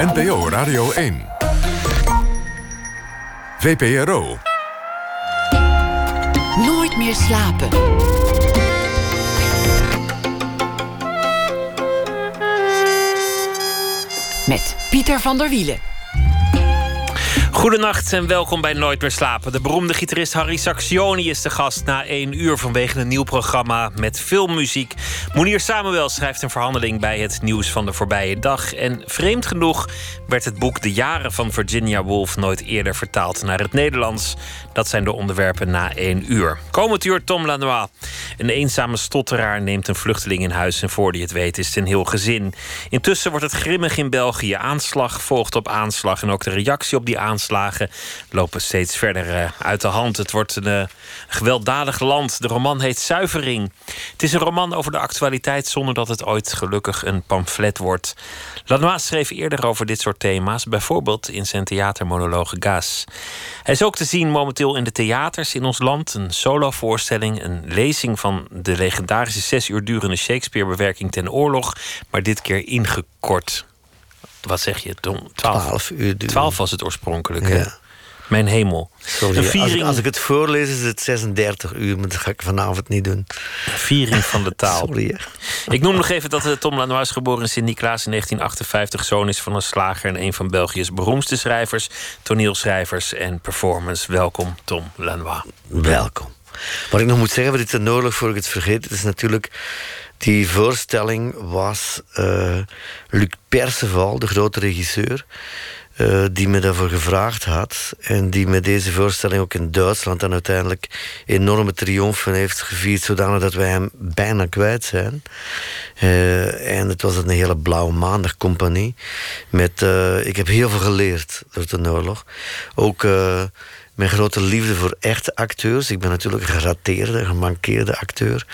NPO Radio 1. VPRO. Nooit meer slapen. Met Pieter van der Wielen. Goedenacht en welkom bij Nooit meer slapen. De beroemde gitarist Harry Sacksioni is de gast na 1 uur vanwege een nieuw programma met filmmuziek. Mounir Samuel schrijft een verhandeling bij het nieuws van de voorbije dag. En vreemd genoeg werd het boek De Jaren van Virginia Woolf nooit eerder vertaald naar het Nederlands. Dat zijn de onderwerpen na 1 uur. Komend uur Tom Lanois. Een eenzame stotteraar neemt een vluchteling in huis en voor die het weet is het een heel gezin. Intussen wordt het grimmig in België. Aanslag volgt op aanslag en ook de reactie op die aanslagen lopen steeds verder uit de hand. Het wordt een gewelddadig land. De roman heet Zuivering. Het is een roman over de actualiteit zonder dat het ooit gelukkig een pamflet wordt. Lanois schreef eerder over dit soort thema's, bijvoorbeeld in zijn theatermonologe Gaz. Hij is ook te zien momenteel in de theaters in ons land. Een solovoorstelling, een lezing van de legendarische 6 uur durende Shakespeare-bewerking Ten Oorlog, maar dit keer ingekort. Wat zeg je, Tom? 12 uur duren. 12 was het oorspronkelijk. Ja. Mijn hemel. Sorry, een viering... als ik het voorlees is het 36 uur, maar dat ga ik vanavond niet doen. Viering van de taal. Sorry. Ik noem nog even dat Tom Lanois, geboren in Sint-Niklaas in 1958... zoon is van een slager en een van België's beroemdste schrijvers, toneelschrijvers en performers. Welkom, Tom Lanois. Welkom. Wat ik nog moet zeggen, wat ik ten oorlog voor ik het vergeet, het is natuurlijk... Die voorstelling was Luc Perceval, de grote regisseur, die me daarvoor gevraagd had. En die met deze voorstelling ook in Duitsland dan uiteindelijk enorme triomfen heeft gevierd, zodanig dat wij hem bijna kwijt zijn. En het was een hele Blauwe Maandag compagnie. Ik heb heel veel geleerd door de oorlog. Ook... mijn grote liefde voor echte acteurs. Ik ben natuurlijk een gerateerde, gemankeerde acteur.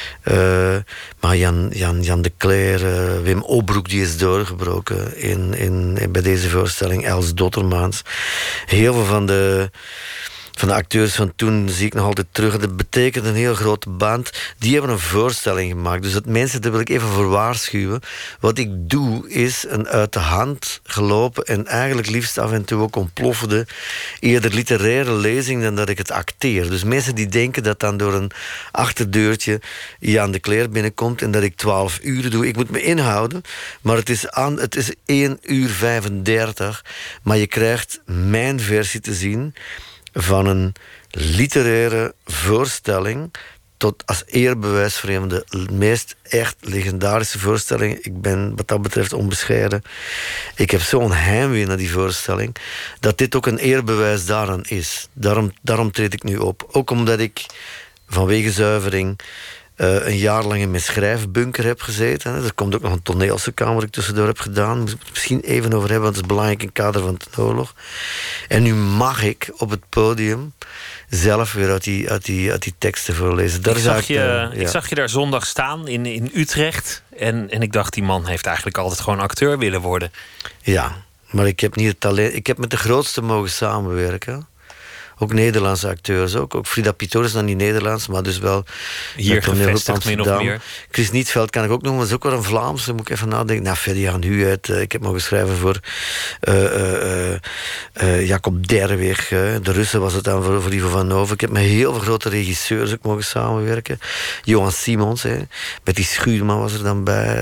Maar Jan de Cler, Wim Obroek, die is doorgebroken bij deze voorstelling. Els Dottermaans. Heel veel van de acteurs van toen zie ik nog altijd terug. Dat betekent een heel grote band. Die hebben een voorstelling gemaakt. Dus dat mensen, daar wil ik even voor waarschuwen. Wat ik doe, is een uit de hand gelopen en eigenlijk liefst af en toe ook ontploffende, eerder literaire lezing dan dat ik het acteer. Dus mensen die denken dat dan door een achterdeurtje Jan de Cler binnenkomt en dat ik 12 uur doe. Ik moet me inhouden, maar het is 1 uur 35. Maar je krijgt mijn versie te zien van een literaire voorstelling tot als eerbewijs voor een van de meest echt legendarische voorstellingen. Ik ben wat dat betreft onbescheiden. Ik heb zo'n heimwee naar die voorstelling dat dit ook een eerbewijs daaraan is. Daarom treed ik nu op. Ook omdat ik vanwege Zuivering een jaar lang in mijn schrijfbunker heb gezeten. Er komt ook nog een toneelstuk aan wat ik tussendoor heb gedaan. Daar moet ik het misschien even over hebben, want het is belangrijk in het kader van de oorlog. En nu mag ik op het podium zelf weer uit die teksten voorlezen. Ik zag je daar zondag staan in Utrecht. En ik dacht, die man heeft eigenlijk altijd gewoon acteur willen worden. Ja, maar ik heb niet het talent. Ik heb met de grootste mogen samenwerken. Ook Nederlandse acteurs ook. Ook Frida Pythor is dan niet Nederlands, maar dus wel hier gevestigd, min of meer. Chris Nietveld kan ik ook noemen, dat is ook wel een Vlaams. Dan moet ik even nadenken. Nou, Ferdian Huet. Ik heb mogen schrijven voor Jacob Derwig. De Russen was het dan voor Ivo van Hoven. Ik heb met heel veel grote regisseurs ook mogen samenwerken. Johan Simons, Betty Schuurman was er dan bij.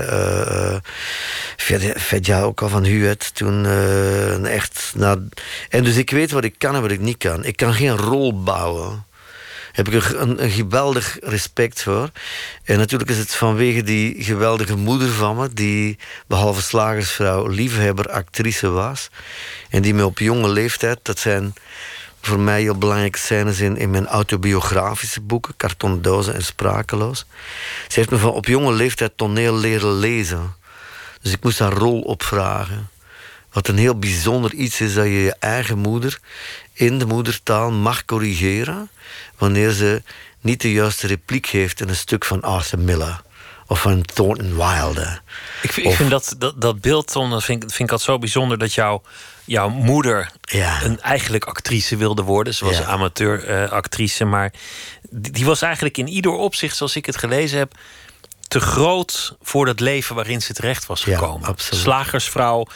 Fedja ook al van Huet. Toen echt... En dus ik weet wat ik kan en wat ik niet kan. Ik kan geen rol bouwen. Daar heb ik een geweldig respect voor. En natuurlijk is het vanwege die geweldige moeder van me, die behalve slagersvrouw liefhebber actrice was. En die me op jonge leeftijd, dat zijn voor mij heel belangrijke scènes in mijn autobiografische boeken, Kartondozen en Sprakeloos. Ze heeft me op jonge leeftijd toneel leren lezen. Dus ik moest haar rol opvragen. Wat een heel bijzonder iets is, dat je je eigen moeder in de moedertaal mag corrigeren wanneer ze niet de juiste repliek geeft in een stuk van Arthur Miller of van Thornton Wilder. Ik vind dat beeld, Tom, dat vind ik altijd zo bijzonder, dat jouw moeder een eigenlijk actrice wilde worden. Ze was amateuractrice, maar die was eigenlijk in ieder opzicht, zoals ik het gelezen heb, te groot voor dat leven waarin ze terecht was gekomen. Ja, absoluut. Slagersvrouw,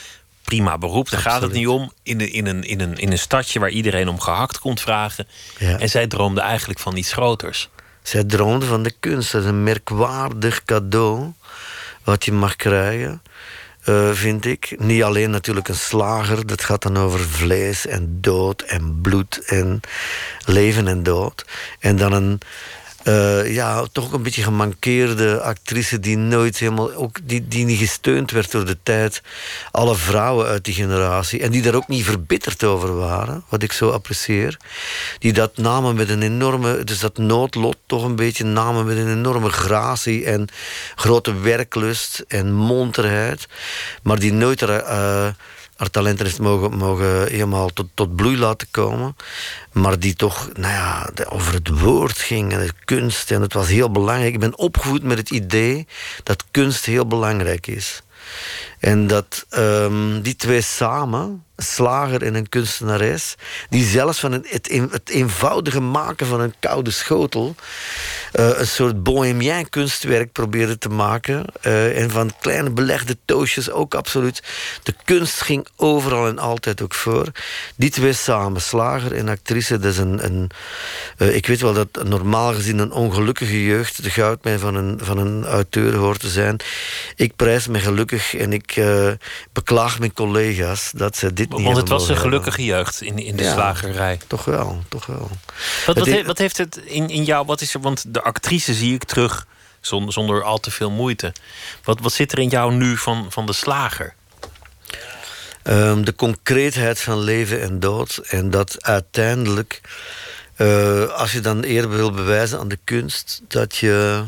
prima beroep, daar gaat het Absoluut. niet om. In een stadje waar iedereen om gehakt komt vragen. Ja. En zij droomde eigenlijk van iets groters. Zij droomde van de kunst. Dat is een merkwaardig cadeau wat je mag krijgen, vind ik. Niet alleen natuurlijk een slager. Dat gaat dan over vlees en dood en bloed en leven en dood. En dan een toch een beetje gemankeerde actrice die nooit helemaal, ook die niet gesteund werd door de tijd. Alle vrouwen uit die generatie. En die daar ook niet verbitterd over waren, wat ik zo apprecieer. Die dat namen met een enorme, dus dat noodlot toch een beetje namen met een enorme gratie en grote werklust en monterheid. Maar die nooit haar talenten heeft mogen helemaal tot bloei laten komen. Maar die toch, over het woord ging en de kunst. En het was heel belangrijk. Ik ben opgevoed met het idee dat kunst heel belangrijk is. En dat die twee samen, een slager en een kunstenares, die zelfs van het eenvoudige maken van een koude schotel een soort bohemien kunstwerk probeerden te maken. En van kleine belegde toastjes ook absoluut. De kunst ging overal en altijd ook voor. Die twee samen, slager en actrice, dat is ik weet wel dat normaal gezien een ongelukkige jeugd de goudmijn van een auteur hoort te zijn. Ik prijs me gelukkig en ik beklaag mijn collega's dat ze dit niet. Want het was een hebben. gelukkige jeugd in de slagerij. Toch wel. Wat heeft het in jou? Wat is er? Want de actrice zie ik terug zonder al te veel moeite. Wat zit er in jou nu van de slager? De concreetheid van leven en dood. En dat uiteindelijk, als je dan eerder wil bewijzen aan de kunst, dat je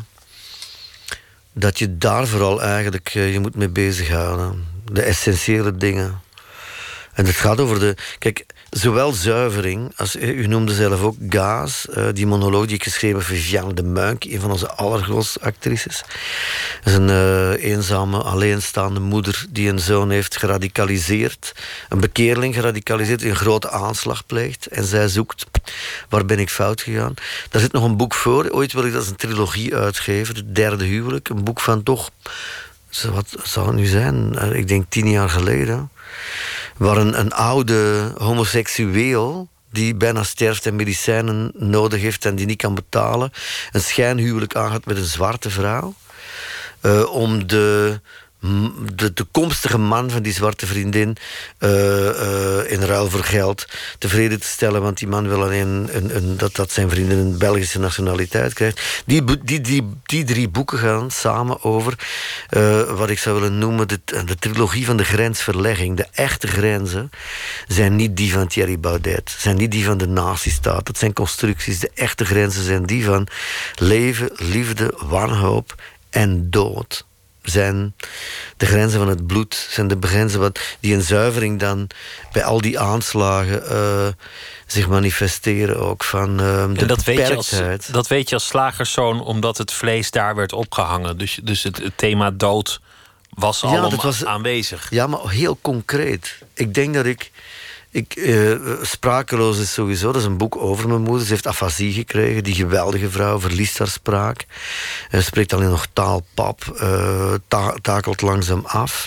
daar vooral eigenlijk je moet mee bezighouden. De essentiële dingen. En het gaat over kijk, zowel zuivering als, u noemde zelf ook Gaas, die monoloog die ik geschreven heb voor Viviane de Muynck, een van onze allergrootste actrices. Dat is een eenzame, alleenstaande moeder die een zoon heeft geradicaliseerd, een bekeerling geradicaliseerd, die een grote aanslag pleegt. En zij zoekt, waar ben ik fout gegaan? Daar zit nog een boek voor. Ooit wil ik dat als een trilogie uitgeven, Het Derde Huwelijk. Een boek van toch, wat zou het nu zijn? Ik denk 10 jaar geleden. Waar een oude homoseksueel die bijna sterft en medicijnen nodig heeft en die niet kan betalen, een schijnhuwelijk aangaat met een zwarte vrouw, om de toekomstige man van die zwarte vriendin in ruil voor geld tevreden te stellen, want die man wil alleen dat zijn vriendin een Belgische nationaliteit krijgt. Die 3 boeken gaan samen over wat ik zou willen noemen de trilogie van de grensverlegging. De echte grenzen zijn niet die van Thierry Baudet, zijn niet die van de nazistaat. Dat zijn constructies. De echte grenzen zijn die van leven, liefde, wanhoop en dood. Zijn de grenzen van het bloed, zijn de grenzen die een zuivering dan bij al die aanslagen zich manifesteren ook van de beperktheid. Dat weet je als slagerszoon omdat het vlees daar werd opgehangen. Dus het thema dood was aanwezig. Ja, maar heel concreet. Ik denk dat Sprakeloos is sowieso, dat is een boek over mijn moeder. Ze heeft afasie gekregen, die geweldige vrouw, verliest haar spraak. Spreekt alleen nog taalpap, takelt langzaam af.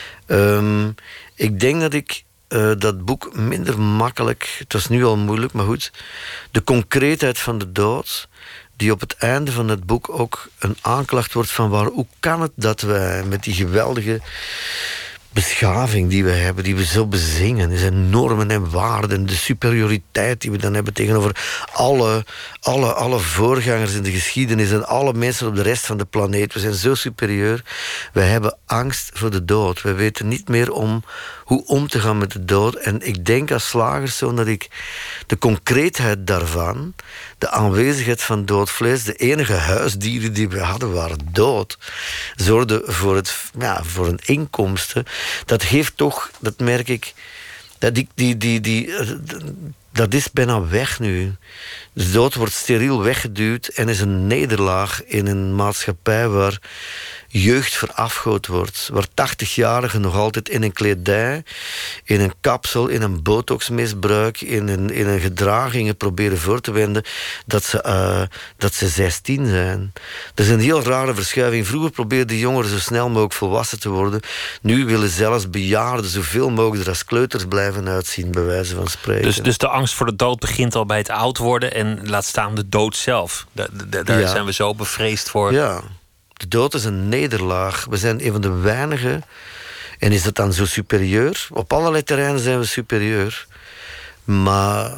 Ik denk dat ik dat boek minder makkelijk, het was nu al moeilijk, maar goed, de concreetheid van de dood, die op het einde van het boek ook een aanklacht wordt van hoe kan het dat wij met die geweldige beschaving die we hebben, die we zo bezingen, die zijn normen en waarden, de superioriteit die we dan hebben tegenover alle voorgangers in de geschiedenis en alle mensen op de rest van de planeet. We zijn zo superieur. We hebben angst voor de dood. We weten niet meer hoe om te gaan met de dood. En ik denk als slagerszoon dat ik de concreetheid daarvan, de aanwezigheid van dood vlees, de enige huisdieren die we hadden waren dood, zorgde voor een inkomsten. Dat geeft toch, dat merk ik, dat is bijna weg nu. De dood wordt steriel weggeduwd en is een nederlaag in een maatschappij waar jeugd verafgood wordt. Waar 80-jarigen nog altijd in een kledij, in een kapsel, in een botoxmisbruik, in een gedragingen proberen voor te wenden dat ze 16 zijn. Dat is een heel rare verschuiving. Vroeger probeerden jongeren zo snel mogelijk volwassen te worden. Nu willen zelfs bejaarden zoveel mogelijk er als kleuters blijven uitzien, bij wijze van spreken. Dus de angst voor de dood begint al bij het oud worden en laat staan de dood zelf. Daar zijn we zo bevreesd voor. Ja, de dood is een nederlaag. We zijn een van de weinigen. En is dat dan zo superieur? Op allerlei terreinen zijn we superieur. Maar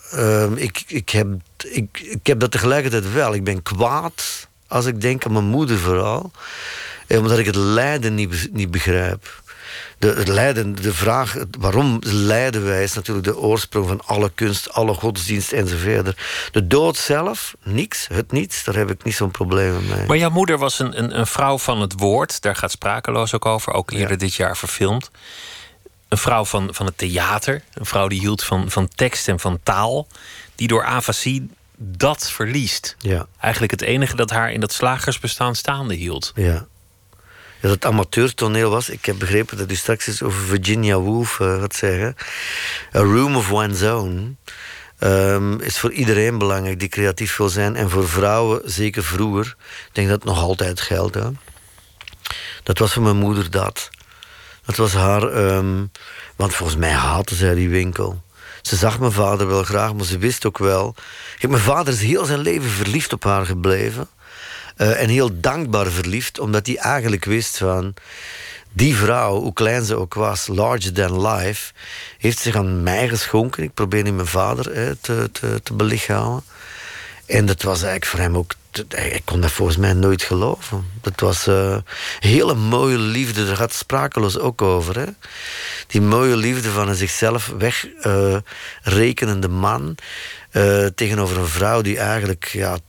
ik heb dat tegelijkertijd wel. Ik ben kwaad als ik denk aan mijn moeder vooral. Omdat ik het lijden niet begrijp. Het lijden, de vraag waarom lijden wij is natuurlijk de oorsprong van alle kunst, alle godsdienst enzovoort. De dood zelf, niets, daar heb ik niet zo'n probleem mee. Maar jouw moeder was een vrouw van het woord, daar gaat Sprakeloos ook over, ook eerder dit jaar verfilmd. Een vrouw van het theater, een vrouw die hield van tekst en van taal, die door afasie dat verliest. Ja. Eigenlijk het enige dat haar in dat slagersbestaan staande hield. Ja. Dat het amateurtoneel was. Ik heb begrepen dat u straks eens over Virginia Woolf gaat zeggen. A Room of One's Own is voor iedereen belangrijk die creatief wil zijn. En voor vrouwen, zeker vroeger. Ik denk dat het nog altijd geldt. Hè. Dat was voor mijn moeder dat. Dat was haar... want volgens mij haatte zij die winkel. Ze zag mijn vader wel graag, maar ze wist ook wel... Kijk, mijn vader is heel zijn leven verliefd op haar gebleven. En heel dankbaar verliefd, omdat hij eigenlijk wist van... die vrouw, hoe klein ze ook was, larger than life... heeft zich aan mij geschonken. Ik probeer nu mijn vader te belichamen. En dat was eigenlijk voor hem ook... Ik kon dat volgens mij nooit geloven. Dat was een hele mooie liefde. Daar gaat Sprakeloos ook over. Hè? Die mooie liefde van een zichzelf wegrekenende man... tegenover een vrouw die eigenlijk... Ja,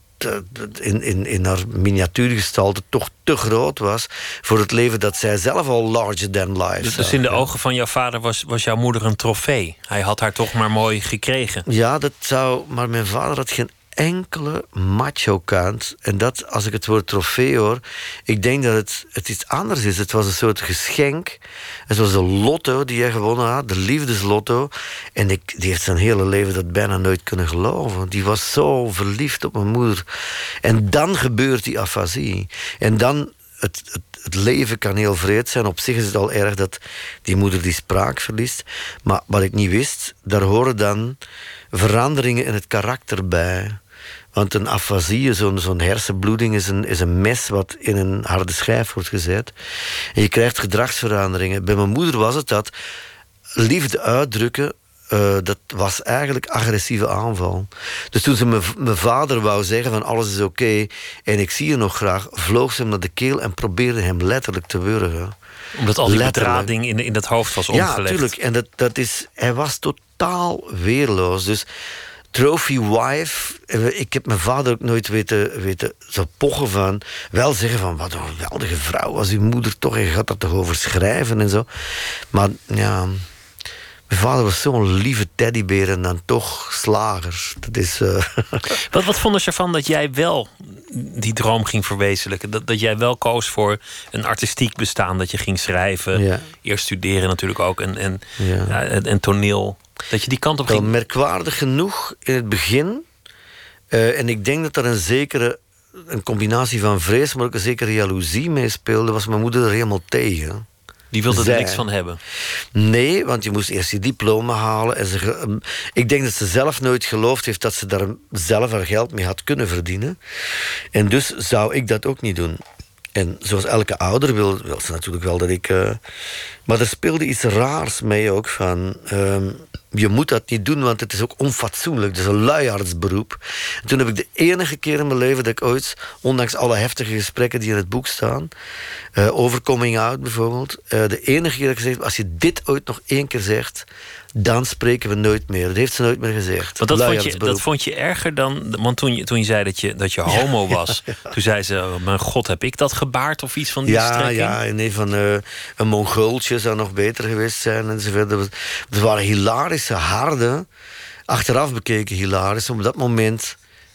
in haar miniatuurgestalte toch te groot was... voor het leven dat zij zelf al larger than life Dus in de ogen van jouw vader was jouw moeder een trofee. Hij had haar toch maar mooi gekregen. Ja, dat zou... Maar mijn vader had geen enkele macho-kant. En dat, als ik het woord trofee hoor... ik denk dat het iets anders is. Het was een soort geschenk. Het was de lotto die hij gewonnen had. De liefdeslotto. En die heeft zijn hele leven dat bijna nooit kunnen geloven. Die was zo verliefd op mijn moeder. En dan gebeurt die afasie. En dan... Het leven kan heel vreed zijn. Op zich is het al erg dat die moeder die spraak verliest. Maar wat ik niet wist... daar horen dan veranderingen in het karakter bij... Want een afasie, zo'n hersenbloeding, is een mes wat in een harde schijf wordt gezet. En je krijgt gedragsveranderingen. Bij mijn moeder was het dat liefde uitdrukken, dat was eigenlijk agressieve aanval. Dus toen ze mijn vader wou zeggen van alles is oké, en ik zie je nog graag, vloog ze hem naar de keel en probeerde hem letterlijk te wurgen. Omdat al die bedrading in dat hoofd was omgelegd. Ja, natuurlijk. En hij was totaal weerloos. Dus... Trophy wife. Ik heb mijn vader ook nooit weten zo pochen van... wel zeggen van, wat een geweldige vrouw was uw moeder toch... en je gaat daar toch over schrijven en zo. Maar ja... Mijn vader was zo'n lieve teddybeer en dan toch slager. Dat is... Wat vonden ze ervan dat jij wel die droom ging verwezenlijken? Dat jij wel koos voor een artistiek bestaan. Dat je ging schrijven. Ja. Eerst studeren natuurlijk ook. En toneel. Dat je die kant op ging. Wel merkwaardig genoeg in het begin. En ik denk dat er een combinatie van vrees... maar ook een zekere jaloezie mee speelde. Was mijn moeder er helemaal tegen. Die wilde er niks van hebben? Nee, want je moest eerst je diploma halen. En ik denk dat ze zelf nooit geloofd heeft... dat ze daar zelf haar geld mee had kunnen verdienen. En dus zou ik dat ook niet doen. En zoals elke ouder wil ze natuurlijk wel dat ik... maar er speelde iets raars mee ook van... je moet dat niet doen, want het is ook onfatsoenlijk. Het is een luiaardsberoep. En toen heb ik de enige keer in mijn leven dat ik ooit... ondanks alle heftige gesprekken die in het boek staan... over coming out bijvoorbeeld... de enige keer dat ik gezegd... als je dit ooit nog één keer zegt... dan spreken we nooit meer. Dat heeft ze nooit meer gezegd. Want dat vond je erger dan... Want toen je zei dat je homo was... toen zei ze, mijn god, heb ik dat gebaard of iets van die strekking? Ja, nee, van een Mongooltje zou nog beter geweest zijn. Enzovoort. Het waren hilarische, harde... achteraf bekeken hilarisch. Op dat moment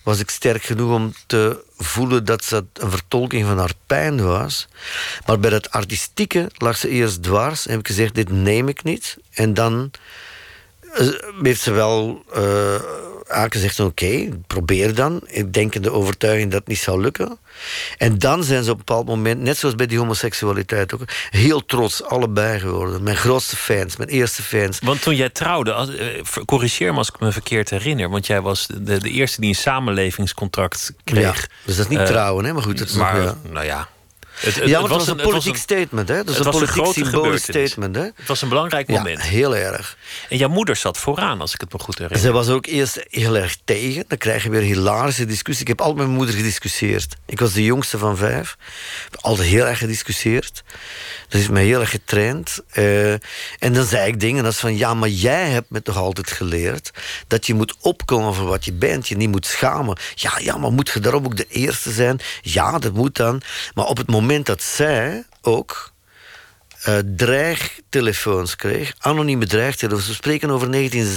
was ik sterk genoeg om te voelen dat dat een vertolking van haar pijn was. Maar bij dat artistieke lag ze eerst dwars. En heb ik gezegd, dit neem ik niet. En dan heeft ze wel aangezegd, oké, probeer dan. Ik denk in de overtuiging dat het niet zou lukken. En dan zijn ze op een bepaald moment, net zoals bij die homoseksualiteit ook, heel trots, allebei geworden. Mijn grootste fans, mijn eerste fans. Want toen jij trouwde, corrigeer me als ik me verkeerd herinner, want jij was de eerste die een samenlevingscontract kreeg. Ja, dus dat is niet trouwen, hè? Maar goed, dat is maar, nog, nou ja. Het was een politiek statement, hè? Dus het een was politiek symbolisch gebeurtenis. statement, hè? Het was een belangrijk moment. Ja, heel erg. En jouw moeder zat vooraan, als ik het me goed herinner. Zij was ook eerst heel erg tegen. Dan krijg je weer hilarische discussie. Ik heb altijd met mijn moeder gediscussieerd. Ik was de jongste van 5. Ik heb altijd heel erg gediscussieerd. Dat heeft mij heel erg getraind. En dan zei ik dingen als van, ja, maar jij hebt me toch altijd geleerd dat je moet opkomen voor wat je bent. Je niet moet schamen. Ja, maar moet je daarom ook de eerste zijn? Ja, dat moet dan. Maar op het moment dat zij ook dreigtelefoons kreeg, anonieme dreigtelefoons. We spreken over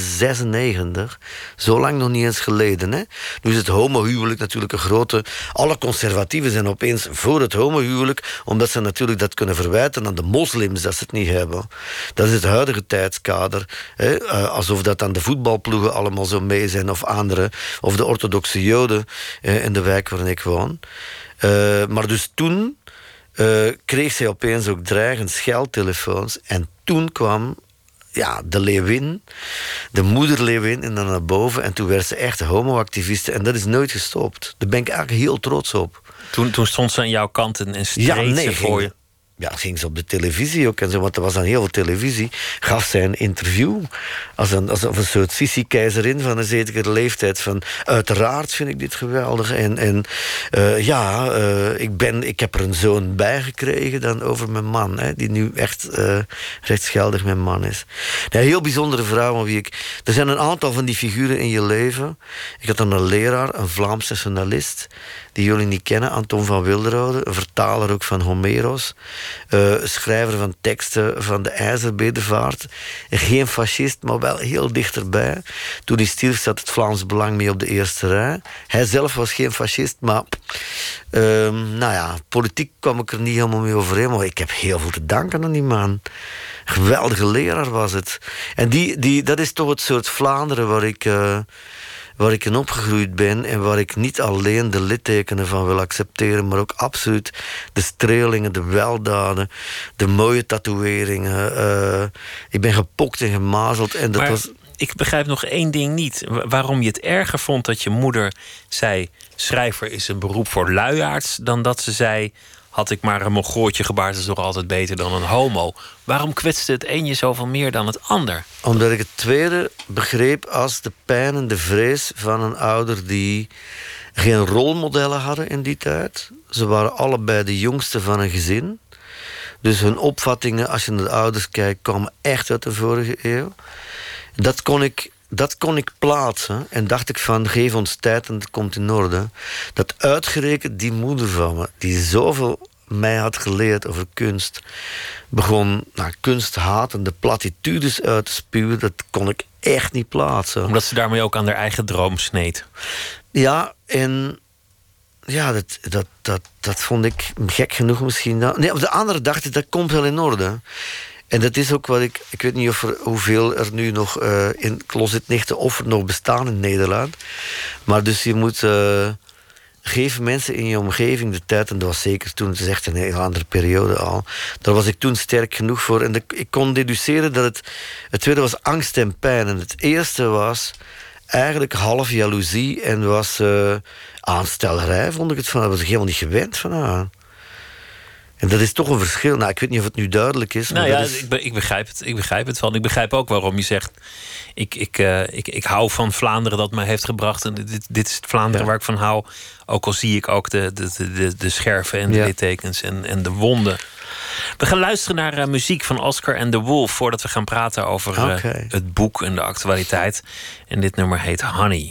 1996, zo lang nog niet eens geleden. Hè? Nu is het homohuwelijk natuurlijk een grote. Alle conservatieven zijn opeens voor het homohuwelijk, omdat ze natuurlijk dat kunnen verwijten aan de moslims dat ze het niet hebben. Dat is het huidige tijdskader. Hè? Alsof dat dan de voetbalploegen allemaal zo mee zijn, of andere, of de orthodoxe joden in de wijk waarin ik woon. Maar dus toen kreeg zij opeens ook dreigend scheldtelefoons. En toen kwam de leeuwin, de moederleeuwin, en dan naar boven. En toen werd ze echt homoactiviste. En dat is nooit gestopt. Daar ben ik eigenlijk heel trots op. Toen stond ze aan jouw kant en streed ze voor je. Ja, ging ze op de televisie ook en zo, want er was dan heel veel televisie. Gaf zij een interview als een soort Sissi-keizerin van een zekere leeftijd. Van, uiteraard vind ik dit geweldig. Ik heb er een zoon bij gekregen dan over mijn man, hè, die nu echt rechtsgeldig mijn man is. Een heel bijzondere vrouw. Er zijn een aantal van die figuren in je leven. Ik had dan een leraar, een Vlaamse journalist, die jullie niet kennen, Anton van Wilderode, een vertaler ook van Homeros, schrijver van teksten van de IJzerbedevaart. Geen fascist, maar wel heel dichterbij. Toen hij stierf zat het Vlaams Belang mee op de eerste rij. Hij zelf was geen fascist, maar politiek kwam ik er niet helemaal mee overeen, maar ik heb heel veel te danken aan die man. Geweldige leraar was het. En dat is toch het soort Vlaanderen waar ik in opgegroeid ben en waar ik niet alleen de littekenen van wil accepteren, maar ook absoluut de strelingen, de weldaden, de mooie tatoeëringen. Ik ben gepokt en gemazeld. En dat was. Ik begrijp nog één ding niet. Waarom je het erger vond dat je moeder zei, schrijver is een beroep voor luiaards, dan dat ze zei, had ik maar een mongoortje gebaard, is toch altijd beter dan een homo. Waarom kwetste het een je zoveel meer dan het ander? Omdat ik het tweede begreep als de pijn en de vrees van een ouder die geen rolmodellen hadden in die tijd. Ze waren allebei de jongste van een gezin. Dus hun opvattingen, als je naar de ouders kijkt, kwamen echt uit de vorige eeuw. Dat kon ik plaatsen en dacht ik van, geef ons tijd en het komt in orde. Dat uitgerekend die moeder van me, die zoveel mij had geleerd over kunst, begon kunsthatende platitudes uit te spuwen. Dat kon ik echt niet plaatsen. Omdat ze daarmee ook aan haar eigen droom sneed. Ja, en dat vond ik gek genoeg misschien. Nee, op de andere dacht ik, dat komt wel in orde. En dat is ook wat ik weet niet hoeveel er nu nog in closetnichten of er nog bestaan in Nederland. Maar dus je moet geef mensen in je omgeving de tijd. En dat was zeker toen, het is echt een heel andere periode al. Daar was ik toen sterk genoeg voor. En ik kon deduceren dat het tweede was angst en pijn. En het eerste was eigenlijk half jaloezie en was aanstellerij, vond ik het van. Daar was ik helemaal niet gewend van aan. En dat is toch een verschil. Nou, ik weet niet of het nu duidelijk is. Maar ik begrijp het. Ik begrijp het van. Ik begrijp ook waarom je zegt, ik hou van Vlaanderen dat mij heeft gebracht. En dit is het Vlaanderen waar ik van hou. Ook al zie ik ook de scherven en de littekens en de wonden. We gaan luisteren naar muziek van Oscar and the Wolf voordat we gaan praten over het boek en de actualiteit. En dit nummer heet Honey.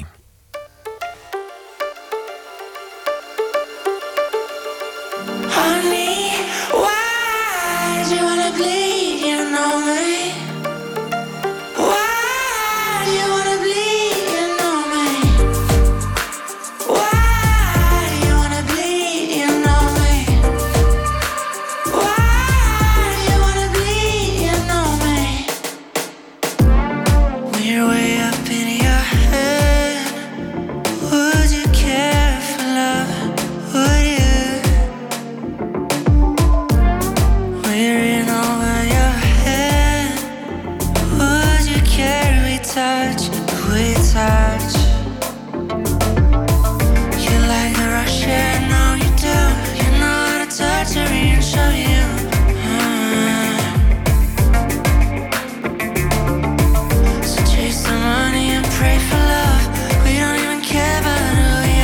Why touch. You like the rush, yeah, I know you do. You know how to touch me and show you. So chase the money and pray for love. We don't even care about who we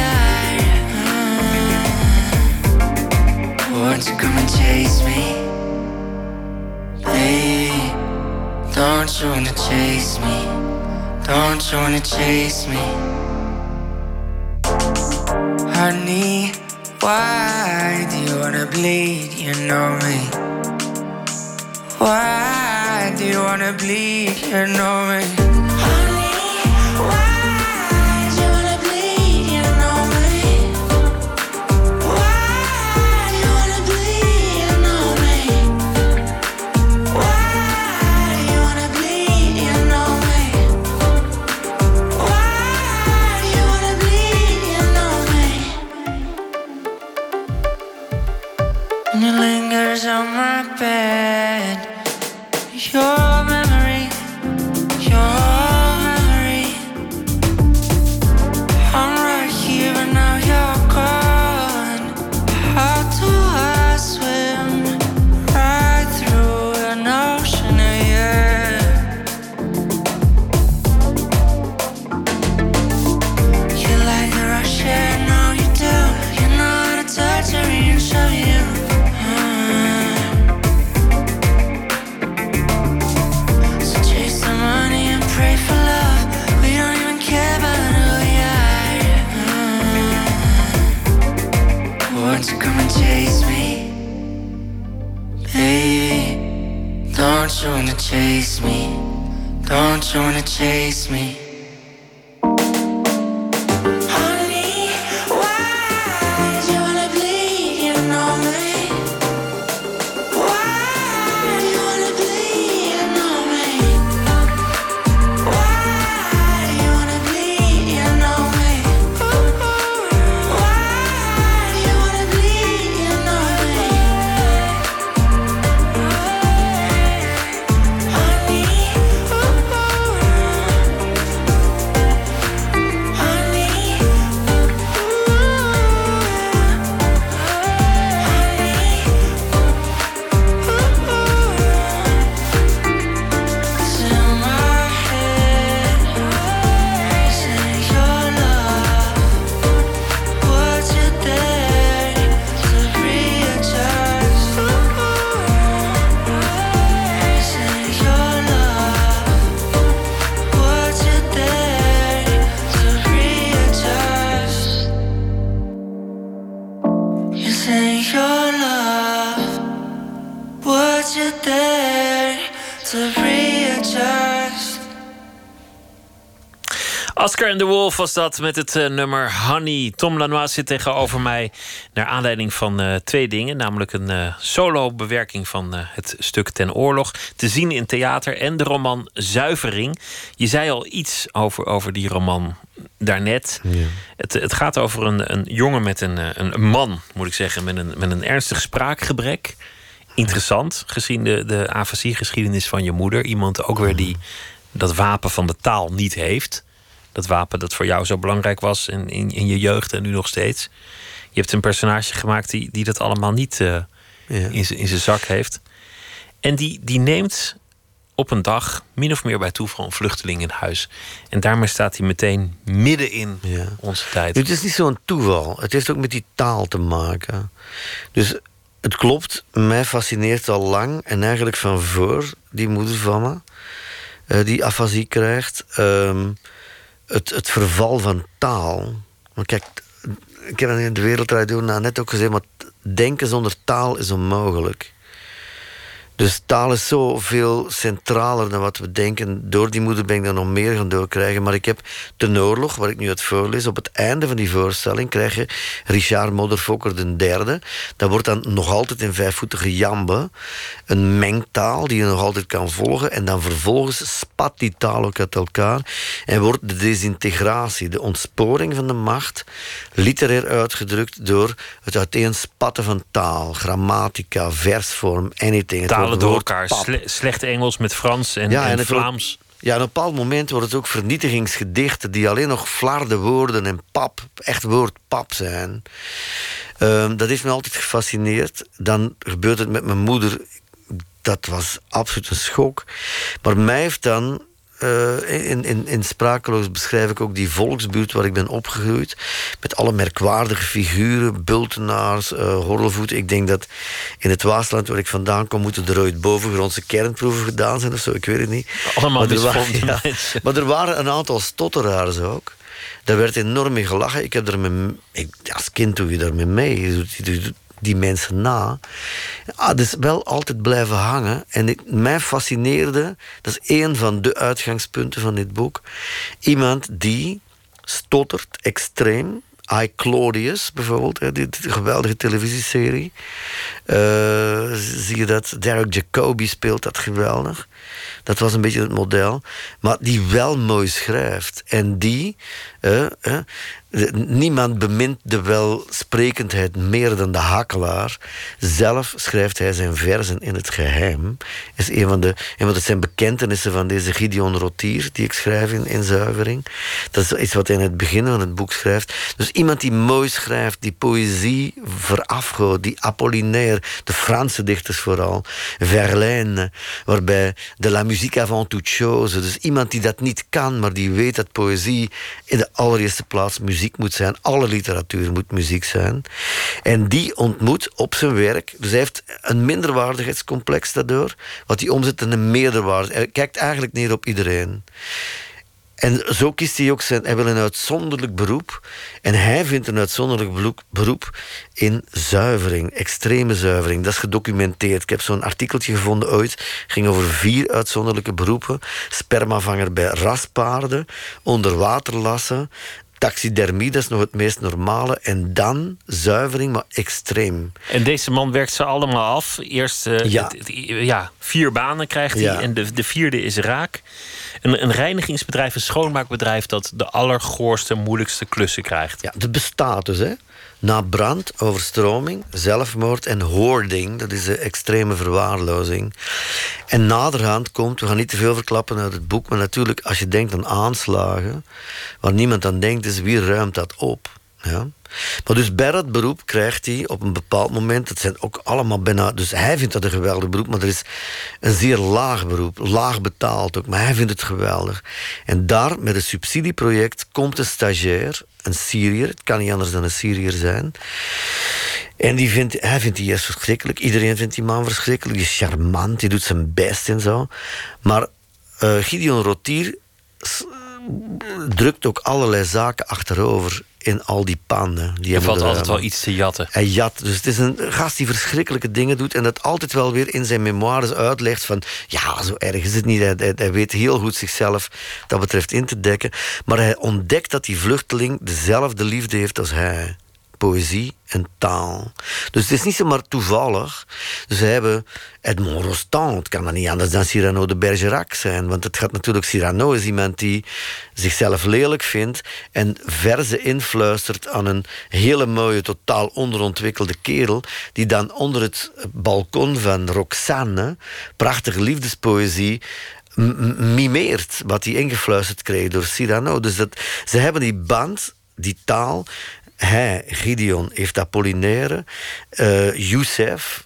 are. Won't you come and chase me? Baby, don't you wanna chase me? Don't you wanna chase me? Honey, why do you wanna bleed? You know me. Why do you wanna bleed? You know me. Honey, why do you wanna bleed? You know me. Why do you wanna bleed? You know me. Why do you wanna bleed? You know me. Why do you wanna bleed? You know me. And it lingers on my bed. Your memory, your memory. I'm right here and now you're gone. How do I swim right through an ocean of you? You like the rush, yeah, I know you do. You know how to touch me and show you. So chase the money and pray for love. We don't even care about who we are. Won't you come and chase me? Baby, don't you wanna chase me? Don't you wanna chase me? Honey, why do you wanna bleed? You know me. Why do you wanna bleed? You know me. Why do you wanna bleed? You know me. Why do you wanna bleed? You know me. Honey, Oscar and the Wolf was dat met het nummer Honey. Tom Lanois zit tegenover mij naar aanleiding van twee dingen. Namelijk een solo-bewerking van het stuk Ten Oorlog. Te zien in theater en de roman Zuivering. Je zei al iets over die roman daarnet. Ja. Het gaat over een jongen met een man, moet ik zeggen, met een ernstig spraakgebrek. Interessant, gezien de afasie-geschiedenis van je moeder. Iemand ook weer die dat wapen van de taal niet heeft. Dat wapen dat voor jou zo belangrijk was in je jeugd en nu nog steeds. Je hebt een personage gemaakt die dat allemaal niet in zijn zak heeft. En die neemt op een dag, min of meer bij toeval, een vluchteling in huis. En daarmee staat hij meteen midden in onze tijd. Het is niet zo'n toeval. Het heeft ook met die taal te maken. Dus het klopt, mij fascineert al lang. En eigenlijk van voor die moeder van me, die afasie krijgt. Het verval van taal. Maar kijk, ik heb in de Wereldrijd net ook gezegd, maar denken zonder taal is onmogelijk. Dus taal is zoveel centraler dan wat we denken. Door die moeder ben ik daar nog meer gaan doorkrijgen. Maar ik heb Ten Oorlog, waar ik nu uit voorlees, op het einde van die voorstelling krijg je Richard Modderfokker III. Dat wordt dan nog altijd in vijfvoetige jambe. Een mengtaal die je nog altijd kan volgen. En dan vervolgens spat die taal ook uit elkaar. En wordt de desintegratie, de ontsporing van de macht, literair uitgedrukt door het uiteenspatten van taal. Grammatica, versvorm, anything. Talen door elkaar. Slecht Engels met Frans en Vlaams. Ja, op een bepaald moment wordt het ook vernietigingsgedichten die alleen nog flarde woorden en echt woord pap zijn. Dat heeft me altijd gefascineerd. Dan gebeurt het met mijn moeder. Dat was absoluut een schok. Maar mij heeft dan... in Sprakeloos beschrijf ik ook die volksbuurt waar ik ben opgegroeid. Met alle merkwaardige figuren, bultenaars, horrelvoeten. Ik denk dat in het Waasland waar ik vandaan kom... moeten er ooit bovengrondse kernproeven gedaan zijn of zo. Ik weet het niet. Allemaal misvonden mensen. Maar er waren een aantal stotteraars ook. Daar werd enorm mee gelachen. Ik heb er als kind doe je daarmee mee. Je doet die mensen na. Dus wel altijd blijven hangen. En mij fascineerde, dat is één van de uitgangspunten van dit boek, iemand die stottert extreem. I, Claudius bijvoorbeeld, die geweldige televisieserie. Zie je dat? Derek Jacobi speelt dat geweldig. Dat was een beetje het model. Maar die wel mooi schrijft. En die... niemand bemint de welsprekendheid meer dan de hakelaar. Zelf schrijft hij zijn verzen in het geheim. Is een van zijn bekentenissen van deze Gideon Rotier, die ik schrijf in Zuivering. Dat is iets wat hij in het begin van het boek schrijft. Dus iemand die mooi schrijft, die poëzie verafgooit, die Apollinaire, de Franse dichters vooral, Verlaine, waarbij de la musique avant toute chose. Dus iemand die dat niet kan, maar die weet dat poëzie in de allereerste plaats muziek moet zijn. Alle literatuur moet muziek zijn. En die ontmoet op zijn werk... Dus hij heeft een minderwaardigheidscomplex daardoor... wat hij omzet in een meerderwaardigheid. Hij kijkt eigenlijk neer op iedereen. En zo kiest hij ook hij wil een uitzonderlijk beroep. En hij vindt een uitzonderlijk beroep in zuivering, extreme zuivering. Dat is gedocumenteerd. Ik heb zo'n artikeltje gevonden ooit. Ging over 4 uitzonderlijke beroepen. Spermavanger bij raspaarden, onderwaterlassen, taxidermie, dat is nog het meest normale. En dan zuivering, maar extreem. En deze man werkt ze allemaal af. Eerst 4 banen krijgt hij. Ja. En de 4e is raak. Een reinigingsbedrijf, een schoonmaakbedrijf... dat de allergoorste, moeilijkste klussen krijgt. Ja, dat bestaat dus, hè. Na brand, overstroming, zelfmoord en hoarding. Dat is de extreme verwaarlozing. En naderhand komt, we gaan niet te veel verklappen uit het boek... maar natuurlijk, als je denkt aan aanslagen... waar niemand aan denkt, is wie ruimt dat op? Ja. Maar dus bij dat beroep krijgt hij op een bepaald moment... dat zijn ook allemaal bijna... Dus hij vindt dat een geweldig beroep... maar er is een zeer laag beroep, laag betaald ook... maar hij vindt het geweldig. En daar, met een subsidieproject, komt een stagiair... een Syriër, het kan niet anders dan een Syriër zijn... En hij vindt die eerst verschrikkelijk. Iedereen vindt die man verschrikkelijk. Die is charmant, die doet zijn best en zo. Maar Gideon Rotier drukt ook allerlei zaken achterover in al die panden. Er valt altijd wel iets te jatten. Hij jat. Dus het is een gast die verschrikkelijke dingen doet... en dat altijd wel weer in zijn memoires uitlegt van... ja, zo erg is het niet. Hij weet heel goed zichzelf dat betreft in te dekken. Maar hij ontdekt dat die vluchteling dezelfde liefde heeft als hij. Poëzie en taal. Dus het is niet zomaar toevallig. Dus ze hebben Edmond Rostand. Het kan dan niet anders dan Cyrano de Bergerac zijn. Want het gaat natuurlijk... Cyrano is iemand die zichzelf lelijk vindt... en verzen influistert aan een hele mooie, totaal onderontwikkelde kerel... die dan onder het balkon van Roxane... prachtige liefdespoëzie... mimeert wat hij ingefluisterd kreeg door Cyrano. Dus ze hebben die band, die taal... Hij, Gideon, heeft Apollinaire. Youssef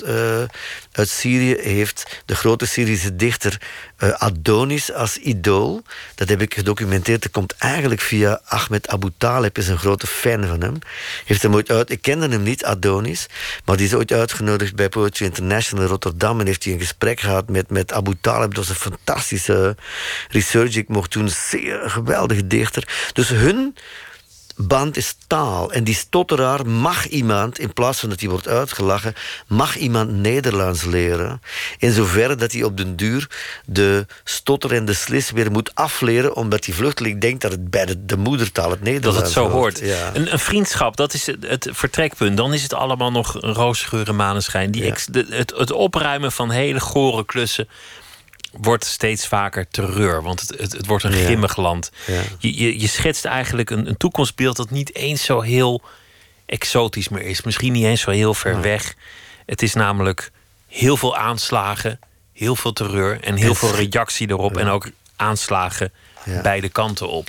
uit Syrië heeft de grote Syrische dichter Adonis als idool. Dat heb ik gedocumenteerd. Dat komt eigenlijk via Ahmed Abu Talib, is een grote fan van hem. Heeft hem ooit ik kende hem niet, Adonis, maar die is ooit uitgenodigd bij Poetry International in Rotterdam en heeft hij een gesprek gehad met Abu Talib. Dat was een fantastische research. Ik mocht toen zeer geweldige dichter. Dus hun band is taal. En die stotteraar mag iemand, in plaats van dat hij wordt uitgelachen, mag iemand Nederlands leren. In zoverre dat hij op den duur de stotter en de slis weer moet afleren, omdat die vluchteling denkt dat het bij de moedertaal, het Nederlands, dat het zo hoort. Ja. Een vriendschap, dat is het vertrekpunt. Dan is het allemaal nog een roosgeur en maneschijn. Het opruimen van hele gore klussen wordt steeds vaker terreur. Want het wordt een grimmig land. Ja. Je schetst eigenlijk een toekomstbeeld dat niet eens zo heel exotisch meer is. Misschien niet eens zo heel ver weg. Het is namelijk heel veel aanslagen, heel veel terreur en heel veel reactie erop. En ook aanslagen beide kanten op.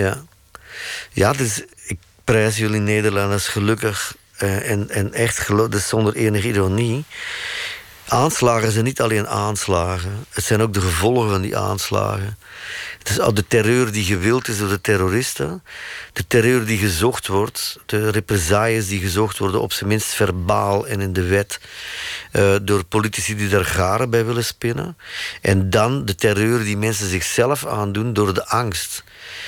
Ja, dus ik prijs jullie Nederlanders gelukkig en echt geloof, dus zonder enige ironie. Aanslagen zijn niet alleen aanslagen. Het zijn ook de gevolgen van die aanslagen. Het is de terreur die gewild is door de terroristen. De terreur die gezocht wordt. De represailles die gezocht worden, op zijn minst verbaal en in de wet. Door politici die daar garen bij willen spinnen. En dan de terreur die mensen zichzelf aandoen door de angst.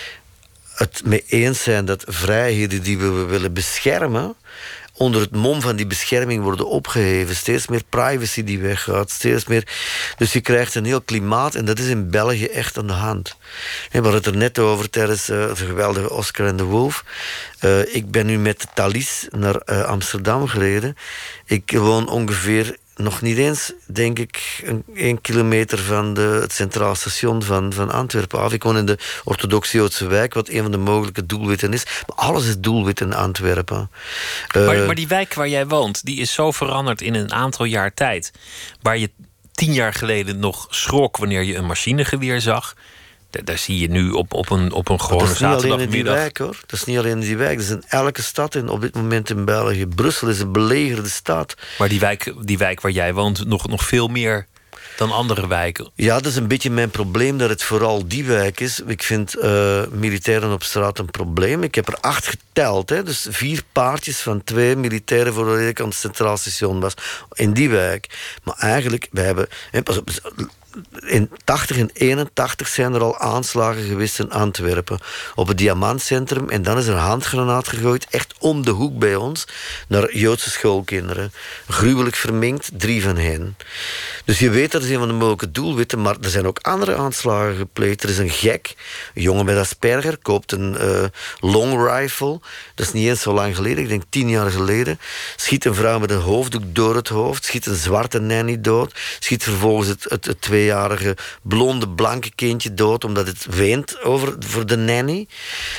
Het mee eens zijn dat vrijheden die we willen beschermen, onder het mom van die bescherming worden opgeheven. Steeds meer privacy die weggaat. Steeds meer. Dus je krijgt een heel klimaat. En dat is in België echt aan de hand. We hadden het er net over tijdens de geweldige Oscar en de Wolf. Ik ben nu met Thalys naar Amsterdam gereden. Ik woon ongeveer nog niet eens, denk ik, 1 kilometer van het Centraal Station van Antwerpen af. Ik woon in de orthodoxe Joodse wijk, wat een van de mogelijke doelwitten is. Maar alles is doelwit in Antwerpen. Maar die wijk waar jij woont, die is zo veranderd in een aantal jaar tijd. Waar je 10 jaar geleden nog schrok wanneer je een machinegeweer zag. Daar zie je nu op een gewone zaterdagmiddag. Dat is niet alleen in die wijk, hoor. Dat is niet alleen in die wijk. Dat is in elke stad op dit moment in België. Brussel is een belegerde stad. Maar die wijk waar jij woont nog veel meer dan andere wijken. Ja, dat is een beetje mijn probleem, dat het vooral die wijk is. Ik vind militairen op straat een probleem. Ik heb er 8 geteld. Hè. Dus 4 paardjes van 2 militairen voordat ik aan het Centraal Station was. In die wijk. Maar eigenlijk, wij hebben... Pas op, in 80 en 81 zijn er al aanslagen geweest in Antwerpen. Op het Diamantcentrum. En dan is er een handgranaat gegooid, echt om de hoek bij ons, naar Joodse schoolkinderen. Gruwelijk verminkt, 3 van hen. Dus je weet, dat is een van de mogelijke doelwitten. Maar er zijn ook andere aanslagen gepleegd. Er is een gek, een jongen met Asperger, koopt een long rifle. Dat is niet eens zo lang geleden, ik denk 10 jaar geleden. Schiet een vrouw met een hoofddoek door het hoofd. Schiet een zwarte nanny dood. Schiet vervolgens het 2-jarige blonde blanke kindje dood, omdat het weent voor de nanny.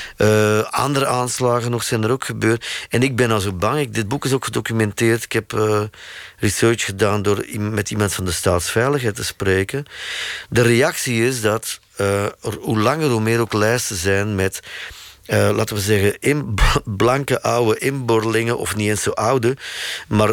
Andere aanslagen nog zijn er ook gebeurd. En ik ben al zo bang. Dit boek is ook gedocumenteerd. Ik heb research gedaan door met iemand van de Staatsveiligheid te spreken. De reactie is dat er hoe langer hoe meer ook lijsten zijn met laten we zeggen, blanke oude inboorlingen, of niet eens zo oude, maar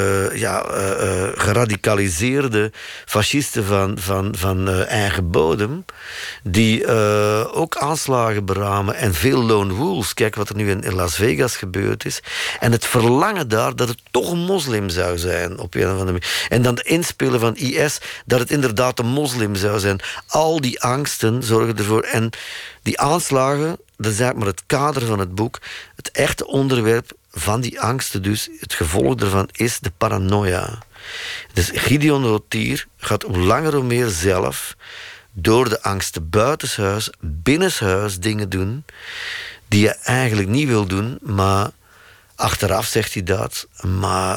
geradicaliseerde fascisten van eigen bodem, die ook aanslagen beramen en veel lone wolves. Kijk wat er nu in Las Vegas gebeurd is. En het verlangen daar dat het toch een moslim zou zijn, op een of andere manier. En dan het inspelen van IS, dat het inderdaad een moslim zou zijn. Al die angsten zorgen ervoor. En die aanslagen, dat is eigenlijk maar het kader van het boek. Het echte onderwerp van die angsten dus, het gevolg daarvan is de paranoia. Dus Gideon Rotier gaat hoe langer hoe meer zelf door de angsten buitenshuis, binnenshuis dingen doen die je eigenlijk niet wil doen, maar achteraf zegt hij dat. Maar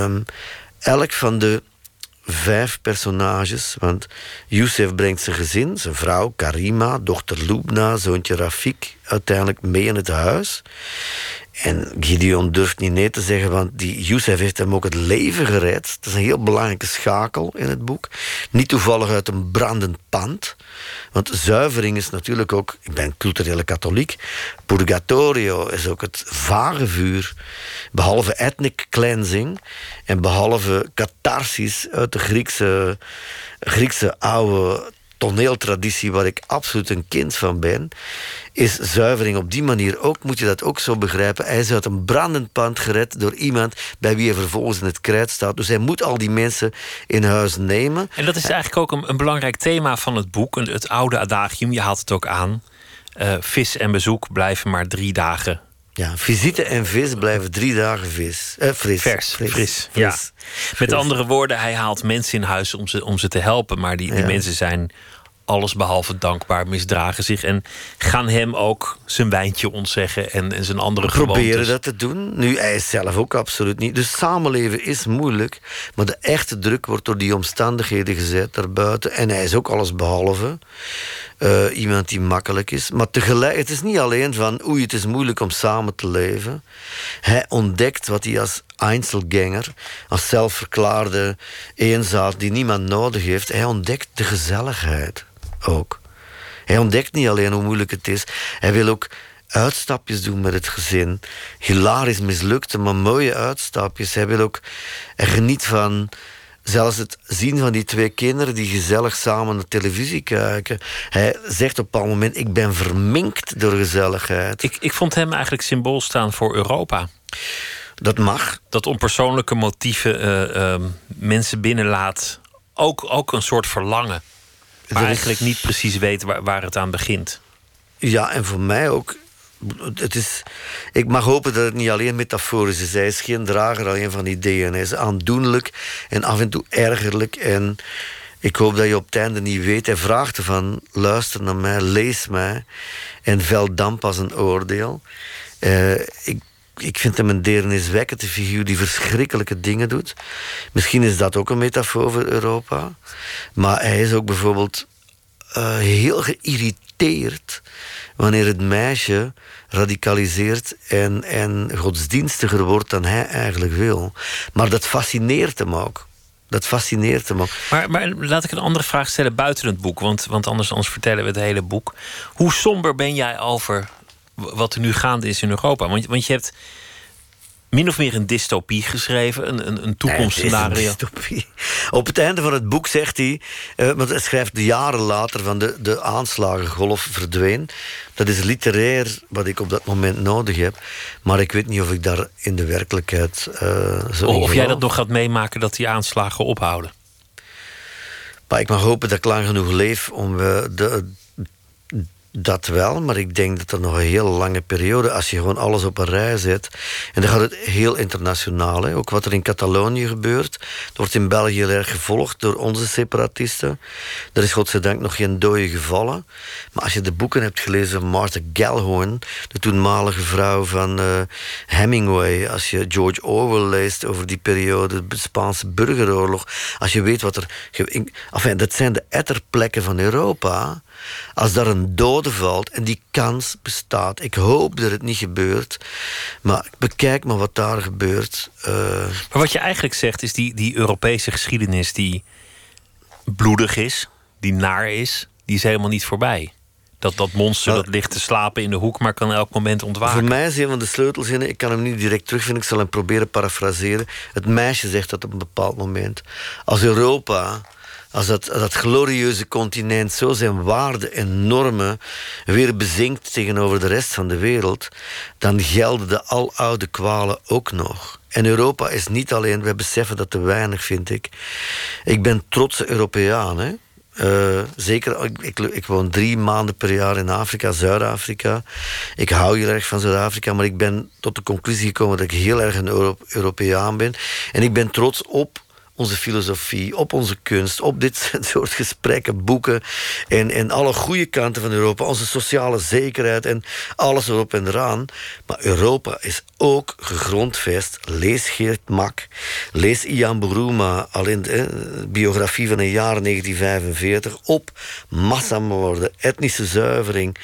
elk van de 5 personages, want Youssef brengt zijn gezin, zijn vrouw Karima, dochter Lubna, zoontje Rafik uiteindelijk mee in het huis. En Gideon durft niet nee te zeggen, want die Youssef heeft hem ook het leven gered. Dat is een heel belangrijke schakel in het boek. Niet toevallig uit een brandend pand. Want zuivering is natuurlijk ook, ik ben culturele katholiek, purgatorio is ook het vagevuur. Behalve ethnic cleansing en behalve catharsis uit de Griekse oude toneeltraditie, waar ik absoluut een kind van ben, is zuivering op die manier ook, moet je dat ook zo begrijpen. Hij is uit een brandend pand gered door iemand bij wie hij vervolgens in het krijt staat. Dus hij moet al die mensen in huis nemen. En dat is eigenlijk ook een belangrijk thema van het boek. Het oude adagium, je haalt het ook aan. Vis en bezoek blijven maar 3 dagen. Ja, visite en vis blijven 3 dagen fris. Ja. Met andere woorden, hij haalt mensen in huis om ze te helpen. Maar die mensen zijn allesbehalve dankbaar, misdragen zich en gaan hem ook zijn wijntje ontzeggen en zijn andere gewoontes. Proberen dat te doen. Nu, hij is zelf ook absoluut niet. Dus samenleven is moeilijk, maar de echte druk wordt door die omstandigheden gezet daarbuiten. En hij is ook allesbehalve iemand die makkelijk is. Maar tegelijk, het is niet alleen van oei, het is moeilijk om samen te leven. Hij ontdekt wat hij als Einzelgänger, als zelfverklaarde eenzaad die niemand nodig heeft, hij ontdekt de gezelligheid ook. Hij ontdekt niet alleen hoe moeilijk het is. Hij wil ook uitstapjes doen met het gezin. Hilarisch mislukte, maar mooie uitstapjes. Hij geniet van zelfs het zien van die 2 kinderen die gezellig samen naar televisie kijken. Hij zegt op een bepaald moment, ik ben verminkt door gezelligheid. Ik vond hem eigenlijk symbool staan voor Europa. Dat mag. Dat onpersoonlijke motieven mensen binnenlaat. Ook een soort verlangen. Maar eigenlijk niet precies weet waar het aan begint. Ja, en voor mij ook. Ik mag hopen dat het niet alleen metaforisch is. Hij is geen drager alleen van ideeën. Hij is aandoenlijk en af en toe ergerlijk. En ik hoop dat je op het einde niet weet. Hij vraagt ervan, luister naar mij, lees mij. En vel dan pas een oordeel. Ik vind hem een deerniswekkende figuur die verschrikkelijke dingen doet. Misschien is dat ook een metafoor voor Europa. Maar hij is ook bijvoorbeeld heel geïrriteerd wanneer het meisje radicaliseert en godsdienstiger wordt dan hij eigenlijk wil. Maar dat fascineert hem ook. Maar laat ik een andere vraag stellen buiten het boek. Want anders vertellen we het hele boek. Hoe somber ben jij over wat er nu gaande is in Europa? Want je hebt min of meer een dystopie geschreven. Een toekomstscenario. Nee, het is een dystopie. Op het einde van het boek zegt hij, want hij schrijft jaren later van de aanslagengolf verdween. Dat is literair wat ik op dat moment nodig heb. Maar ik weet niet of ik daar in de werkelijkheid zo in Of jij dat nog gaat meemaken dat die aanslagen ophouden. Maar ik mag hopen dat ik lang genoeg leef om dat wel, maar ik denk dat er nog een heel lange periode, als je gewoon alles op een rij zet, en dan gaat het heel internationaal. Hè. Ook wat er in Catalonië gebeurt, dat wordt in België heel erg gevolgd door onze separatisten. Er is godzijdank nog geen dode gevallen. Maar als je de boeken hebt gelezen van Martha Gellhorn, de toenmalige vrouw van Hemingway, als je George Orwell leest over die periode, de Spaanse burgeroorlog, als je weet wat er... Enfin, dat zijn de etterplekken van Europa. Als daar een dode valt, en die kans bestaat. Ik hoop dat het niet gebeurt. Maar bekijk maar wat daar gebeurt. Maar wat je eigenlijk zegt is die Europese geschiedenis die bloedig is, die naar is, die is helemaal niet voorbij. Dat monster dat ligt te slapen in de hoek, maar kan elk moment ontwaken. Voor mij is een van de sleutelzinnen, ik kan hem niet direct terugvinden, ik zal hem proberen parafraseren. Het meisje zegt dat op een bepaald moment. Als Europa, als dat glorieuze continent zo zijn waarden en normen weer bezinkt tegenover de rest van de wereld, dan gelden de aloude kwalen ook nog. En Europa is niet alleen, wij beseffen dat te weinig, vind ik. Ik ben trotse Europeaan, hè. Zeker, ik woon 3 maanden per jaar in Afrika, Zuid-Afrika. Ik hou heel erg van Zuid-Afrika, maar ik ben tot de conclusie gekomen dat ik heel erg een Europeaan ben. En ik ben trots op onze filosofie, op onze kunst, op dit soort gesprekken, boeken en alle goede kanten van Europa, onze sociale zekerheid en alles erop en eraan. Maar Europa is ook gegrondvest. Lees Geert Mak, lees Ian Buruma, al in de biografie van een jaar 1945, op massamoorden, etnische zuivering,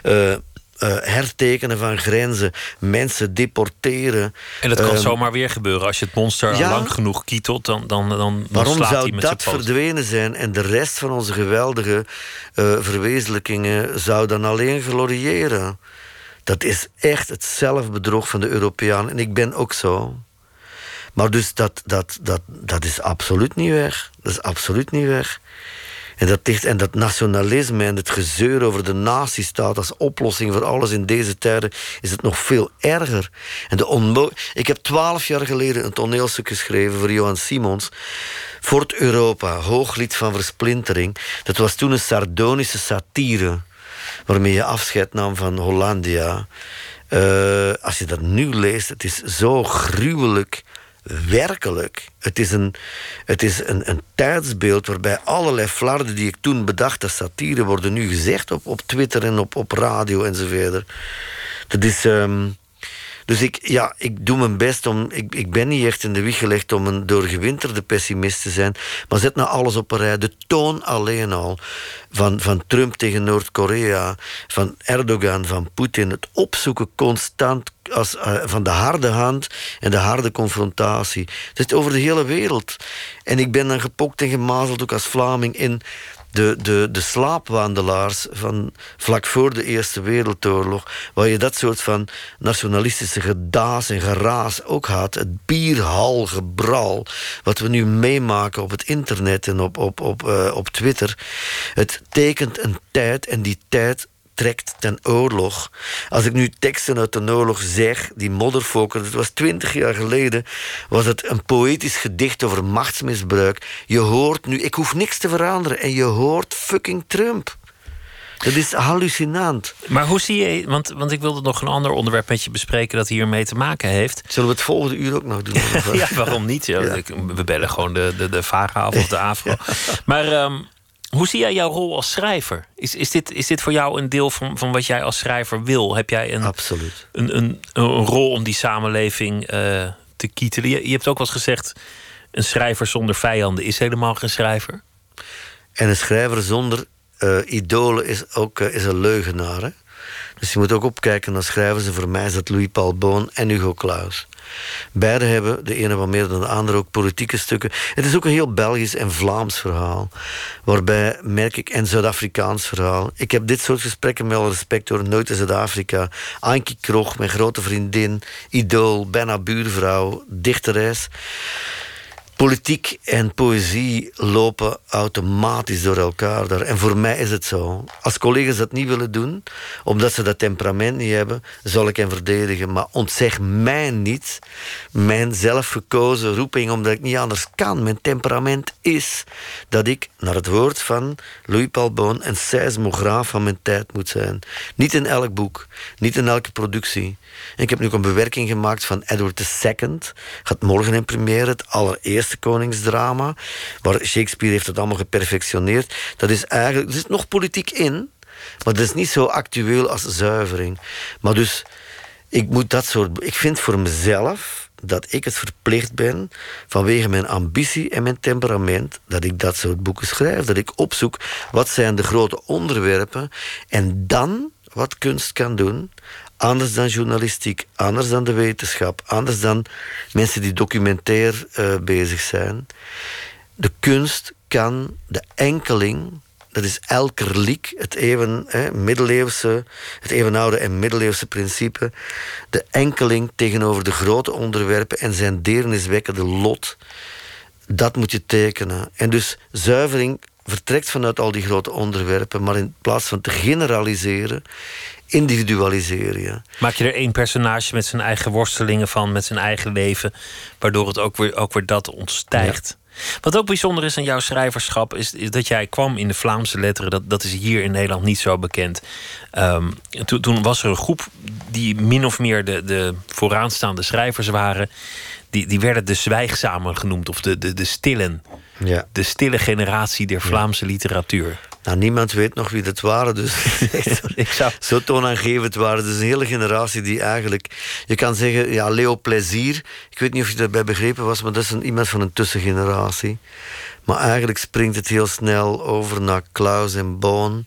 hertekenen van grenzen, mensen deporteren. En dat kan zomaar weer gebeuren. Als je het monster lang genoeg kietelt, dan waarom slaat hij zou met dat zijn poot. verdwenen zijn en de rest van onze geweldige verwezenlijkingen zou dan alleen gloriëren? Dat is echt het zelfbedrog van de Europeaan. En ik ben ook zo. Maar dus dat is absoluut niet weg. Dat is absoluut niet weg. En dat nationalisme en het gezeur over de nazistaat als oplossing voor alles in deze tijden is het nog veel erger. En ik heb 12 jaar geleden een toneelstuk geschreven voor Johan Simons. Fort Europa, hooglied van versplintering. Dat was toen een sardonische satire waarmee je afscheid nam van Hollandia. Als je dat nu leest, het is zo gruwelijk. Werkelijk. Het is een tijdsbeeld waarbij allerlei flarden die ik toen bedacht als satire worden nu gezegd op Twitter en op radio enzovoort. Dat is... Dus ik doe mijn best om... Ik ben niet echt in de wieg gelegd om een doorgewinterde pessimist te zijn. Maar zet nou alles op een rij. De toon alleen al van Trump tegen Noord-Korea, van Erdogan, van Poetin. Het opzoeken constant van de harde hand en de harde confrontatie. Het is over de hele wereld. En ik ben dan gepokt en gemazeld, ook als Vlaming, in de slaapwandelaars van vlak voor de Eerste Wereldoorlog, waar je dat soort van nationalistische gedaas en geraas ook had. Het bierhalgebral, wat we nu meemaken op het internet en op Twitter. Het tekent een tijd en die tijd trekt ten oorlog. Als ik nu teksten uit de oorlog zeg, die modderfokken, dat was 20 jaar geleden, was het een poëtisch gedicht over machtsmisbruik. Je hoort nu, ik hoef niks te veranderen, en je hoort fucking Trump. Dat is hallucinant. Maar hoe zie je, want ik wilde nog een ander onderwerp met je bespreken dat hiermee te maken heeft. Zullen we het volgende uur ook nog doen? Ja, waarom niet? Ja. Ja. We bellen gewoon de Vaga af of de Afro. Ja. Maar hoe zie jij jouw rol als schrijver? Is dit voor jou een deel van wat jij als schrijver wil? Heb jij Absoluut. Een rol om die samenleving te kietelen? Je hebt ook wel eens gezegd, een schrijver zonder vijanden is helemaal geen schrijver. En een schrijver zonder idolen is een leugenaar. Hè? Dus je moet ook opkijken naar schrijvers. En voor mij is dat Louis-Paul Boon en Hugo Claus. Beide hebben, de ene wat meer dan de andere, ook politieke stukken. Het is ook een heel Belgisch en Vlaams verhaal. Waarbij merk ik, en Zuid-Afrikaans verhaal. Ik heb dit soort gesprekken met alle respect door nooit in Zuid-Afrika. Ankie Krog, mijn grote vriendin, idool, bijna buurvrouw, dichteres. Politiek en poëzie lopen automatisch door elkaar daar. En voor mij is het zo. Als collega's dat niet willen doen, omdat ze dat temperament niet hebben, zal ik hen verdedigen. Maar ontzeg mij niet mijn zelfgekozen roeping, omdat ik niet anders kan. Mijn temperament is dat ik, naar het woord van Louis-Paul Boon, een seismograaf van mijn tijd moet zijn. Niet in elk boek, niet in elke productie. En ik heb nu ook een bewerking gemaakt van Edward II. Gaat morgen in première, het allereerste koningsdrama, waar Shakespeare heeft het allemaal geperfectioneerd. Dat is eigenlijk, er zit nog politiek in, maar dat is niet zo actueel als zuivering. Maar dus, ik vind voor mezelf dat ik het verplicht ben, vanwege mijn ambitie en mijn temperament, dat ik dat soort boeken schrijf. Dat ik opzoek, wat zijn de grote onderwerpen, en dan wat kunst kan doen, anders dan journalistiek, anders dan de wetenschap, anders dan mensen die documentair bezig zijn. De kunst kan de enkeling, dat is Elkerlijk, het eeuwenoude en middeleeuwse principe, de enkeling tegenover de grote onderwerpen en zijn deerniswekkende lot, dat moet je tekenen. En dus zuivering vertrekt vanuit al die grote onderwerpen, maar in plaats van te generaliseren, individualiseren je. Maak je er één personage met zijn eigen worstelingen van, met zijn eigen leven, waardoor het ook weer dat ontstijgt. Ja. Wat ook bijzonder is aan jouw schrijverschap, is dat jij kwam in de Vlaamse letteren. Dat is hier in Nederland niet zo bekend. Toen was er een groep die min of meer de vooraanstaande schrijvers waren. Die werden de zwijgzamen genoemd, of de stillen. Ja. De stille generatie der Vlaamse literatuur. Nou, niemand weet nog wie dat waren, dus zo toonaangevend waren. Dus een hele generatie die eigenlijk, je kan zeggen, ja, Leo Plezier, ik weet niet of je daarbij begrepen was, maar dat is iemand van een tussengeneratie. Maar eigenlijk springt het heel snel over naar Claus en Boon,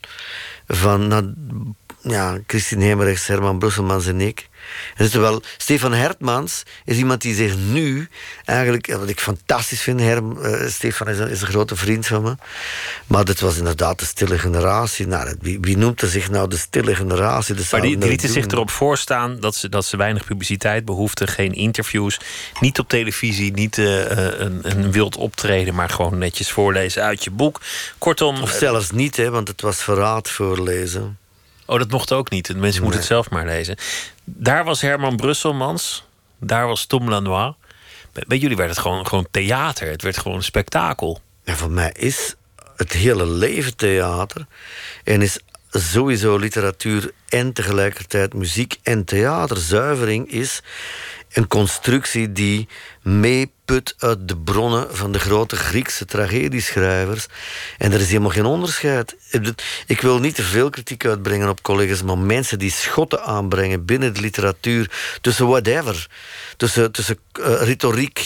naar Christine Hemmerrechts, Herman Brusselmans en ik. En terwijl Stefan Hertmans is iemand die zich nu eigenlijk, wat ik fantastisch vind, Stefan is een grote vriend van me, maar dat was inderdaad de stille generatie. Nou, wie noemt er zich nou de stille generatie? Maar die lieten zich erop voorstaan dat ze weinig publiciteit behoefden, geen interviews, niet op televisie, niet een wild optreden, maar gewoon netjes voorlezen uit je boek. Kortom, of zelfs niet, want het was verraad voorlezen. Oh, dat mocht ook niet. De mensen moeten het zelf maar lezen. Daar was Herman Brusselmans. Daar was Tom Lanois. Bij jullie werd het gewoon theater. Het werd gewoon een spektakel. Ja, voor mij is het hele leven theater. En is sowieso literatuur en tegelijkertijd muziek en theater. Zuivering is een constructie die meeput uit de bronnen van de grote Griekse tragedieschrijvers. En er is helemaal geen onderscheid. Ik wil niet te veel kritiek uitbrengen op collega's, maar mensen die schotten aanbrengen binnen de literatuur, tussen whatever, tussen retoriek,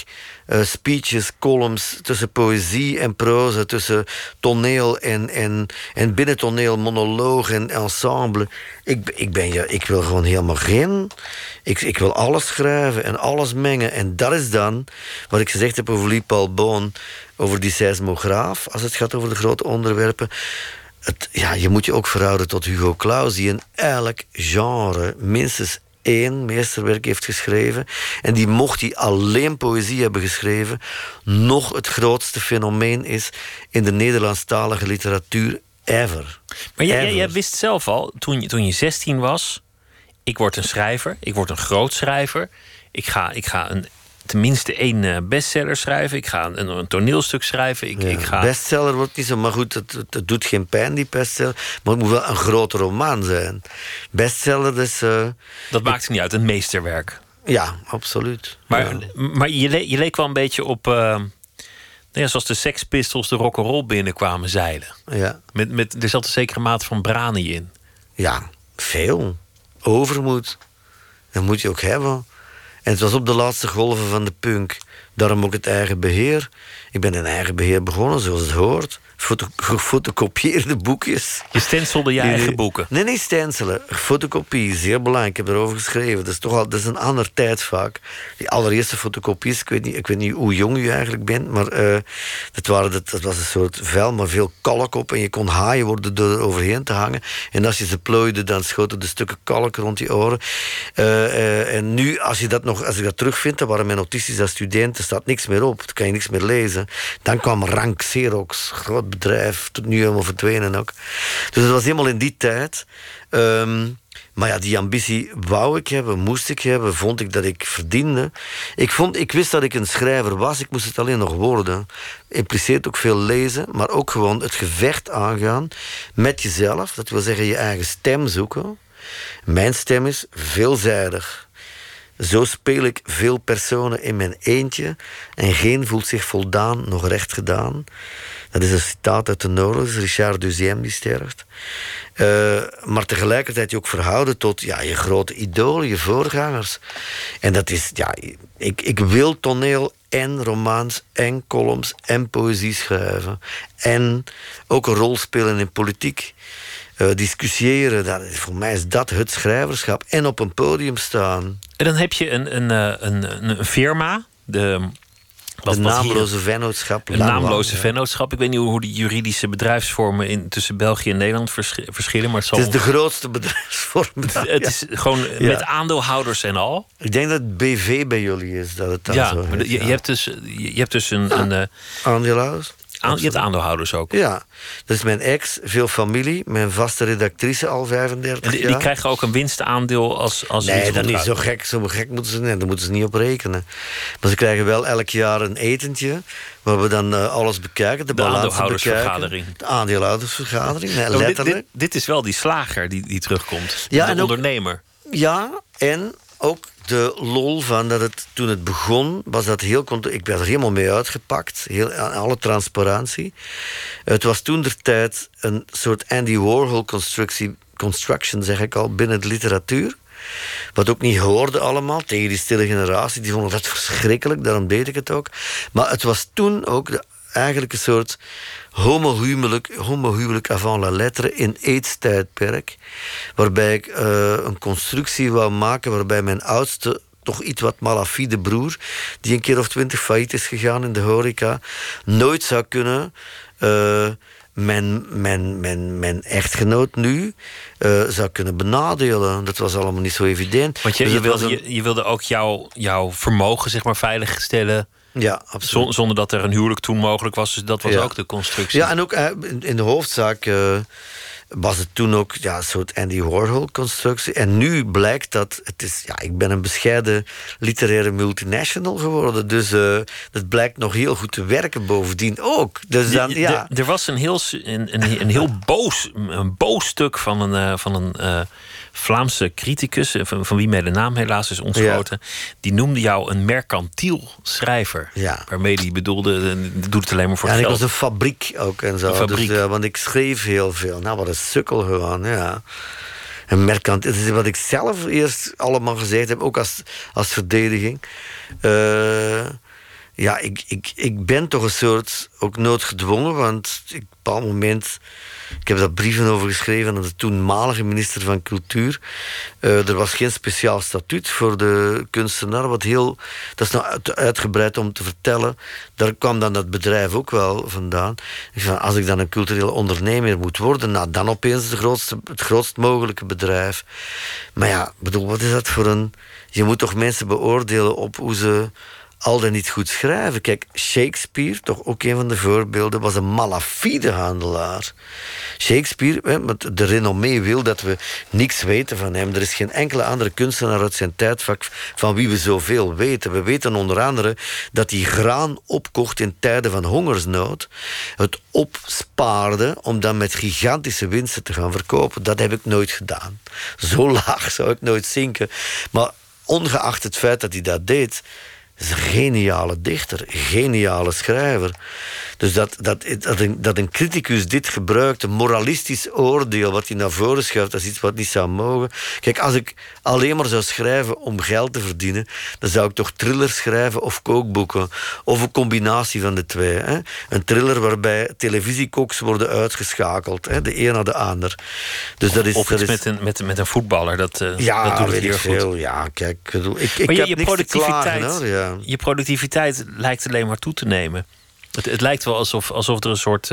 speeches, columns, tussen poëzie en proza, tussen toneel en binnentoneel, monoloog en ensemble. Ik wil gewoon helemaal geen... Ik wil alles schrijven en alles mengen. En dat is dan wat ik gezegd heb over Louis-Paul Boon, over die seismograaf, als het gaat over de grote onderwerpen. Je moet je ook verhouden tot Hugo Claus, die in elk genre minstens 1 meesterwerk heeft geschreven. En die, mocht hij alleen poëzie hebben geschreven, nog het grootste fenomeen is in de Nederlandstalige literatuur ever. Maar jij wist zelf al, toen je 16 was, ik word een schrijver, ik word een groot schrijver. Ik ga tenminste 1 bestseller schrijven. Ik ga een toneelstuk schrijven. Bestseller wordt niet zo, maar goed, het doet geen pijn, die bestseller. Maar het moet wel een grote roman zijn. Bestseller, dus... dat maakt niet uit, een meesterwerk. Ja, absoluut. Maar je leek wel een beetje op... zoals de Sex Pistols de rock'n'roll binnenkwamen zeilen. Ja. Er zat een zekere mate van brani in. Ja, veel. Overmoed. Dat moet je ook hebben. En het was op de laatste golven van de punk. Daarom ook het eigen beheer. Ik ben in eigen beheer begonnen, zoals het hoort. Gefotokopieerde boekjes. Je stencilde je eigen boeken? Nee, stencillen. Fotokopie, zeer belangrijk. Ik heb erover geschreven. Dat is een ander tijd vaak. Die allereerste fotocopies, ik weet niet hoe jong u eigenlijk bent, maar dat was een soort vel, maar veel kalk op. En je kon haaien worden door er overheen te hangen. En als je ze plooide, dan schoten de stukken kalk rond je oren. En nu, als ik dat terugvind, dat waren mijn notities als student, er staat niks meer op. Dan kan je niks meer lezen. Dan kwam Rank Xerox, groot bedrijf, tot nu helemaal verdwenen ook. Dus het was helemaal in die tijd. Maar ja, die ambitie wou ik hebben, moest ik hebben, vond ik dat ik verdiende. Ik wist dat ik een schrijver was, ik moest het alleen nog worden. Impliceert ook veel lezen, maar ook gewoon het gevecht aangaan met jezelf. Dat wil zeggen je eigen stem zoeken. Mijn stem is veelzijdig. Zo speel ik veel personen in mijn eentje en geen voelt zich voldaan, nog recht gedaan. Dat is een citaat uit de Noorlog, Richard Deuxième die sterft. Maar tegelijkertijd je ook verhouden tot je grote idolen, je voorgangers. En dat is, ik wil toneel en romans en columns en poëzie schrijven. En ook een rol spelen in politiek. Discussiëren, voor mij is dat het schrijverschap. En op een podium staan. En dan heb je een firma, de naamloze vennootschap. Een naamloze vennootschap. Ik weet niet hoe die juridische bedrijfsvormen tussen België en Nederland verschillen. Maar het is de grootste bedrijfsvorm. Het is gewoon met aandeelhouders en al. Ik denk dat het BV bij jullie is. Dat het dan zo maar je hebt dus een aandeelhouders. Je hebt aandeelhouders ook. Ja, dat is mijn ex, veel familie, mijn vaste redactrice al 35 jaar. Die krijgen ook een winstaandeel als nee, dat niet zo gek. Zo gek moeten ze niet. Daar moeten ze niet op rekenen. Maar ze krijgen wel elk jaar een etentje waar we dan alles bekijken. De aandeelhoudersvergadering. De aandeelhoudersvergadering, letterlijk. Dit is wel die slager die terugkomt. Ja, de ondernemer. Ja, en ook de lol van dat het, toen het begon, was dat heel... Ik werd er helemaal mee uitgepakt. Alle transparantie. Het was toentertijd een soort Andy Warhol construction, zeg ik al, binnen de literatuur. Wat ook niet hoorde allemaal, tegen die stille generatie. Die vonden dat verschrikkelijk, daarom deed ik het ook. Maar het was toen ook eigenlijk een soort homohuwelijk avant la lettre in AIDS-tijdperk. Waarbij ik een constructie wou maken waarbij mijn oudste, toch iets wat malafide broer, die een keer of 20 failliet is gegaan in de horeca, nooit zou kunnen... Mijn echtgenoot nu zou kunnen benadelen. Dat was allemaal niet zo evident. Want je wilde ook jouw vermogen, zeg maar, veiligstellen. Ja, absoluut. Zonder dat er een huwelijk toen mogelijk was. Dus dat was ook de constructie. Ja, en ook in de hoofdzaak was het toen ook een soort Andy Warhol-constructie. En nu blijkt dat het is... Ja, ik ben een bescheiden literaire multinational geworden. Dus het blijkt nog heel goed te werken bovendien ook. Dus dan, Er was een heel boos stuk van een Vlaamse criticus, van wie mij de naam helaas is ontschoten. Ja. Die noemde jou een mercantiel schrijver. Ja. Waarmee die bedoelde, doet het alleen maar voor het geld. En ik was een fabriek ook en zo. Dus, want ik schreef heel veel. Nou, wat een sukkel gewoon, ja. En mercantiel, dat is wat ik zelf eerst allemaal gezegd heb, ook als verdediging. Ja, ik ben toch een soort, ook noodgedwongen, want op een bepaald moment, ik heb daar brieven over geschreven aan de toenmalige minister van Cultuur. Er was geen speciaal statuut voor de kunstenaar, dat is nou uitgebreid om te vertellen. Daar kwam dan dat bedrijf ook wel vandaan. Ik zei, als ik dan een culturele ondernemer moet worden, nou, dan opeens het grootst mogelijke bedrijf. Maar ja, bedoel, wat is dat voor een... Je moet toch mensen beoordelen op hoe ze al dan niet goed schrijven. Kijk, Shakespeare, toch ook een van de voorbeelden, was een malafide handelaar. Shakespeare, met de renommee wil dat we niks weten van hem. Er is geen enkele andere kunstenaar uit zijn tijdvak van wie we zoveel weten. We weten onder andere dat hij graan opkocht in tijden van hongersnood. Het opspaarde om dan met gigantische winsten te gaan verkopen. Dat heb ik nooit gedaan. Zo laag zou ik nooit zinken. Maar ongeacht het feit dat hij dat deed, is een geniale dichter, geniale schrijver. Dus dat een criticus dit gebruikt, een moralistisch oordeel wat hij naar voren schuift, dat is iets wat niet zou mogen. Kijk, als ik alleen maar zou schrijven om geld te verdienen, dan zou ik toch thrillers schrijven of kookboeken, of een combinatie van de twee. Hè? Een thriller waarbij televisiekoks worden uitgeschakeld, hè? De een na de ander. Dus dat is, of dat iets is... met een voetballer, dat doet het hier veel. goed. Ja, kijk, ik maar heb je niks te klagen, hoor. Ja. Je productiviteit lijkt alleen maar toe te nemen. Het lijkt wel alsof er een soort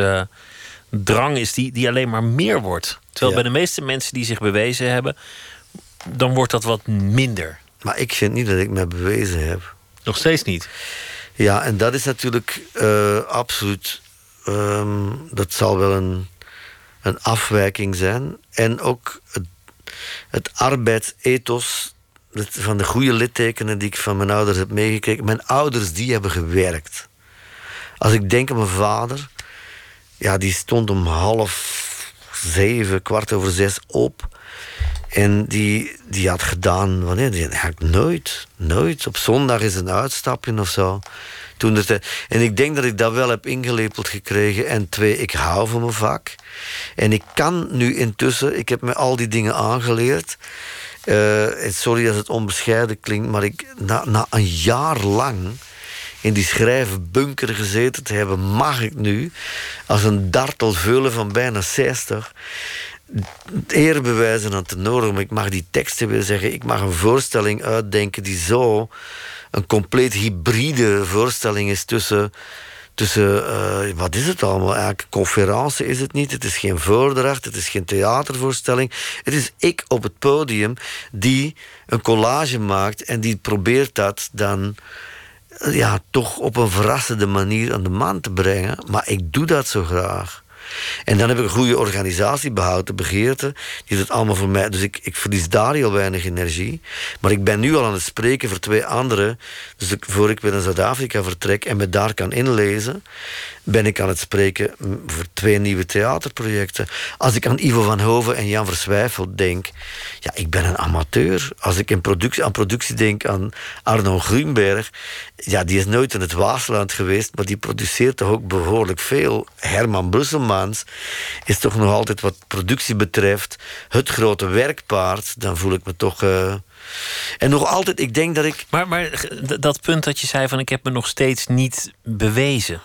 drang is die alleen maar meer wordt. Terwijl bij de meeste mensen die zich bewezen hebben, dan wordt dat wat minder. Maar ik vind niet dat ik me bewezen heb. Nog steeds niet? Ja, en dat is natuurlijk absoluut... dat zal wel een afwijking zijn. En ook het arbeidsethos van de goede littekenen die ik van mijn ouders heb meegekregen. Mijn ouders, die hebben gewerkt. Als ik denk aan mijn vader, ja, die stond om 6:30, 6:15 op. En die had gedaan, wanneer? Die had nooit. Op zondag is een uitstapje of zo. En ik denk dat ik dat wel heb ingelepeld gekregen. En 2, ik hou van mijn vak. En ik kan nu intussen, ik heb me al die dingen aangeleerd. Sorry als het onbescheiden klinkt, maar na een jaar lang in die schrijfbunker gezeten te hebben, mag ik nu, als een dartelveulen van bijna 60, eer bewijzen aan tenoren. Ik mag die teksten weer zeggen. Ik mag een voorstelling uitdenken die zo een compleet hybride voorstelling is tussen wat is het allemaal eigenlijk? Conferentie is het niet. Het is geen voordracht. Het is geen theatervoorstelling. Het is ik op het podium die een collage maakt en die probeert dat dan toch op een verrassende manier aan de man te brengen. Maar ik doe dat zo graag. En dan heb ik een goede organisatie, Behoud de Begeerte, die doet allemaal voor mij. Dus ik verlies daar heel weinig energie. Maar ik ben nu al aan het spreken voor 2 anderen. Dus voor ik weer naar Zuid-Afrika vertrek en me daar kan inlezen, ben ik aan het spreken voor 2 nieuwe theaterprojecten. Als ik aan Ivo van Hoven en Jan Verswijfel denk, ja, ik ben een amateur. Als ik aan productie denk aan Arno Grunberg, ja, die is nooit in het Waasland geweest, maar die produceert toch ook behoorlijk veel. Herman Brusselmans is toch nog altijd wat productie betreft het grote werkpaard. Dan voel ik me toch... En nog altijd, ik denk dat ik... Maar dat punt dat je zei van ik heb me nog steeds niet bewezen.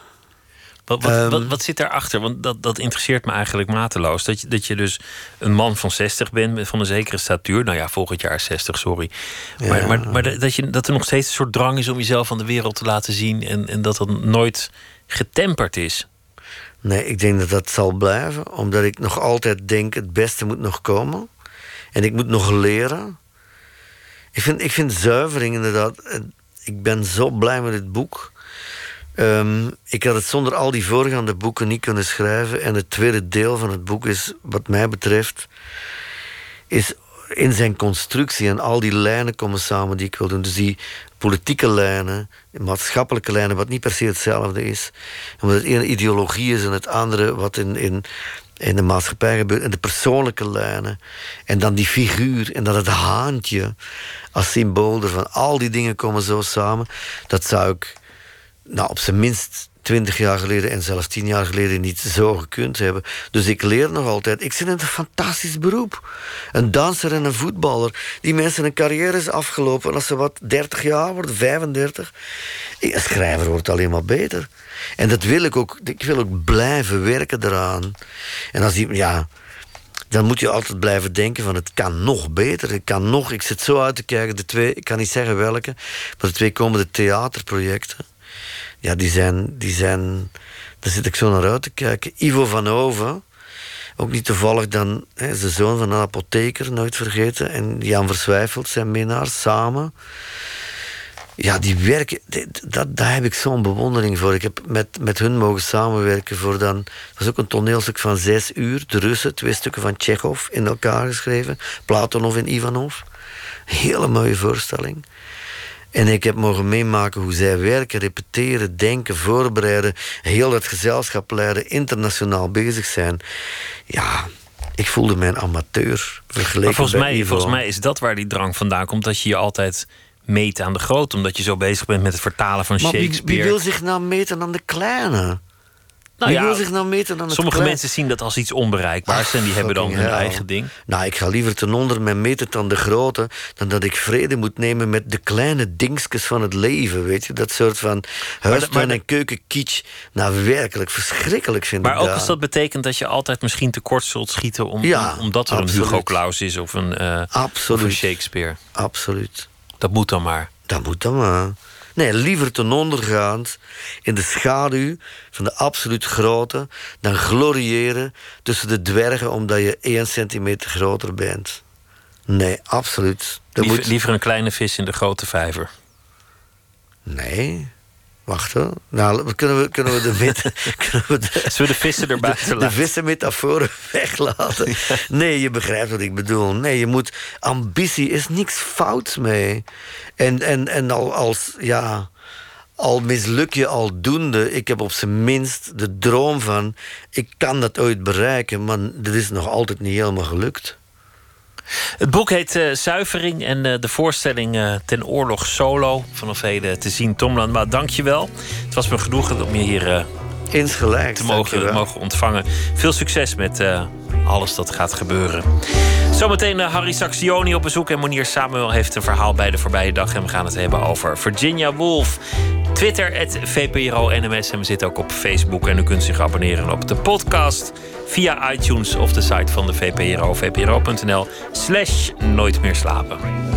Wat zit daarachter? Want dat interesseert me eigenlijk mateloos. Dat je dus een man van 60 bent, van een zekere statuur. Nou ja, volgend jaar 60, sorry. Ja. Maar dat er nog steeds een soort drang is om jezelf aan de wereld te laten zien. En dat dat nooit getemperd is. Nee, ik denk dat dat zal blijven. Omdat ik nog altijd denk, het beste moet nog komen. En ik moet nog leren. Ik vind zuivering inderdaad... Ik ben zo blij met dit boek. Ik had het zonder al die voorgaande boeken niet kunnen schrijven. En het tweede deel van het boek is, wat mij betreft, is in zijn constructie en al die lijnen komen samen die ik wil doen. Dus die politieke lijnen, maatschappelijke lijnen, wat niet per se hetzelfde is. Omdat het ene ideologie is en het andere wat in de maatschappij gebeurt. En de persoonlijke lijnen. En dan die figuur en dan het haantje als symbool ervan. Al die dingen komen zo samen. Dat zou ik op zijn minst 20 jaar geleden en zelfs 10 jaar geleden niet zo gekund hebben. Dus ik leer nog altijd. Ik zit in een fantastisch beroep. Een danser en een voetballer. Die mensen een carrière is afgelopen als ze wat 30 jaar worden, 35. Een schrijver wordt alleen maar beter. En dat wil ik ook. Ik wil ook blijven werken eraan. En als die, dan moet je altijd blijven denken van het kan nog beter. Ik zit zo uit te kijken. De 2, ik kan niet zeggen welke, maar de 2 komende theaterprojecten. Ja, die zijn. Daar zit ik zo naar uit te kijken. Ivo van Hoven, ook niet toevallig dan, is de zoon van een apotheker, nooit vergeten. En Jan Verswijfeld, zijn minnaars, samen. Ja, die werken, daar heb ik zo'n bewondering voor. Ik heb met hun mogen samenwerken voor dan. Het was ook een toneelstuk van 6 uur. De Russen, 2 stukken van Tsjechov in elkaar geschreven. Platonov en Ivanov. Hele mooie voorstelling. En ik heb mogen meemaken hoe zij werken, repeteren, denken, voorbereiden, heel het gezelschap leiden, internationaal bezig zijn. Ja, ik voelde mij een amateur vergeleken. Maar volgens mij is dat waar die drang vandaan komt, dat je je altijd meet aan de grote, omdat je zo bezig bent met het vertalen van Shakespeare. Wie wil zich nou meten aan de kleine? Sommige mensen zien dat als iets onbereikbaars en die hebben dan hun eigen ding. Nou, ik ga liever ten onder mij meten dan de grote, dan dat ik vrede moet nemen met de kleine dingetjes van het leven, weet je? Dat soort van huistuin- en keukenkitsch. Nou, werkelijk verschrikkelijk vind ik dat. Maar ook als dat betekent dat je altijd misschien tekort zult schieten omdat er een Hugo Claus is of een Shakespeare. Absoluut. Dat moet dan maar. Nee, liever ten ondergaand in de schaduw van de absoluut grote dan gloriëren tussen de dwergen omdat je 1 centimeter groter bent. Nee, absoluut. Liever een kleine vis in de grote vijver. Nee. Wacht hoor. Nou, kunnen we de zullen we de vissen erbij laten? De vissenmetaforen weglaten. Ja. Nee, je begrijpt wat ik bedoel. Nee, ambitie is niks fouts mee. En al misluk je aldoende. Ik heb op zijn minst de droom van, ik kan dat ooit bereiken, maar dat is nog altijd niet helemaal gelukt. Het boek heet Zuivering en de voorstelling Ten Oorlog Solo. Vanaf heden te zien. Tom Lanois, dank je wel. Het was me genoegen om je hier insgelijks te mogen ontvangen. Veel succes met alles dat gaat gebeuren. Zometeen Harry Sacksioni op bezoek en Monier Samuel heeft een verhaal bij de voorbije dag. En we gaan het hebben over Virginia Woolf. Twitter @VPRO-NMS en we zitten ook op Facebook. En u kunt zich abonneren op de podcast via iTunes of de site van de VPRO. vpro.nl/Nooit meer slapen.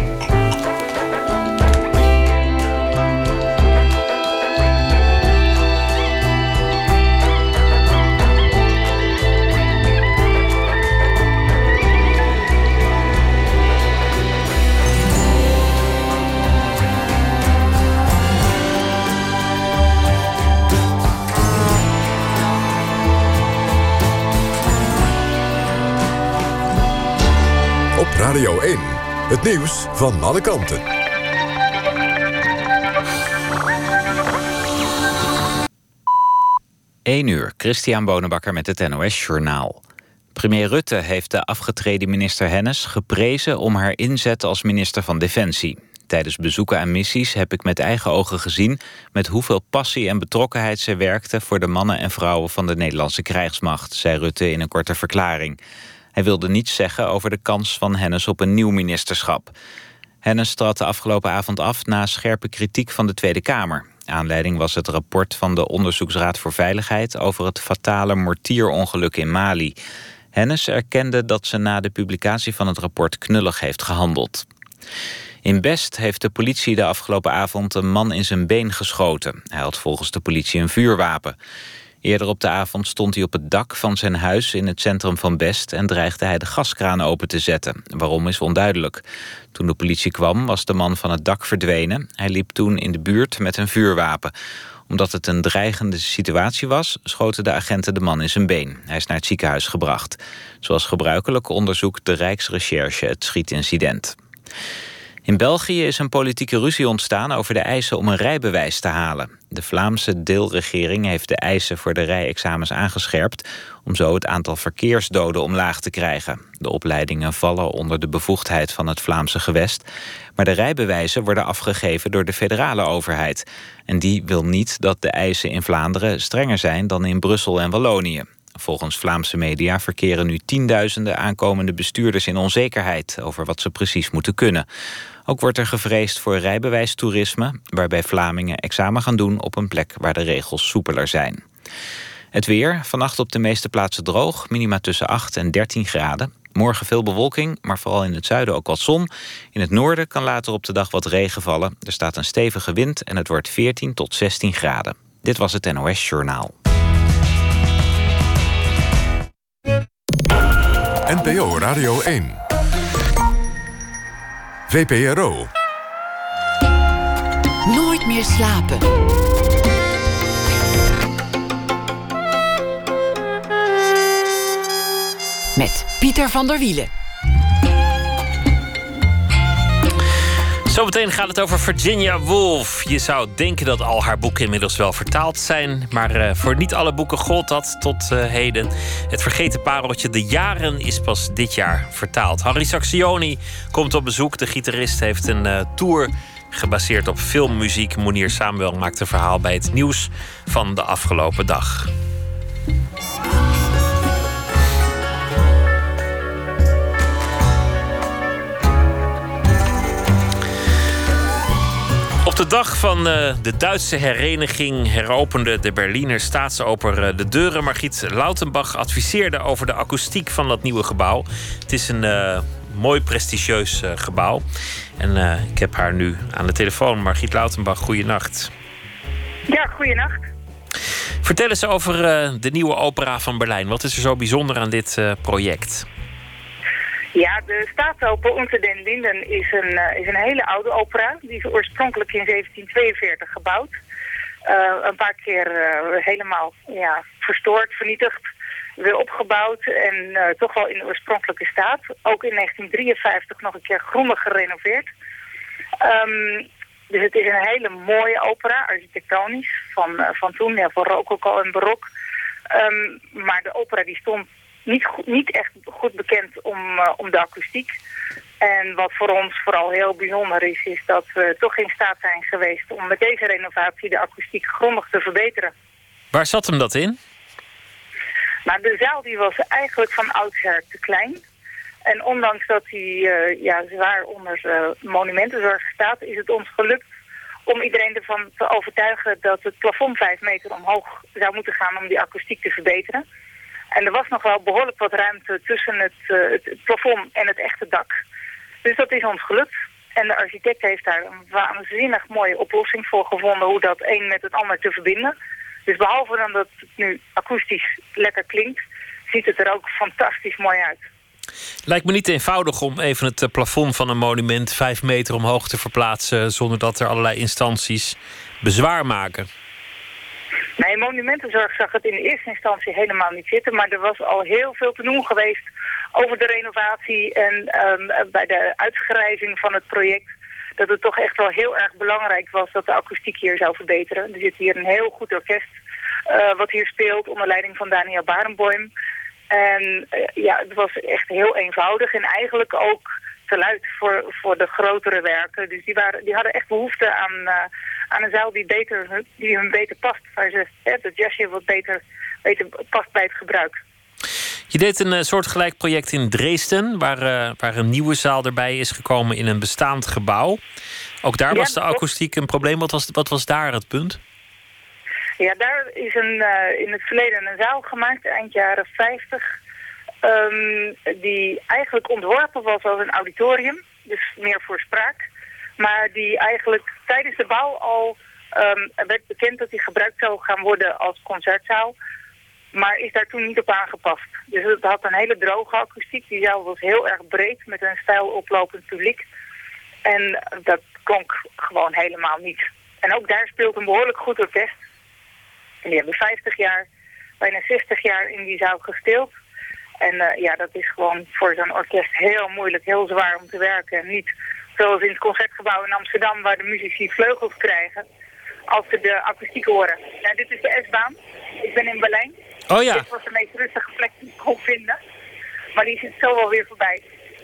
Radio 1, het nieuws van alle kanten. Uur, Christian Bonenbakker met het NOS Journaal. Premier Rutte heeft de afgetreden minister Hennis geprezen om haar inzet als minister van Defensie. Tijdens bezoeken aan missies heb ik met eigen ogen gezien met hoeveel passie en betrokkenheid zij werkte voor de mannen en vrouwen van de Nederlandse krijgsmacht, zei Rutte in een korte verklaring. Hij wilde niets zeggen over de kans van Hennis op een nieuw ministerschap. Hennis trad de afgelopen avond af na scherpe kritiek van de Tweede Kamer. Aanleiding was het rapport van de Onderzoeksraad voor Veiligheid over het fatale mortierongeluk in Mali. Hennis erkende dat ze na de publicatie van het rapport knullig heeft gehandeld. In Best heeft de politie de afgelopen avond een man in zijn been geschoten. Hij had volgens de politie een vuurwapen. Eerder op de avond stond hij op het dak van zijn huis in het centrum van Best en dreigde hij de gaskraan open te zetten. Waarom is onduidelijk. Toen de politie kwam was de man van het dak verdwenen. Hij liep toen in de buurt met een vuurwapen. Omdat het een dreigende situatie was, schoten de agenten de man in zijn been. Hij is naar het ziekenhuis gebracht. Zoals gebruikelijk onderzoekt de Rijksrecherche het schietincident. In België is een politieke ruzie ontstaan over de eisen om een rijbewijs te halen. De Vlaamse deelregering heeft de eisen voor de rijexamens aangescherpt om zo het aantal verkeersdoden omlaag te krijgen. De opleidingen vallen onder de bevoegdheid van het Vlaamse gewest, maar de rijbewijzen worden afgegeven door de federale overheid. En die wil niet dat de eisen in Vlaanderen strenger zijn dan in Brussel en Wallonië. Volgens Vlaamse media verkeren nu tienduizenden aankomende bestuurders in onzekerheid over wat ze precies moeten kunnen. Ook wordt er gevreesd voor rijbewijstoerisme, waarbij Vlamingen examen gaan doen op een plek waar de regels soepeler zijn. Het weer, vannacht op de meeste plaatsen droog, minima tussen 8 en 13 graden. Morgen veel bewolking, maar vooral in het zuiden ook wat zon. In het noorden kan later op de dag wat regen vallen. Er staat een stevige wind en het wordt 14 tot 16 graden. Dit was het NOS Journaal. NPO Radio 1. VPRO. Nooit meer slapen. Met Pieter van der Wielen. Zometeen gaat het over Virginia Woolf. Je zou denken dat al haar boeken inmiddels wel vertaald zijn, maar voor niet alle boeken gold dat tot heden. Het vergeten pareltje De Jaren is pas dit jaar vertaald. Harry Sacksioni komt op bezoek. De gitarist heeft een tour gebaseerd op filmmuziek. Mounir Samuel maakt een verhaal bij het nieuws van de afgelopen dag. Op de dag van de Duitse hereniging heropende de Berliner Staatsoper de deuren. Margriet Lautenbach adviseerde over de akoestiek van dat nieuwe gebouw. Het is een mooi prestigieus gebouw. En ik heb haar nu aan de telefoon. Margriet Lautenbach, goeienacht. Ja, goeienacht. Vertel eens over de nieuwe opera van Berlijn. Wat is er zo bijzonder aan dit project? Ja, de Staatsoper Unter den Linden is een hele oude opera. Die is oorspronkelijk in 1742 gebouwd. Een paar keer helemaal verstoord, vernietigd, weer opgebouwd en toch wel in de oorspronkelijke staat. Ook in 1953 nog een keer grondig gerenoveerd. Dus het is een hele mooie opera, architectonisch, van toen, van rococo en barok. Maar de opera die stond niet echt goed bekend om de akoestiek. En wat voor ons vooral heel bijzonder is dat we toch in staat zijn geweest om met deze renovatie de akoestiek grondig te verbeteren. Waar zat hem dat in? Nou, de zaal die was eigenlijk van oudsher te klein. En ondanks dat hij zwaar onder monumentenzorg staat, is het ons gelukt om iedereen ervan te overtuigen dat het plafond 5 meter omhoog zou moeten gaan om die akoestiek te verbeteren. En er was nog wel behoorlijk wat ruimte tussen het plafond en het echte dak. Dus dat is ons gelukt. En de architect heeft daar een waanzinnig mooie oplossing voor gevonden hoe dat een met het ander te verbinden. Dus behalve dan dat het nu akoestisch lekker klinkt, ziet het er ook fantastisch mooi uit. Lijkt me niet eenvoudig om even het plafond van een monument 5 meter omhoog te verplaatsen zonder dat er allerlei instanties bezwaar maken. Nee, monumentenzorg zag het in de eerste instantie helemaal niet zitten, maar er was al heel veel te doen geweest over de renovatie en bij de uitschrijving van het project, dat het toch echt wel heel erg belangrijk was dat de akoestiek hier zou verbeteren. Er zit hier een heel goed orkest wat hier speelt onder leiding van Daniel Barenboim. En het was echt heel eenvoudig en eigenlijk ook te luid voor de grotere werken. Dus die hadden echt behoefte aan een zaal die hun beter past. Waar het jasje wat beter past bij het gebruik. Je deed een soortgelijk project in Dresden, waar een nieuwe zaal erbij is gekomen in een bestaand gebouw. Ook daar was de akoestiek een probleem. Wat was daar het punt? Ja, daar is in het verleden een zaal gemaakt, eind jaren 50... die eigenlijk ontworpen was als een auditorium, dus meer voor spraak. Maar die eigenlijk tijdens de bouw al werd bekend dat die gebruikt zou gaan worden als concertzaal. Maar is daar toen niet op aangepast. Dus het had een hele droge akoestiek. Die zaal was heel erg breed met een steil oplopend publiek. En dat klonk gewoon helemaal niet. En ook daar speelt een behoorlijk goed orkest. En die hebben 50 jaar, bijna 60 jaar in die zaal gespeeld. En dat is gewoon voor zo'n orkest heel moeilijk, heel zwaar om te werken. En niet zoals in het Concertgebouw in Amsterdam, waar de muzici vleugels krijgen als ze de akoestiek horen. Nou, dit is de S-baan. Ik ben in Berlijn. Oh ja. Dit was de meest rustige plek die ik kon vinden. Maar die zit zo wel weer voorbij.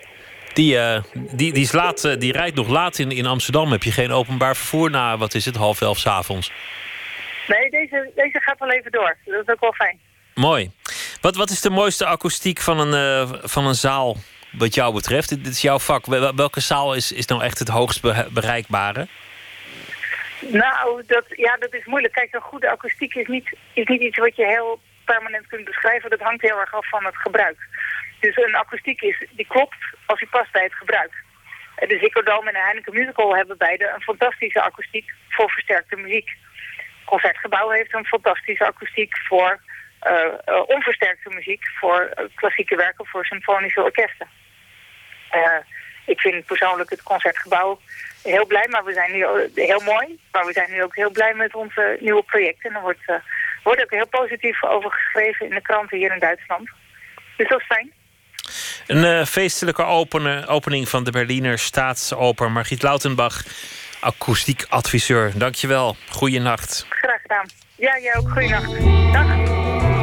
Die rijdt nog laat in Amsterdam. Heb je geen openbaar vervoer na, 10:30 s'avonds? Nee, deze gaat wel even door. Dat is ook wel fijn. Mooi. Wat is de mooiste akoestiek van een zaal wat jou betreft? Dit is jouw vak. Welke zaal is nou echt het hoogst bereikbare? Nou, dat is moeilijk. Kijk, een goede akoestiek is niet iets wat je heel permanent kunt beschrijven. Dat hangt heel erg af van het gebruik. Dus een akoestiek die klopt als die past bij het gebruik. De Ziggo Dome en de Heineken Musical hebben beide een fantastische akoestiek voor versterkte muziek. Het Concertgebouw heeft een fantastische akoestiek voor onversterkte muziek, voor klassieke werken, voor symfonische orkesten. Ik vind persoonlijk het Concertgebouw heel blij, maar we zijn nu heel mooi. Maar we zijn nu ook heel blij met onze nieuwe projecten. En er wordt ook heel positief over geschreven in de kranten hier in Duitsland. Dus dat is fijn. Een feestelijke opening van de Berliner Staatsoper. Margriet Lautenbach, akoestiekadviseur. Dankjewel. Goeienacht. Graag gedaan. Ja, jij ook. Goeienacht. Dag.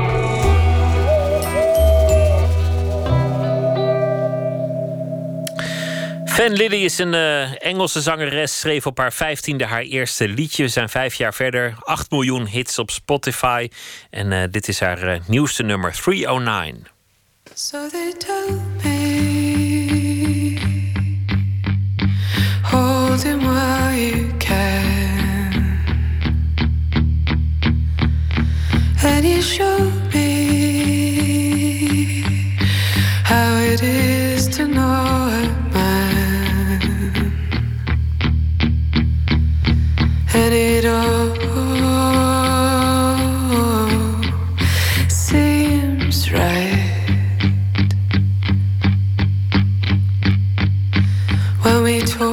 Van Lily is een Engelse zangeres, schreef op haar 15e haar eerste liedje. We zijn 5 jaar verder, 8 miljoen hits op Spotify. En dit is haar nieuwste nummer, 309. So they told me, hold him while you can, and you showed me how it is to know a man, and it all seems right when we talk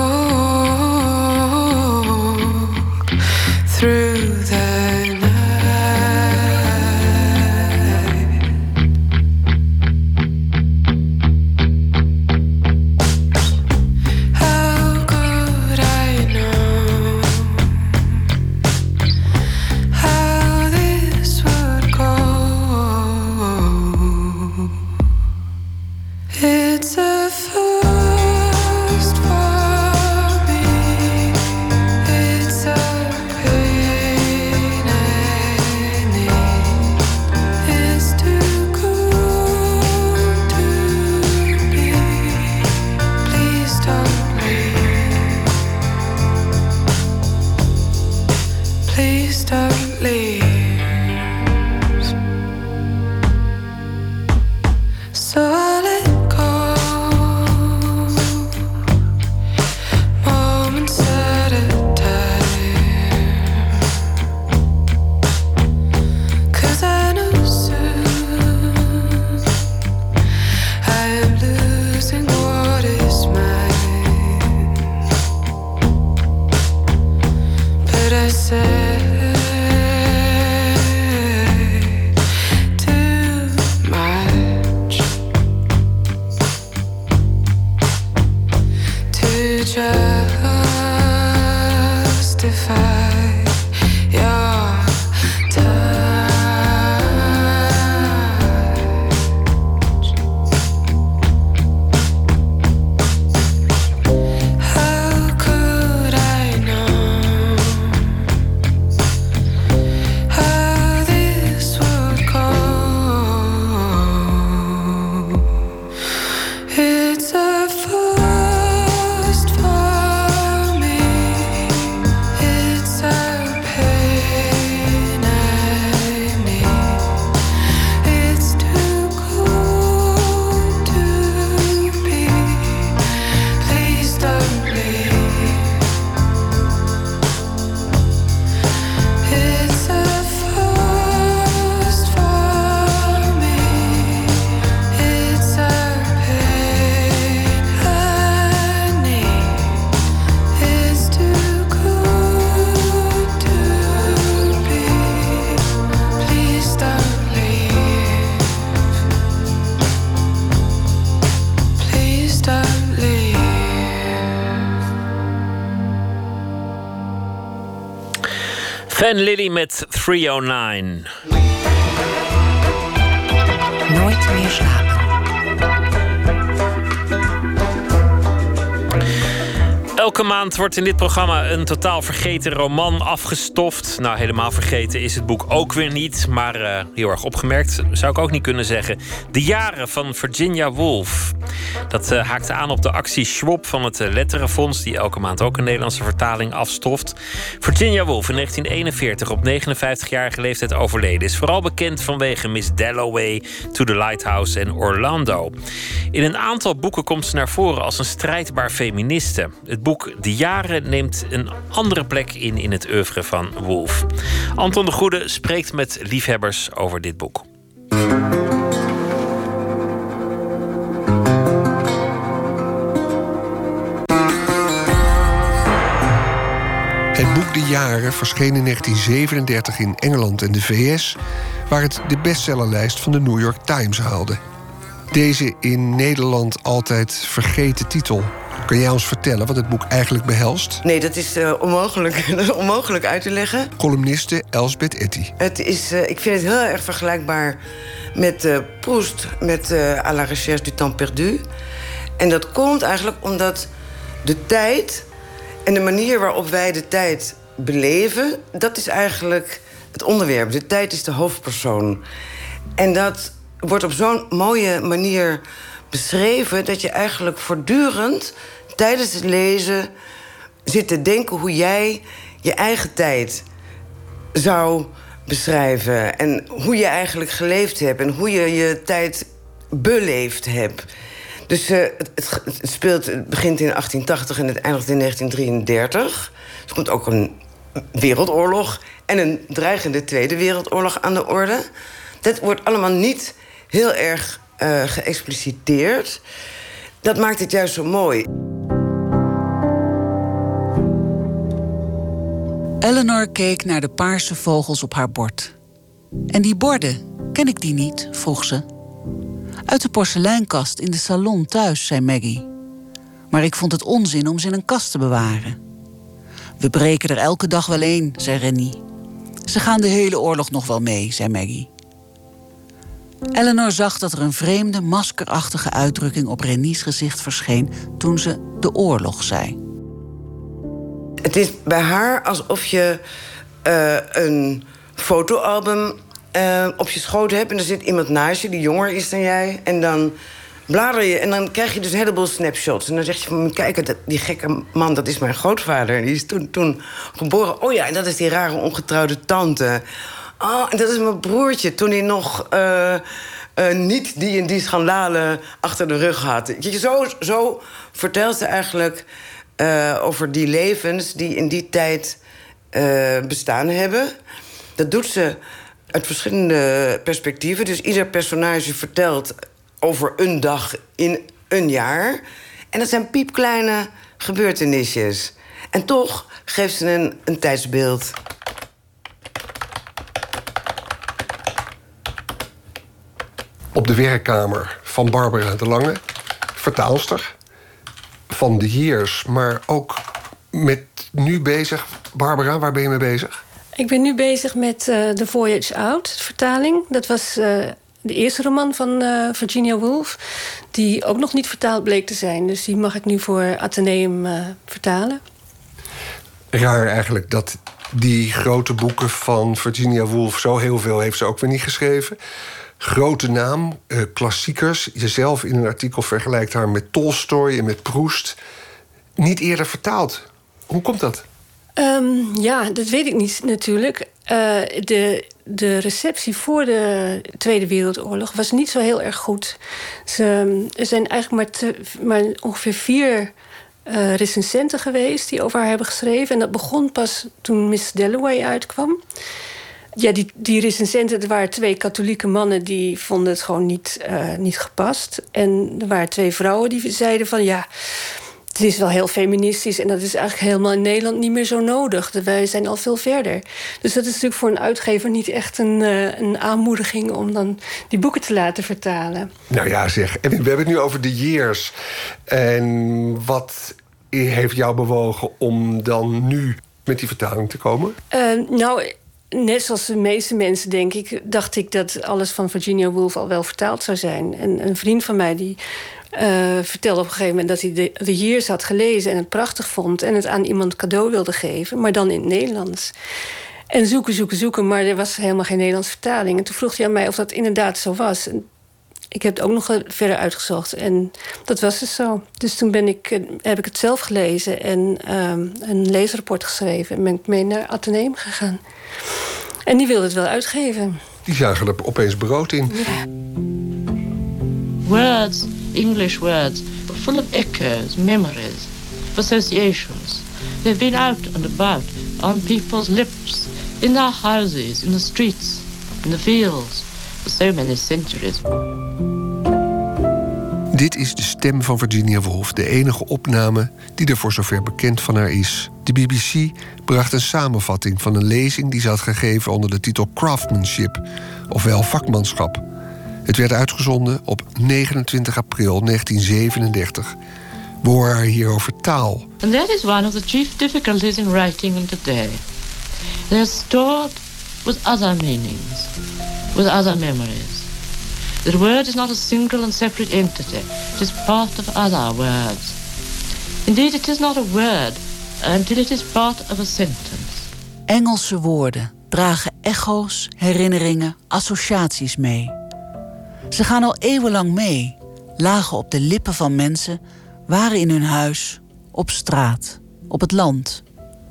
through the night. How could I know how this would go? It's a first for me. It's a pain I need. It's too cold to be. Please don't leave. Please don't leave. So I let go, moments at a time, 'cause I know soon I am losing what is mine. But I said too much to justify your touch. How could I know how this would go? It's a first for Van Lily met 309. Nooit meer slapen. Elke maand wordt in dit programma een totaal vergeten roman afgestoft. Nou, helemaal vergeten is het boek ook weer niet. Maar heel erg opgemerkt, zou ik ook niet kunnen zeggen. De Jaren van Virginia Woolf. Dat haakte aan op de actie Schwab van het Letterenfonds... die elke maand ook een Nederlandse vertaling afstoft. Virginia Woolf, in 1941 op 59-jarige leeftijd overleden... is vooral bekend vanwege Miss Dalloway, To the Lighthouse en Orlando. In een aantal boeken komt ze naar voren als een strijdbaar feministe. Het boek De Jaren neemt een andere plek in het oeuvre van Woolf. Anton de Goede spreekt met liefhebbers over dit boek. Het boek De Jaren verscheen in 1937 in Engeland en de VS... waar het de bestsellerlijst van de New York Times haalde. Deze in Nederland altijd vergeten titel. Kan jij ons vertellen wat het boek eigenlijk behelst? Nee, dat is onmogelijk uit te leggen. Columniste Elsbeth Etty. Ik vind het heel erg vergelijkbaar met Proust... met À la recherche du temps perdu. En dat komt eigenlijk omdat de tijd... en de manier waarop wij de tijd beleven... dat is eigenlijk het onderwerp. De tijd is de hoofdpersoon. En dat wordt op zo'n mooie manier beschreven... dat je eigenlijk voortdurend tijdens het lezen zit te denken... hoe jij je eigen tijd zou beschrijven. En hoe je eigenlijk geleefd hebt. En hoe je je tijd beleefd hebt. Dus het begint in 1880 en het eindigt in 1933. Er komt ook een wereldoorlog en een dreigende Tweede Wereldoorlog aan de orde. Dat wordt allemaal niet heel erg geëxpliciteerd. Dat maakt het juist zo mooi. Eleanor keek naar de paarse vogels op haar bord. En die borden, ken ik die niet? Vroeg ze. Uit de porseleinkast in de salon thuis, zei Maggie. Maar ik vond het onzin om ze in een kast te bewaren. We breken er elke dag wel één, zei Rennie. Ze gaan de hele oorlog nog wel mee, zei Maggie. Eleanor zag dat er een vreemde, maskerachtige uitdrukking op Rennie's gezicht verscheen toen ze de oorlog zei. Het is bij haar alsof je een fotoalbum op je schoot hebt... en er zit iemand naast je die jonger is dan jij... en dan blader je en dan krijg je dus een heleboel snapshots. En dan zeg je van, kijk, die gekke man, dat is mijn grootvader. En die is toen geboren. Oh ja, en dat is die rare ongetrouwde tante. Oh, en dat is mijn broertje, toen hij nog niet die en die schandalen achter de rug had. Zo vertelt ze eigenlijk over die levens die in die tijd bestaan hebben. Dat doet ze uit verschillende perspectieven. Dus ieder personage vertelt over een dag in een jaar. En dat zijn piepkleine gebeurtenisjes. En toch geeft ze een tijdsbeeld. Op de werkkamer van Barbara de Lange, vertaalster van The Years, maar ook met nu bezig. Barbara, waar ben je mee bezig? Ik ben nu bezig met The Voyage Out, vertaling. Dat was de eerste roman van Virginia Woolf, die ook nog niet vertaald bleek te zijn. Dus die mag ik nu voor Atheneum vertalen. Raar eigenlijk dat die grote boeken van Virginia Woolf, zo heel veel heeft ze ook weer niet geschreven. Grote naam, klassiekers. Jezelf in een artikel vergelijkt haar met Tolstoy en met Proust. Niet eerder vertaald. Hoe komt dat? Ja, dat weet ik niet natuurlijk. De receptie voor de Tweede Wereldoorlog was niet zo heel erg goed. Er zijn eigenlijk maar ongeveer 4 recensenten geweest die over haar hebben geschreven. En dat begon pas toen Miss Dalloway uitkwam. Ja, die recensenten, er waren 2 katholieke mannen die vonden het gewoon niet gepast. En er waren 2 vrouwen die zeiden van ja, het is wel heel feministisch en dat is eigenlijk helemaal in Nederland niet meer zo nodig. Wij zijn al veel verder. Dus dat is natuurlijk voor een uitgever niet echt een aanmoediging om dan die boeken te laten vertalen. Nou ja, zeg. En we hebben het nu over The Years. En wat heeft jou bewogen om dan nu met die vertaling te komen? Nou, net zoals de meeste mensen, denk ik, dacht ik dat alles van Virginia Woolf al wel vertaald zou zijn. En een vriend van mij die vertelde op een gegeven moment dat hij The Years had gelezen en het prachtig vond en het aan iemand cadeau wilde geven, maar dan in het Nederlands. En zoeken, maar er was helemaal geen Nederlandse vertaling. En toen vroeg hij aan mij of dat inderdaad zo was. En ik heb het ook nog verder uitgezocht. En dat was dus zo. Dus toen heb ik het zelf gelezen en een leesrapport geschreven. En ben ik mee naar Atheneum gegaan. En die wilde het wel uitgeven. Die zagen er opeens brood in. Ja. Words, English words, are full of echoes, memories, associations. They've been out and about, on people's lips, in their houses, in the streets, in the fields, for so many centuries. Dit is de stem van Virginia Woolf, de enige opname die er voor zover bekend van haar is. De BBC bracht een samenvatting van een lezing die ze had gegeven onder de titel Craftsmanship, ofwel vakmanschap. Het werd uitgezonden op 29 april 1937. We horen haar hier over taal. And that is one of the chief difficulties in writing in today. They're stored with other meanings, with other memories. The word is not a single and separate entity. It is part of other words. Indeed, it is not a word until it is part of a sentence. Engelse woorden dragen echo's, herinneringen, associaties mee. Ze gaan al eeuwenlang mee, lagen op de lippen van mensen, waren in hun huis, op straat, op het land.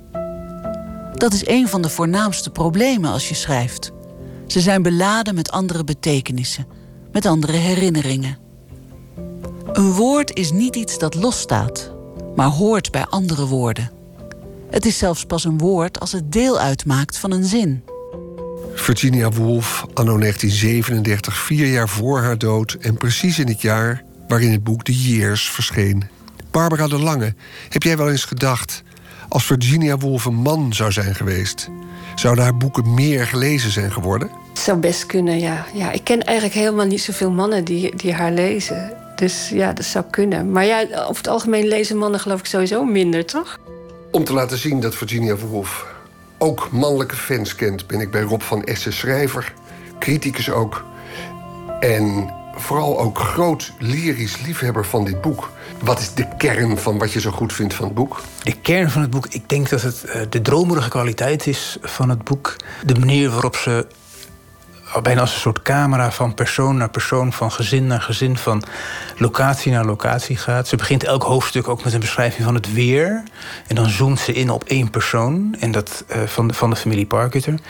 Dat is een van de voornaamste problemen als je schrijft. Ze zijn beladen met andere betekenissen, met andere herinneringen. Een woord is niet iets dat losstaat, maar hoort bij andere woorden. Het is zelfs pas een woord als het deel uitmaakt van een zin. Virginia Woolf, anno 1937, 4 jaar voor haar dood en precies in het jaar waarin het boek The Years verscheen. Barbara de Lange, heb jij wel eens gedacht, als Virginia Woolf een man zou zijn geweest, zouden haar boeken meer gelezen zijn geworden? Het zou best kunnen, ja. Ik ken eigenlijk helemaal niet zoveel mannen die haar lezen. Dus ja, dat zou kunnen. Maar ja, over het algemeen lezen mannen geloof ik sowieso minder, toch? Om te laten zien dat Virginia Woolf ook mannelijke fans kent, ben ik bij Rob van Essen, schrijver, criticus ook. En vooral ook groot lyrisch liefhebber van dit boek. Wat is de kern van wat je zo goed vindt van het boek? De kern van het boek, ik denk dat het de dromerige kwaliteit is van het boek. De manier waarop ze bijna als een soort camera van persoon naar persoon, van gezin naar gezin, van locatie naar locatie gaat. Ze begint elk hoofdstuk ook met een beschrijving van het weer. En dan zoomt ze in op één persoon, en dat van de familie Parketer.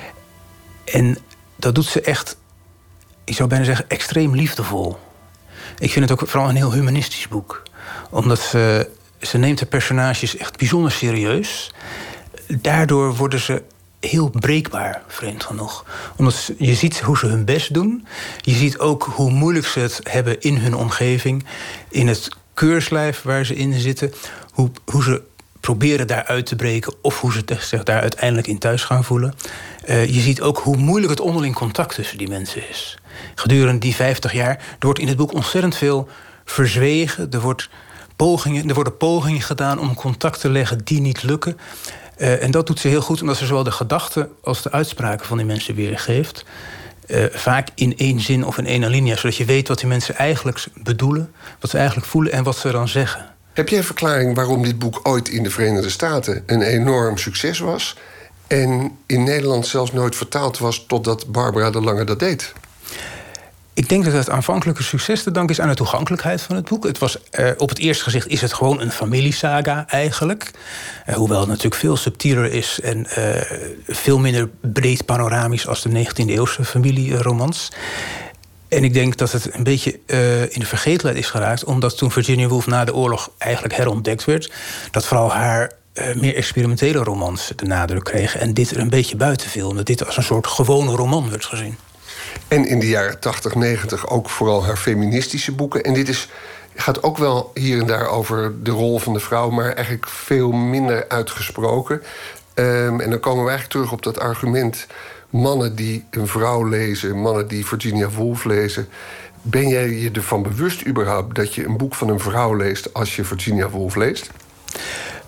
En dat doet ze echt, ik zou bijna zeggen, extreem liefdevol. Ik vind het ook vooral een heel humanistisch boek. Omdat ze neemt de personages echt bijzonder serieus. Daardoor worden ze heel breekbaar, vreemd genoeg. Omdat je ziet hoe ze hun best doen. Je ziet ook hoe moeilijk ze het hebben in hun omgeving. In het keurslijf waar ze in zitten. Hoe ze proberen daaruit te breken, of hoe ze zich daar uiteindelijk in thuis gaan voelen. Je ziet ook hoe moeilijk het onderling contact tussen die mensen is. Gedurende die 50 jaar, er wordt in het boek ontzettend veel verzwegen. Er worden pogingen gedaan om contact te leggen die niet lukken. En dat doet ze heel goed, omdat ze zowel de gedachten als de uitspraken van die mensen weergeeft. Vaak in één zin of in één alinea, zodat je weet wat die mensen eigenlijk bedoelen, wat ze eigenlijk voelen en wat ze dan zeggen. Heb jij een verklaring waarom dit boek ooit in de Verenigde Staten een enorm succes was en in Nederland zelfs nooit vertaald was totdat Barbara de Lange dat deed? Ik denk dat het aanvankelijke succes te danken is aan de toegankelijkheid van het boek. Het was, op het eerste gezicht is het gewoon een familiesaga eigenlijk. Hoewel het natuurlijk veel subtieler is en veel minder breed panoramisch als de 19e-eeuwse familieromans. En ik denk dat het een beetje in de vergetelheid is geraakt, omdat toen Virginia Woolf na de oorlog eigenlijk herontdekt werd, dat vooral haar meer experimentele romans de nadruk kregen en dit er een beetje buiten viel, omdat dit als een soort gewone roman werd gezien. En in de jaren 80, 90 ook vooral haar feministische boeken. En dit gaat ook wel hier en daar over de rol van de vrouw, maar eigenlijk veel minder uitgesproken. En dan komen we eigenlijk terug op dat argument: mannen die een vrouw lezen, mannen die Virginia Woolf lezen. Ben jij je ervan bewust überhaupt dat je een boek van een vrouw leest als je Virginia Woolf leest?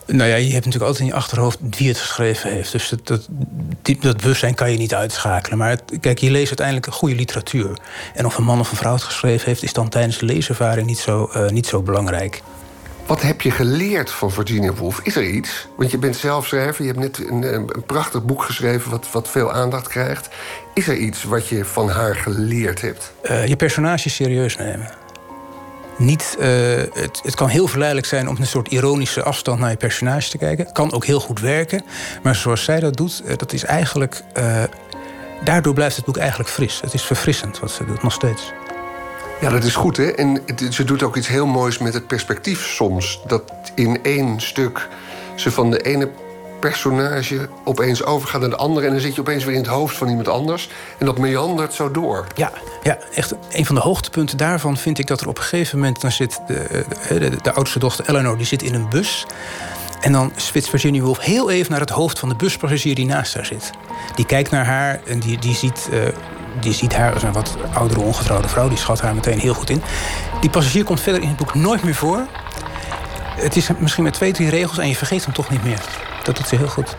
Nou ja, je hebt natuurlijk altijd in je achterhoofd wie het geschreven heeft. Dus dat bewustzijn kan je niet uitschakelen. Maar kijk, je leest uiteindelijk goede literatuur. En of een man of een vrouw het geschreven heeft, is dan tijdens de leeservaring niet zo belangrijk. Wat heb je geleerd van Virginia Woolf? Is er iets? Want je bent zelf schrijver, je hebt net een prachtig boek geschreven wat veel aandacht krijgt. Is er iets wat je van haar geleerd hebt? Je personages serieus nemen. Het kan heel verleidelijk zijn om een soort ironische afstand naar je personage te kijken. Het kan ook heel goed werken. Maar zoals zij dat doet, dat is eigenlijk... daardoor blijft het boek eigenlijk fris. Het is verfrissend wat ze doet, nog steeds. Ja, dat is goed, hè? En ze doet ook iets heel moois met het perspectief soms. Dat in één stuk ze van de ene personage opeens overgaat naar de andere... en dan zit je opeens weer in het hoofd van iemand anders. En dat meandert zo door. Ja, echt. Een van de hoogtepunten daarvan vind ik dat er op een gegeven moment... dan zit de oudste dochter Eleanor, die zit in een bus... en dan switcht Virginia Woolf heel even naar het hoofd van de buspassagier die naast haar zit. Die kijkt naar haar en die ziet haar als een wat oudere ongetrouwde vrouw. Die schat haar meteen heel goed in. Die passagier komt verder in het boek nooit meer voor. Het is misschien met 2-3 regels en je vergeet hem toch niet meer. Dat doet ze heel goed.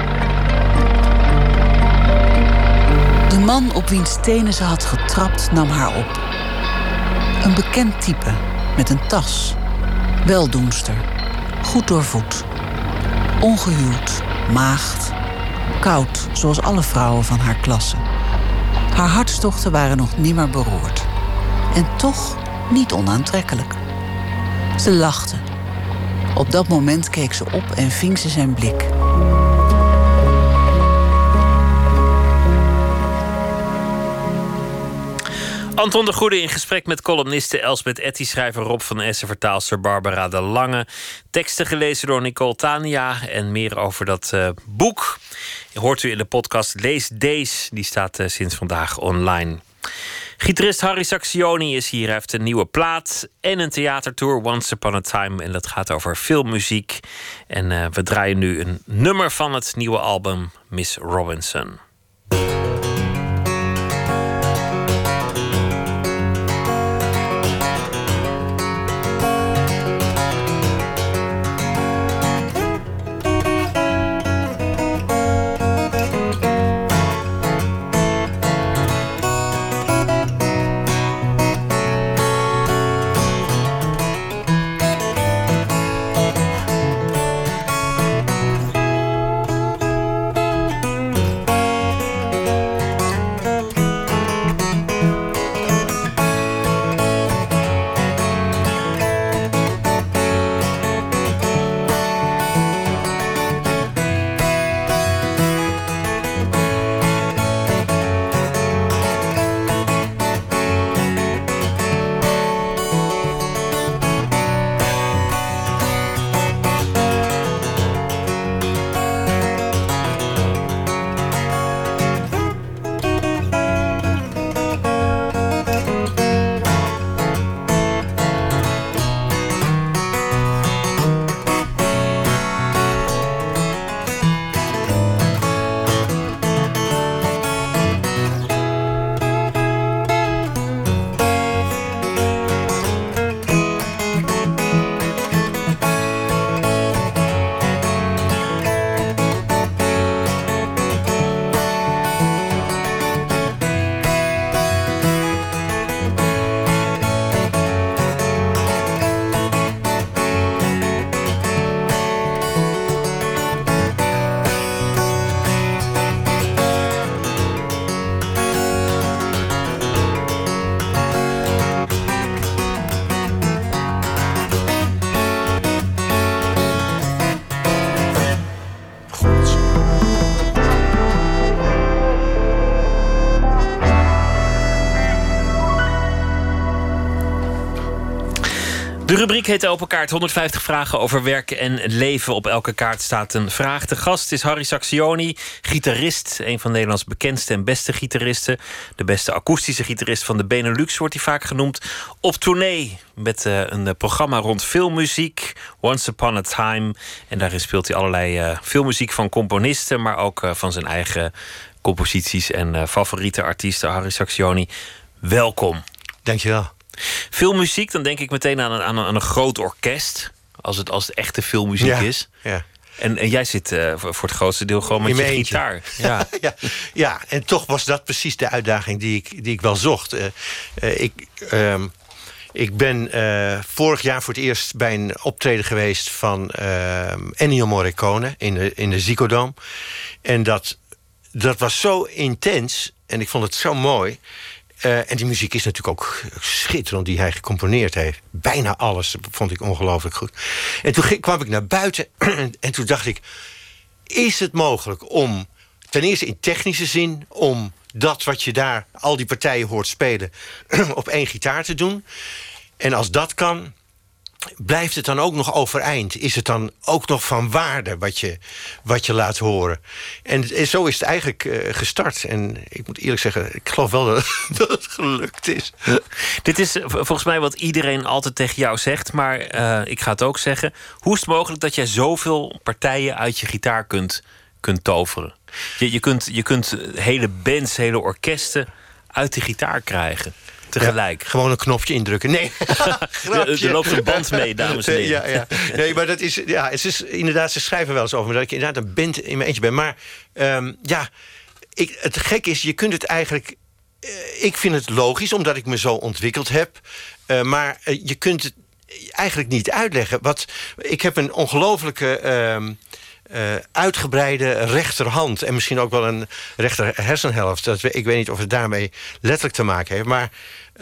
De man op wiens tenen ze had getrapt nam haar op. Een bekend type met een tas. Weldoenster. Goed doorvoed. Ongehuwd. Maagd. Koud, zoals alle vrouwen van haar klasse. Haar hartstochten waren nog nimmer beroerd. En toch niet onaantrekkelijk. Ze lachte. Op dat moment keek ze op en ving ze zijn blik. Anton de Goede in gesprek met columniste Elsbeth Etty, schrijver Rob van Essen, vertaalster Barbara de Lange. Teksten gelezen door Nicole Tania en meer over dat boek hoort u in de podcast Lees Deze. Die staat sinds vandaag online. Gitarist Harry Sacksioni is hier. Hij heeft een nieuwe plaat en een theatertour, Once Upon a Time. En dat gaat over filmmuziek. En we draaien nu een nummer van het nieuwe album, Miss Robinson. De rubriek heet Open Kaart. 150 vragen over werk en leven. Op elke kaart staat een vraag. De gast is Harry Sacksioni, gitarist. Een van Nederlands bekendste en beste gitaristen. De beste akoestische gitarist van de Benelux wordt hij vaak genoemd. Op tournee met een programma rond filmmuziek. Once Upon a Time. En daarin speelt hij allerlei filmmuziek van componisten. Maar ook van zijn eigen composities en favoriete artiesten. Harry Sacksioni, welkom. Dankjewel. Filmmuziek, dan denk ik meteen aan een groot orkest. als het echte filmmuziek is. Ja. En jij zit voor het grootste deel gewoon met je gitaar. Ja. Ja, en toch was dat precies de uitdaging die ik wel zocht. Ik ben vorig jaar voor het eerst bij een optreden geweest van Ennio Morricone in de Ziggo Dome. En dat was zo intens en ik vond het zo mooi. En die muziek is natuurlijk ook schitterend die hij gecomponeerd heeft. Bijna alles vond ik ongelooflijk goed. En toen kwam ik naar buiten en toen dacht ik... is het mogelijk om, ten eerste in technische zin... om dat wat je daar, al die partijen hoort spelen... op één gitaar te doen? En als dat kan... blijft het dan ook nog overeind? Is het dan ook nog van waarde wat je laat horen? En zo is het eigenlijk gestart. En ik moet eerlijk zeggen, ik geloof wel dat het gelukt is. Dit is volgens mij wat iedereen altijd tegen jou zegt. Maar ik ga het ook zeggen. Hoe is het mogelijk dat jij zoveel partijen uit je gitaar kunt toveren? Je kunt hele bands, hele orkesten uit de gitaar krijgen. Tegelijk. Ja, gewoon een knopje indrukken. Nee, er loopt een band mee, dames en heren. Ja. Nee, maar dat is... Ja, het is inderdaad, ze schrijven wel eens over... dat ik inderdaad een band in mijn eentje ben. Maar het gek is, je kunt het eigenlijk... ik vind het logisch, omdat ik me zo ontwikkeld heb. Maar je kunt het eigenlijk niet uitleggen. Ik heb een ongelofelijke... uitgebreide rechterhand. En misschien ook wel een rechter hersenhelft. Ik weet niet of het daarmee letterlijk te maken heeft. Maar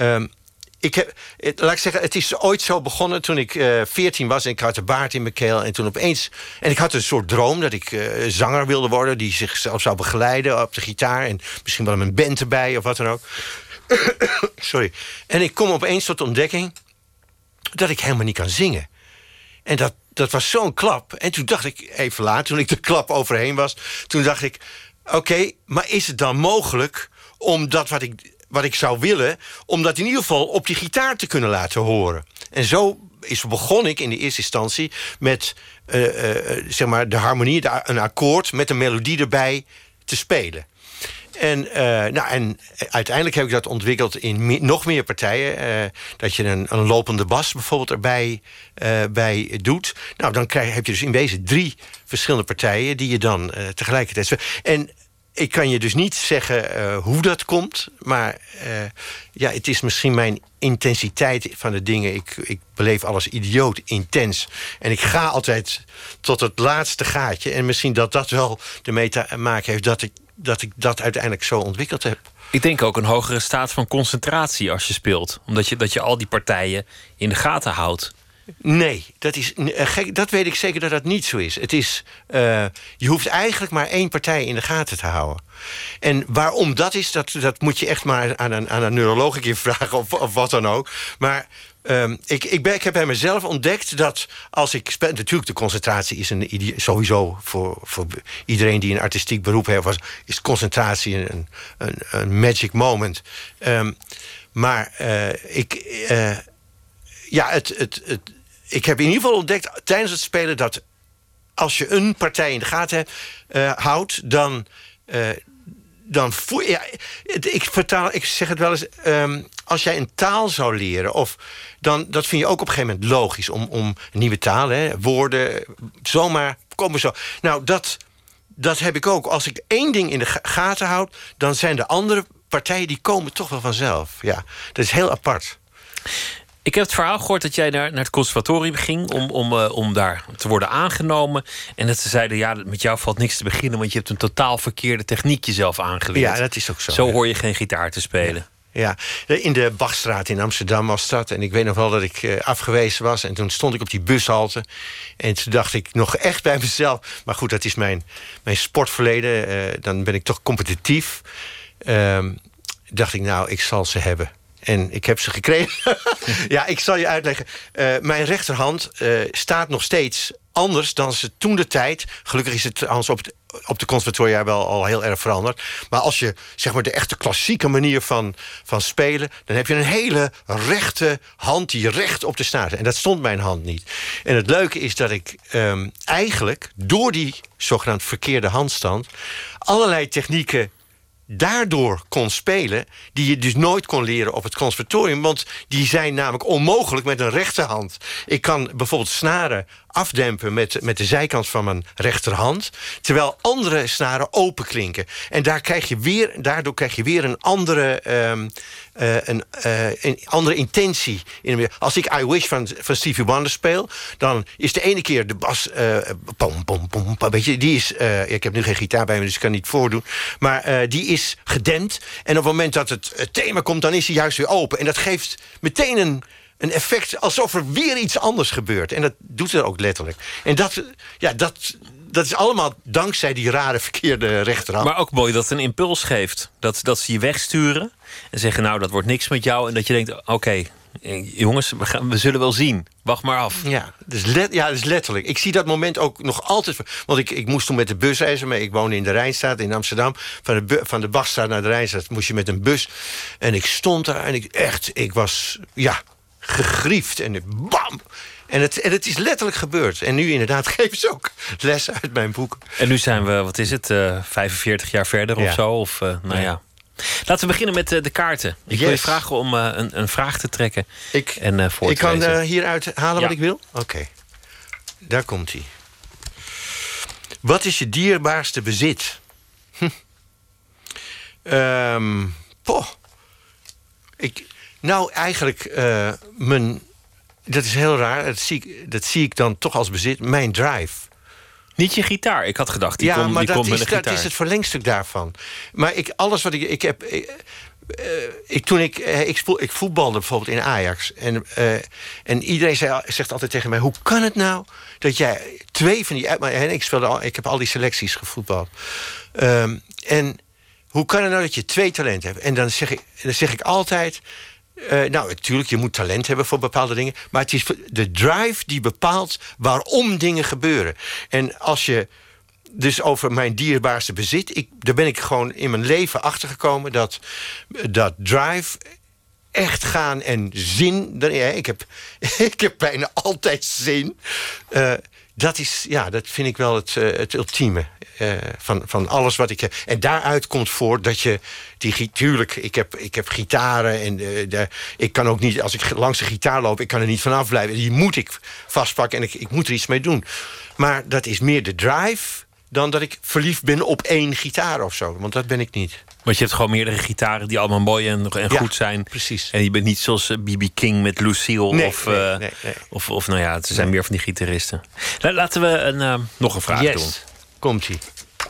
laat ik zeggen, het is ooit zo begonnen toen ik 14 was... en ik had de baard in mijn keel. En toen opeens... En ik had een soort droom dat ik zanger wilde worden... die zichzelf zou begeleiden op de gitaar. En misschien wel een band erbij of wat dan ook. Sorry. En ik kom opeens tot de ontdekking... dat ik helemaal niet kan zingen. En dat was zo'n klap. En toen dacht ik, even later, toen ik de klap overheen was... toen dacht ik, oké, maar is het dan mogelijk... om dat wat ik zou willen... om dat in ieder geval op die gitaar te kunnen laten horen? En zo begon ik in de eerste instantie... met zeg maar de harmonie, een akkoord... met een melodie erbij te spelen. En uiteindelijk heb ik dat ontwikkeld in nog meer partijen. Dat je een lopende bas bijvoorbeeld erbij bij doet. Nou, dan heb je dus in wezen 3 verschillende partijen... die je dan tegelijkertijd speelt. En ik kan je dus niet zeggen hoe dat komt. Maar het is misschien mijn intensiteit van de dingen. Ik beleef alles idioot intens. En ik ga altijd tot het laatste gaatje. En misschien dat wel ermee te maken heeft... dat ik dat uiteindelijk zo ontwikkeld heb. Ik denk ook een hogere staat van concentratie als je speelt. Omdat je al die partijen in de gaten houdt. Nee, dat is gek. Dat weet ik zeker dat niet zo is. Het is je hoeft eigenlijk maar 1 partij in de gaten te houden. En waarom dat is, dat moet je echt maar aan een neuroloog een keer vragen... of wat dan ook. Maar... Ik heb bij mezelf ontdekt dat als ik speel... Natuurlijk, de concentratie is sowieso voor iedereen die een artistiek beroep heeft... is concentratie een magic moment. Maar ik heb in ieder geval ontdekt tijdens het spelen... dat als je een partij in de gaten houdt, dan ik zeg het wel eens... als jij een taal zou leren... dat vind je ook op een gegeven moment logisch... om een nieuwe taal, woorden, zomaar komen zo. Nou, dat heb ik ook. Als ik 1 ding in de gaten houd... dan zijn de andere partijen, die komen toch wel vanzelf. Ja, dat is heel apart. Ik heb het verhaal gehoord dat jij naar het conservatorium ging... om daar te worden aangenomen. En dat ze zeiden, ja, met jou valt niks te beginnen... want je hebt een totaal verkeerde techniek jezelf aangeleerd. Ja, dat is ook zo. Zo hoor je geen gitaar te spelen. Ja, in de Bachstraat in Amsterdam was dat. En ik weet nog wel dat ik afgewezen was. En toen stond ik op die bushalte. En toen dacht ik nog echt bij mezelf... maar goed, dat is mijn sportverleden. Dan ben ik toch competitief. Dacht ik, nou, ik zal ze hebben. En ik heb ze gekregen. Ja, ik zal je uitleggen. Mijn rechterhand staat nog steeds anders dan ze toen de tijd... Gelukkig is het op de conservatoria wel al heel erg veranderd. Maar als je zeg maar de echte klassieke manier van spelen... dan heb je een hele rechte hand die recht op de snaar zit. En dat stond mijn hand niet. En het leuke is dat ik eigenlijk door die zogenaamd verkeerde handstand... allerlei technieken daardoor kon spelen, die je dus nooit kon leren op het conservatorium, want die zijn namelijk onmogelijk met een rechterhand. Ik kan bijvoorbeeld snaren afdempen met de zijkant van mijn rechterhand, terwijl andere snaren open klinken. En daardoor krijg je weer een andere, een andere intentie. Als ik I Wish van Stevie Wonder speel, dan is de ene keer de bas pom, pom, pom, weet je, die is, ik heb nu geen gitaar bij me, dus ik kan niet voordoen, maar die is gedempt. En op het moment dat het thema komt, dan is hij juist weer open. En dat geeft meteen een effect alsof er weer iets anders gebeurt. En dat doet er ook letterlijk. En dat is allemaal dankzij die rare verkeerde rechterhand. Maar ook mooi dat het een impuls geeft. Dat ze je wegsturen en zeggen, nou, dat wordt niks met jou. En dat je denkt, oké, jongens, we zullen wel zien. Wacht maar af. Ja, dat is letterlijk. Ik zie dat moment ook nog altijd. Want ik moest toen met de bus reizen. Maar ik woonde in de Rijnstraat in Amsterdam. Van de Bachstraat naar de Rijnstraat moest je met een bus. En ik stond daar en ik was gegriefd. En bam! En het is letterlijk gebeurd. En nu inderdaad geven ze ook les uit mijn boek. En nu zijn we, wat is het, 45 jaar verder of zo? Of, ja. Laten we beginnen met de kaarten. Ik wil je vragen om een vraag te trekken en voor te lezen. Ik kan hieruit halen wat ik wil? Oké. Daar komt hij. Wat is je dierbaarste bezit? Eigenlijk dat is heel raar. Dat zie ik dan toch als bezit. Mijn drive. Niet je gitaar. Ik had gedacht, die komt met een gitaar. Dat is het verlengstuk daarvan. Maar alles wat ik heb... Ik voetbalde bijvoorbeeld in Ajax. En iedereen zegt altijd tegen mij, hoe kan het nou dat jij 2 van die... Ik heb al die selecties gevoetbald. En hoe kan het nou dat je 2 talenten hebt? En dan zeg ik altijd... natuurlijk, je moet talent hebben voor bepaalde dingen. Maar het is de drive die bepaalt waarom dingen gebeuren. En als je dus over mijn dierbaarste bezit... daar ben ik gewoon in mijn leven achtergekomen... dat drive, echt gaan en zin... Ik heb bijna altijd zin. Dat vind ik wel het ultieme van alles wat ik heb. En daaruit komt voort dat je... Tuurlijk, ik heb gitaren en ik kan ook niet... Als ik langs de gitaar loop, ik kan er niet vanaf blijven. Die moet ik vastpakken en ik moet er iets mee doen. Maar dat is meer de drive dan dat ik verliefd ben op 1 gitaar of zo. Want dat ben ik niet. Want je hebt gewoon meerdere gitaren die allemaal mooi en goed zijn. Precies. En je bent niet zoals B.B. King met Lucille. Nee. Of het zijn meer van die gitaristen. Laten we nog een vraag doen. Komt-ie.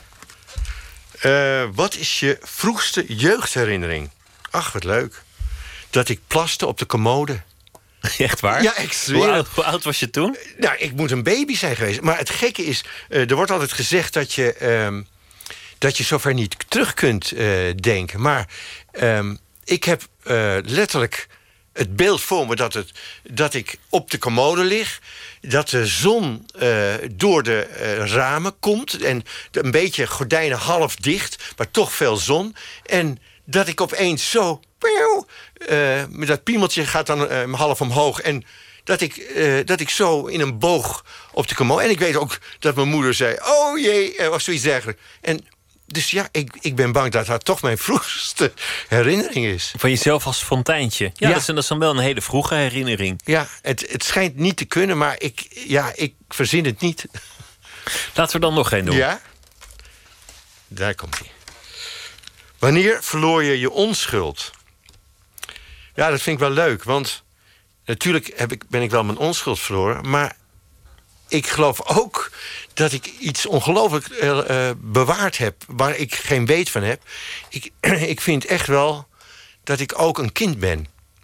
Wat is je vroegste jeugdherinnering? Ach, wat leuk. Dat ik plaste op de commode. Echt waar? Ja, ik zweer. Hoe oud was je toen? Nou, ik moet een baby zijn geweest. Maar het gekke is, er wordt altijd gezegd dat je zover niet terug kunt denken. Maar ik heb letterlijk het beeld voor me dat ik op de commode lig... dat de zon door de ramen komt... en een beetje gordijnen half dicht, maar toch veel zon. En dat ik opeens zo... met dat piemeltje gaat dan half omhoog... en dat ik zo in een boog op de commode... en ik weet ook dat mijn moeder zei... oh jee, of zoiets dergelijks. En dus ja, ik ben bang dat dat toch mijn vroegste herinnering is. Van jezelf als fonteintje. Ja. Dat is dan wel een hele vroege herinnering. Ja, het schijnt niet te kunnen, maar ik verzin het niet. Laten we dan nog één doen. Ja? Daar komt hij. Wanneer verloor je je onschuld? Ja, dat vind ik wel leuk, want natuurlijk ben ik wel mijn onschuld verloren... maar ik geloof ook dat ik iets ongelooflijk bewaard heb... waar ik geen weet van heb. Ik vind echt wel dat ik ook een kind ben.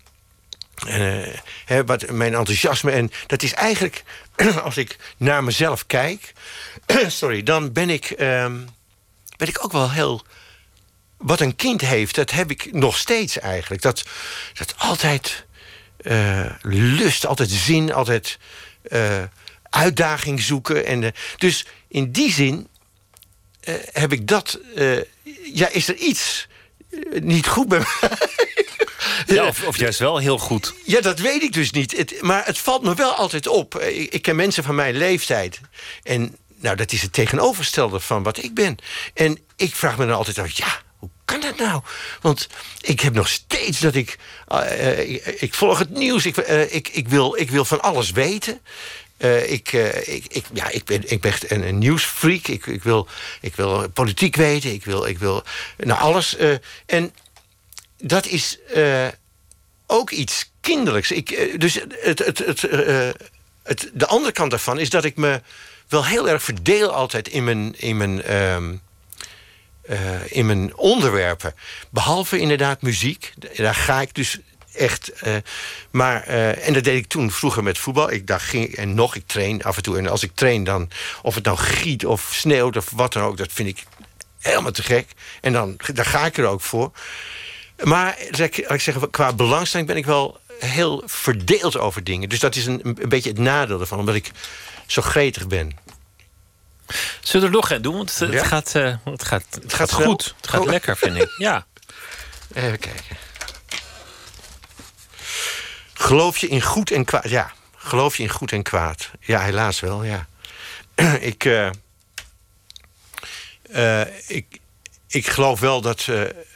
Mijn enthousiasme. En dat is eigenlijk, als ik naar mezelf kijk... dan ben ik ook wel heel... Wat een kind heeft, dat heb ik nog steeds eigenlijk. Dat altijd lust, altijd zin, altijd... uitdaging zoeken. Dus in die zin heb ik dat... is er iets niet goed bij mij? Ja, of juist wel heel goed. Ja, dat weet ik dus niet. Maar het valt me wel altijd op. Ik ken mensen van mijn leeftijd. En dat is het tegenovergestelde van wat ik ben. En ik vraag me dan altijd af... ja, hoe kan dat nou? Want ik heb nog steeds dat ik volg het nieuws. Ik wil van alles weten. Ik ben echt een nieuwsfreak. Ik wil politiek weten. Ik wil nou alles. En dat is ook iets kinderlijks. Dus de andere kant daarvan is dat ik me wel heel erg verdeel altijd in mijn onderwerpen. Behalve inderdaad muziek. Daar ga ik dus echt. En dat deed ik toen vroeger met voetbal. Ik train af en toe. En als ik train, dan of het nou giet of sneeuwt of wat dan ook, dat vind ik helemaal te gek. En daar ga ik er ook voor. Maar ik zeg, qua belangstelling ben ik wel heel verdeeld over dingen. Dus dat is een beetje het nadeel ervan, omdat ik zo gretig ben. Zullen we er nog gaan doen? Want het gaat goed. Het gaat lekker, vind ik. Ja. Even kijken. Geloof je in goed en kwaad? Ja, geloof je in goed en kwaad? Ja, helaas wel, ja. Ik geloof wel dat...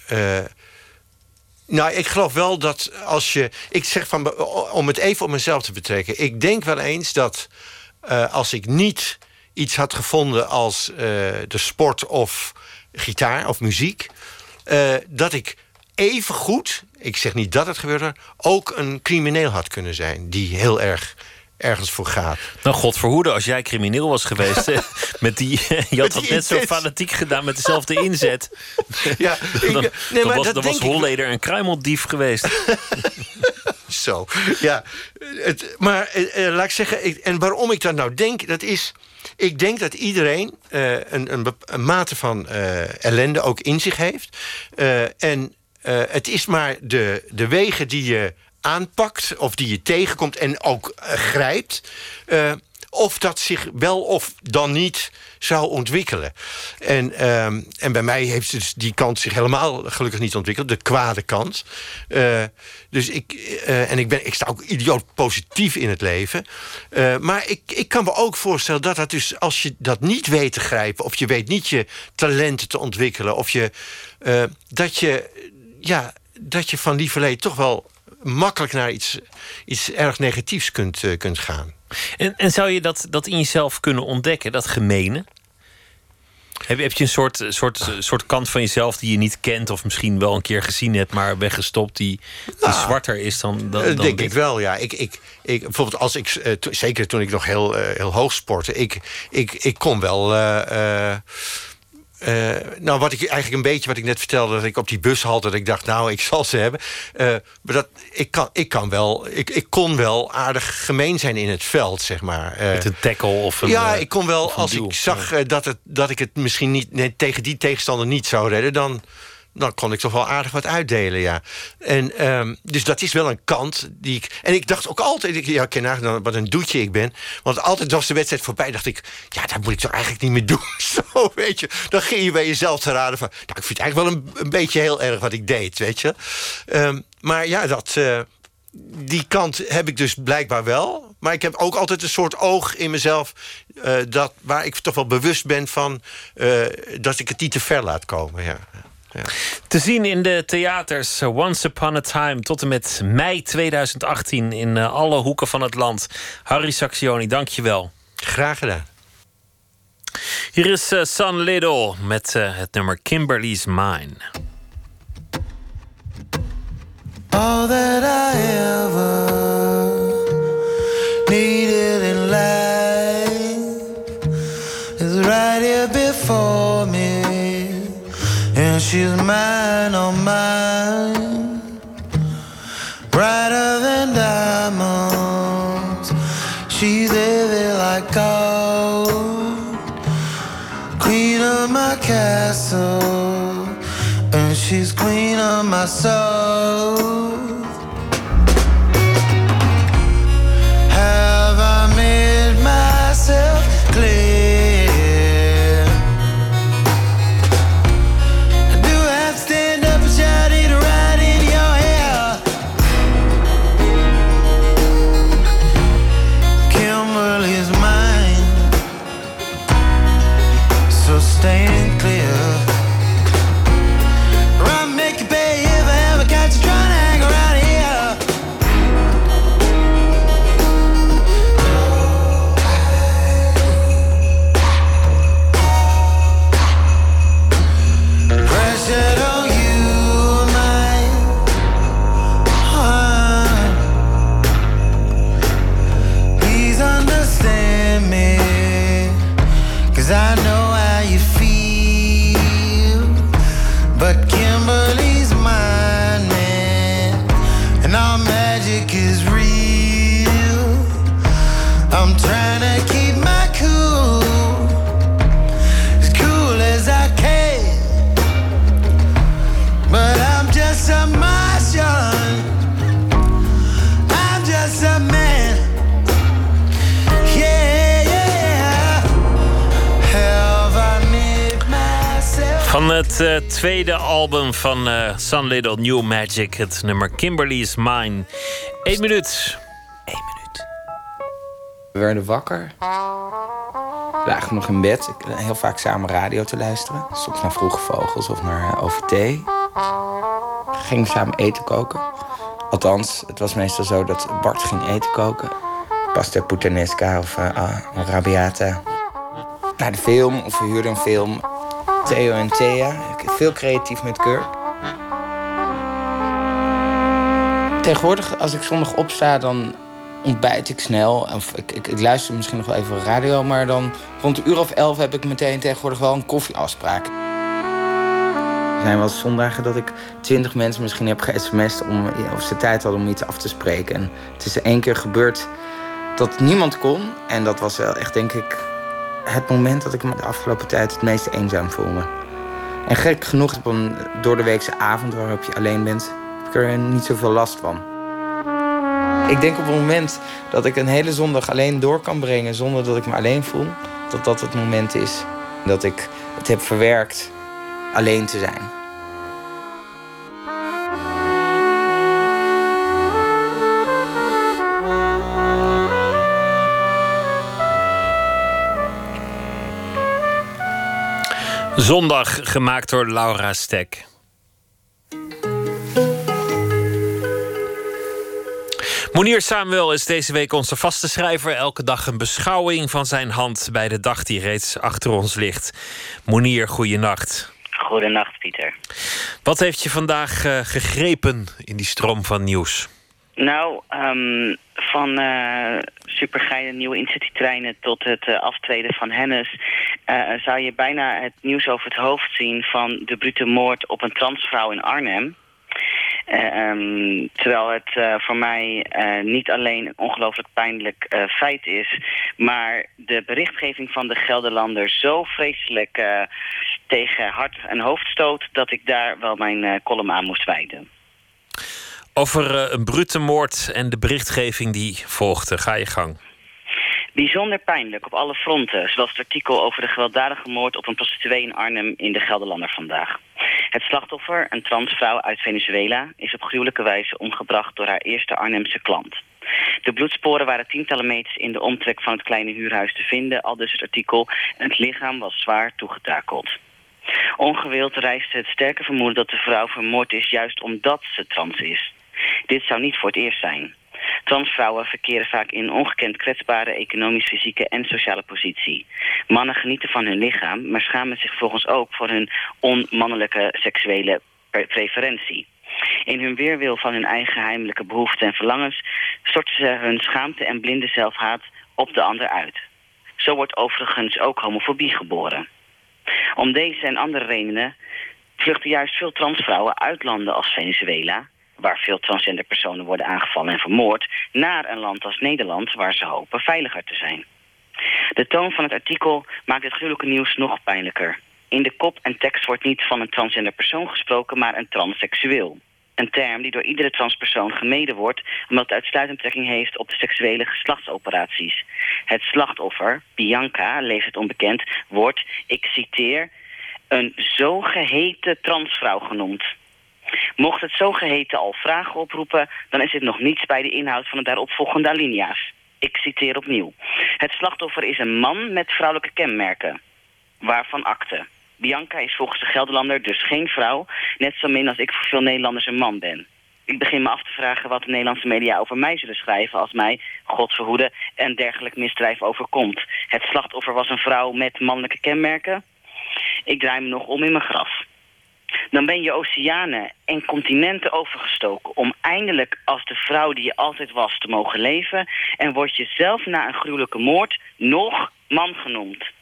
ik geloof wel dat als je... Ik zeg om het even op mezelf te betrekken. Ik denk wel eens dat als ik niet iets had gevonden als de sport of gitaar of muziek, dat ik even goed, ik zeg niet dat het gebeurde, ook een crimineel had kunnen zijn die heel erg ergens voor gaat. Nou, God verhoede, als jij crimineel was geweest, je had dat net zo fanatiek gedaan met dezelfde inzet. Ja, dan was Holleder een kruimeldief geweest. Zo, ja. Laat ik zeggen, en waarom ik dat nou denk, dat is, ik denk dat iedereen een mate van ellende ook in zich heeft. Het is maar de wegen die je aanpakt of die je tegenkomt en ook grijpt, of dat zich wel of dan niet zou ontwikkelen. En bij mij heeft dus die kant zich helemaal gelukkig niet ontwikkeld, de kwade kant. Dus ik sta ook idioot positief in het leven. Maar ik kan me ook voorstellen dat dus, als je dat niet weet te grijpen, of je weet niet je talenten te ontwikkelen, of dat je van lieverlee toch wel makkelijk naar iets erg negatiefs kunt gaan. En zou je dat in jezelf kunnen ontdekken, dat gemene? Heb je een soort kant van jezelf die je niet kent, of misschien wel een keer gezien hebt, maar weggestopt, die zwarter is dan denk ik wel, ja. Bijvoorbeeld als ik, zeker toen ik nog heel hoog sportte, ik kon wel. Wat ik net vertelde, dat ik op die bus halte, dat ik dacht, nou, ik zal ze hebben. Maar ik kon wel aardig gemeen zijn in het veld, zeg maar. Met een tackle of een... Ja, ik kon wel, als ik zag dat ik het misschien niet tegen die tegenstander niet zou redden, dan kon ik toch wel aardig wat uitdelen, ja. En dus dat is wel een kant die ik... En ik dacht ook altijd, wat een doetje ik ben. Want altijd was de wedstrijd voorbij, dacht ik, ja, dat moet ik toch eigenlijk niet meer doen. Zo, weet je. Dan ging je bij jezelf te raden van, nou, ik vind het eigenlijk wel een beetje heel erg wat ik deed, weet je. Maar ja, die kant heb ik dus blijkbaar wel. Maar ik heb ook altijd een soort oog in mezelf, waar ik toch wel bewust ben van, dat ik het niet te ver laat komen, ja. Ja. Te zien in de theaters Once Upon a Time tot en met mei 2018 in alle hoeken van het land. Harry Sacksioni, dank je wel. Graag gedaan. Hier is Sun Little met het nummer Kimberly's Mine. All that I ever needed in life is right here before me. And she's mine, oh mine, brighter than diamonds. She's heavy like gold, queen of my castle, and she's queen of my soul. Have I made myself clear? Staying clear, 'cause I know how you feel. But Kimberly's mine, man, and our magic is real. I'm trying to keep my cool, as cool as I can, but I'm just a Martian, I'm just a man. Yeah, yeah. Have I made myself? Van het tweede album van Sun Little New Magic, het nummer Kimberly's Mine. 1 minuut. We werden wakker. We lagen nog in bed. Ik heel vaak samen radio te luisteren. Soms naar Vroege Vogels of naar OVT. We gingen samen eten koken. Althans, het was meestal zo dat Bart ging eten koken. Pasta puttanesca of arrabbiata. Naar de film of we huurden een film. Theo en Thea. Veel creatief met Kurt. Tegenwoordig, als ik zondag opsta, dan ontbijt ik snel. Of ik luister misschien nog wel even radio, maar dan rond de uur of 11 heb ik meteen tegenwoordig wel een koffieafspraak. Er zijn wel zondagen dat ik 20 mensen misschien heb ge-sms'd of ze tijd hadden om iets af te spreken. En het is 1 keer gebeurd dat niemand kon. En dat was wel echt, denk ik, het moment dat ik me de afgelopen tijd het meest eenzaam voelde. En gek genoeg, op een doordeweekse avond waarop je alleen bent, heb ik er niet zoveel last van. Ik denk op het moment dat ik een hele zondag alleen door kan brengen zonder dat ik me alleen voel, dat dat het moment is dat ik het heb verwerkt alleen te zijn. Zondag, gemaakt door Laura Stek. Mounir Samuel is deze week onze vaste schrijver. Elke dag een beschouwing van zijn hand bij de dag die reeds achter ons ligt. Mounir, goeienacht. Goedenacht, Pieter. Wat heeft je vandaag gegrepen in die stroom van nieuws? Nou, van supergeile nieuwe Intercity-treinen tot het aftreden van Hennis, zou je bijna het nieuws over het hoofd zien van de brute moord op een transvrouw in Arnhem. Terwijl het voor mij niet alleen een ongelooflijk pijnlijk feit is, maar de berichtgeving van de Gelderlander zo vreselijk tegen hart en hoofd stoot dat ik daar wel mijn column aan moest wijden. Over een brute moord en de berichtgeving die volgde. Ga je gang. Bijzonder pijnlijk op alle fronten, zoals het artikel over de gewelddadige moord op een prostituee in Arnhem in de Gelderlander vandaag. Het slachtoffer, een transvrouw uit Venezuela, is op gruwelijke wijze omgebracht door haar eerste Arnhemse klant. De bloedsporen waren tientallen meters in de omtrek van het kleine huurhuis te vinden, aldus het artikel, en het lichaam was zwaar toegetakeld. Ongewild reist het sterke vermoeden dat de vrouw vermoord is juist omdat ze trans is. Dit zou niet voor het eerst zijn. Transvrouwen verkeren vaak in een ongekend kwetsbare economisch-fysieke en sociale positie. Mannen genieten van hun lichaam, maar schamen zich volgens ook voor hun onmannelijke seksuele preferentie. In hun weerwil van hun eigen heimelijke behoeften en verlangens storten ze hun schaamte en blinde zelfhaat op de ander uit. Zo wordt overigens ook homofobie geboren. Om deze en andere redenen vluchten juist veel transvrouwen uit landen als Venezuela, waar veel transgender personen worden aangevallen en vermoord, naar een land als Nederland, waar ze hopen veiliger te zijn. De toon van het artikel maakt het gruwelijke nieuws nog pijnlijker. In de kop en tekst wordt niet van een transgender persoon gesproken, maar een transseksueel. Een term die door iedere transpersoon gemeden wordt, omdat het uitsluitend trekking heeft op de seksuele geslachtsoperaties. Het slachtoffer, Bianca, leest het onbekend, wordt, ik citeer, een zogeheten transvrouw genoemd. Mocht het zogeheten al vragen oproepen, dan is dit nog niets bij de inhoud van de daaropvolgende alinea's. Ik citeer opnieuw. Het slachtoffer is een man met vrouwelijke kenmerken. Waarvan akte. Bianca is volgens de Gelderlander dus geen vrouw, net zo min als ik voor veel Nederlanders een man ben. Ik begin me af te vragen wat de Nederlandse media over mij zullen schrijven als mij, God verhoede, een dergelijk misdrijf overkomt. Het slachtoffer was een vrouw met mannelijke kenmerken. Ik draai me nog om in mijn graf. Dan ben je oceanen en continenten overgestoken om eindelijk als de vrouw die je altijd was te mogen leven, en word je zelf na een gruwelijke moord nog man genoemd.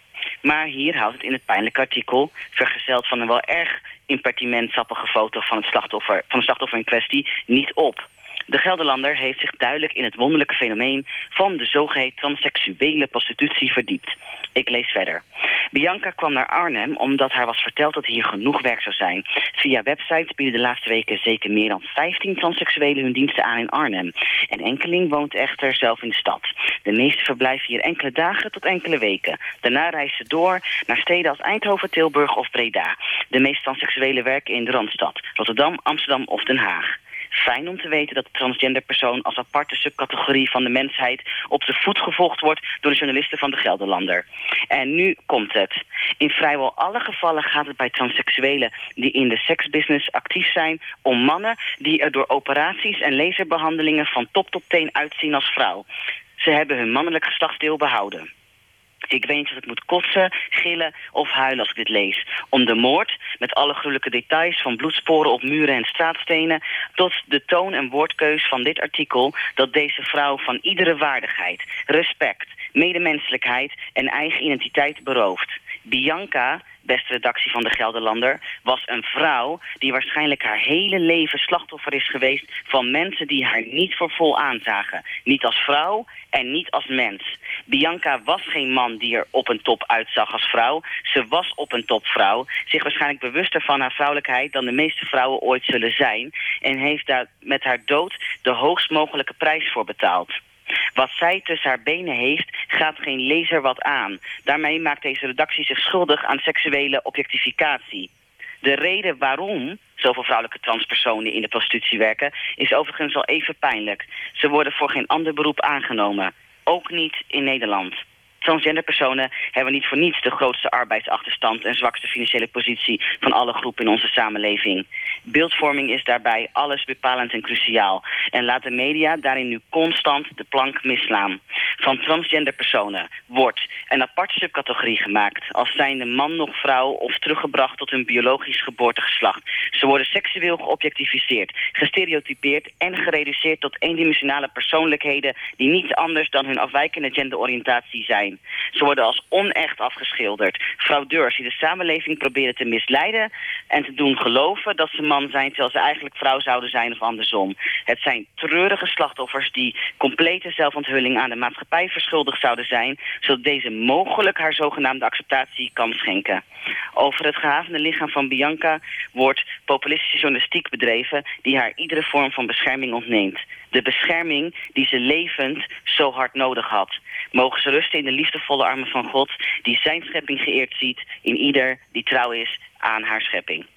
Maar hier houdt het in het pijnlijke artikel, vergezeld van een wel erg impertinent sappige foto van het slachtoffer in kwestie, niet op. De Gelderlander heeft zich duidelijk in het wonderlijke fenomeen van de zogeheten transseksuele prostitutie verdiept. Ik lees verder. Bianca kwam naar Arnhem omdat haar was verteld dat hier genoeg werk zou zijn. Via websites bieden de laatste weken zeker meer dan 15 transseksuelen hun diensten aan in Arnhem. En enkeling woont echter zelf in de stad. De meeste verblijven hier enkele dagen tot enkele weken. Daarna reizen ze door naar steden als Eindhoven, Tilburg of Breda. De meeste transseksuelen werken in de Randstad, Rotterdam, Amsterdam of Den Haag. Fijn om te weten dat de transgender persoon als aparte subcategorie van de mensheid op de voet gevolgd wordt door de journalisten van de Gelderlander. En nu komt het. In vrijwel alle gevallen gaat het bij transseksuelen die in de seksbusiness actief zijn om mannen die er door operaties en laserbehandelingen van top tot teen uitzien als vrouw. Ze hebben hun mannelijk geslachtsdeel behouden. Ik weet niet of ik moet kotsen, gillen of huilen als ik dit lees. Om de moord, met alle gruwelijke details van bloedsporen op muren en straatstenen, tot de toon en woordkeus van dit artikel dat deze vrouw van iedere waardigheid, respect, medemenselijkheid en eigen identiteit berooft. Bianca, beste redactie van de Gelderlander, was een vrouw die waarschijnlijk haar hele leven slachtoffer is geweest van mensen die haar niet voor vol aanzagen. Niet als vrouw en niet als mens. Bianca was geen man die er op een top uitzag als vrouw. Ze was op een topvrouw, zich waarschijnlijk bewuster van haar vrouwelijkheid dan de meeste vrouwen ooit zullen zijn en heeft daar met haar dood de hoogst mogelijke prijs voor betaald. Wat zij tussen haar benen heeft, gaat geen lezer wat aan. Daarmee maakt deze redactie zich schuldig aan seksuele objectificatie. De reden waarom zoveel vrouwelijke transpersonen in de prostitutie werken is overigens al even pijnlijk. Ze worden voor geen ander beroep aangenomen. Ook niet in Nederland. Transgenderpersonen hebben niet voor niets de grootste arbeidsachterstand en zwakste financiële positie van alle groepen in onze samenleving. Beeldvorming is daarbij alles bepalend en cruciaal en laat de media daarin nu constant de plank misslaan. Van transgenderpersonen wordt een aparte subcategorie gemaakt, als zijnde man nog vrouw of teruggebracht tot hun biologisch geboortegeslacht. Ze worden seksueel geobjectificeerd, gestereotypeerd en gereduceerd tot eendimensionale persoonlijkheden die niets anders dan hun afwijkende genderoriëntatie zijn. Ze worden als onecht afgeschilderd. Fraudeurs die de samenleving proberen te misleiden en te doen geloven dat ze man zijn terwijl ze eigenlijk vrouw zouden zijn of andersom. Het zijn treurige slachtoffers die complete zelfonthulling aan de maatschappij verschuldigd zouden zijn, zodat deze mogelijk haar zogenaamde acceptatie kan schenken. Over het gehavende lichaam van Bianca wordt populistische journalistiek bedreven die haar iedere vorm van bescherming ontneemt. De bescherming die ze levend zo hard nodig had. Mogen ze rusten in de liefdevolle armen van God die zijn schepping geëerd ziet in ieder die trouw is aan haar schepping.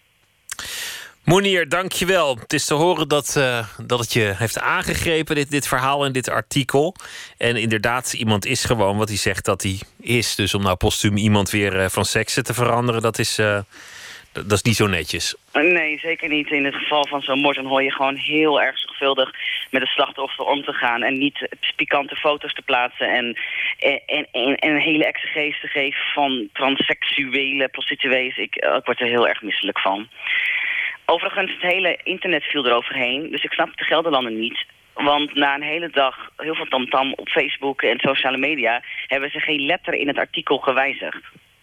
Mounir, dank je wel. Het is te horen dat het je heeft aangegrepen, dit verhaal en dit artikel. En inderdaad, iemand is gewoon wat hij zegt dat hij is. Dus om nou postuum iemand weer van seksen te veranderen, dat is niet zo netjes. Nee, zeker niet. In het geval van zo'n moord dan hoor je gewoon heel erg zorgvuldig met het slachtoffer om te gaan. En niet pikante foto's te plaatsen en een hele exegese te geven van transseksuele prostituees. Ik word er heel erg misselijk van. Overigens, het hele internet viel eroverheen. Dus ik snap de Gelderlander niet. Want na een hele dag heel veel tamtam op Facebook en sociale media hebben ze geen letter in het artikel gewijzigd.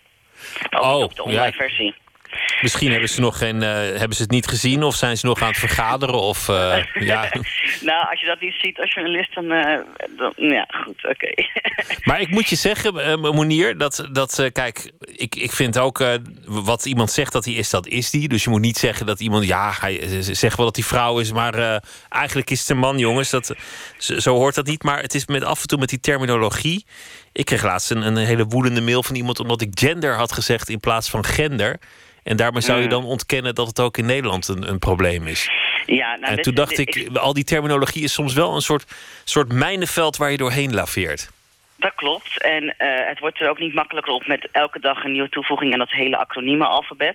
Op de online versie. Misschien hebben ze het niet gezien of zijn ze nog aan het vergaderen of ja. Nou, als je dat niet ziet als journalist, dan ja, goed, oké. Maar ik moet je zeggen, Mounir, kijk, ik vind ook wat iemand zegt dat hij is, dat is die. Dus je moet niet zeggen dat iemand, hij zegt wel dat hij vrouw is, maar eigenlijk is het een man, jongens. Zo hoort dat niet. Maar het is af en toe met die terminologie. Ik kreeg laatst een hele woedende mail van iemand omdat ik gender had gezegd in plaats van gender. En daarmee zou je dan ontkennen dat het ook in Nederland een probleem is. Ja, nou, en toen dacht ik, al die terminologie is soms wel een soort mijnenveld waar je doorheen laveert. Dat klopt. En het wordt er ook niet makkelijker op met elke dag een nieuwe toevoeging aan dat hele acronieme alfabet.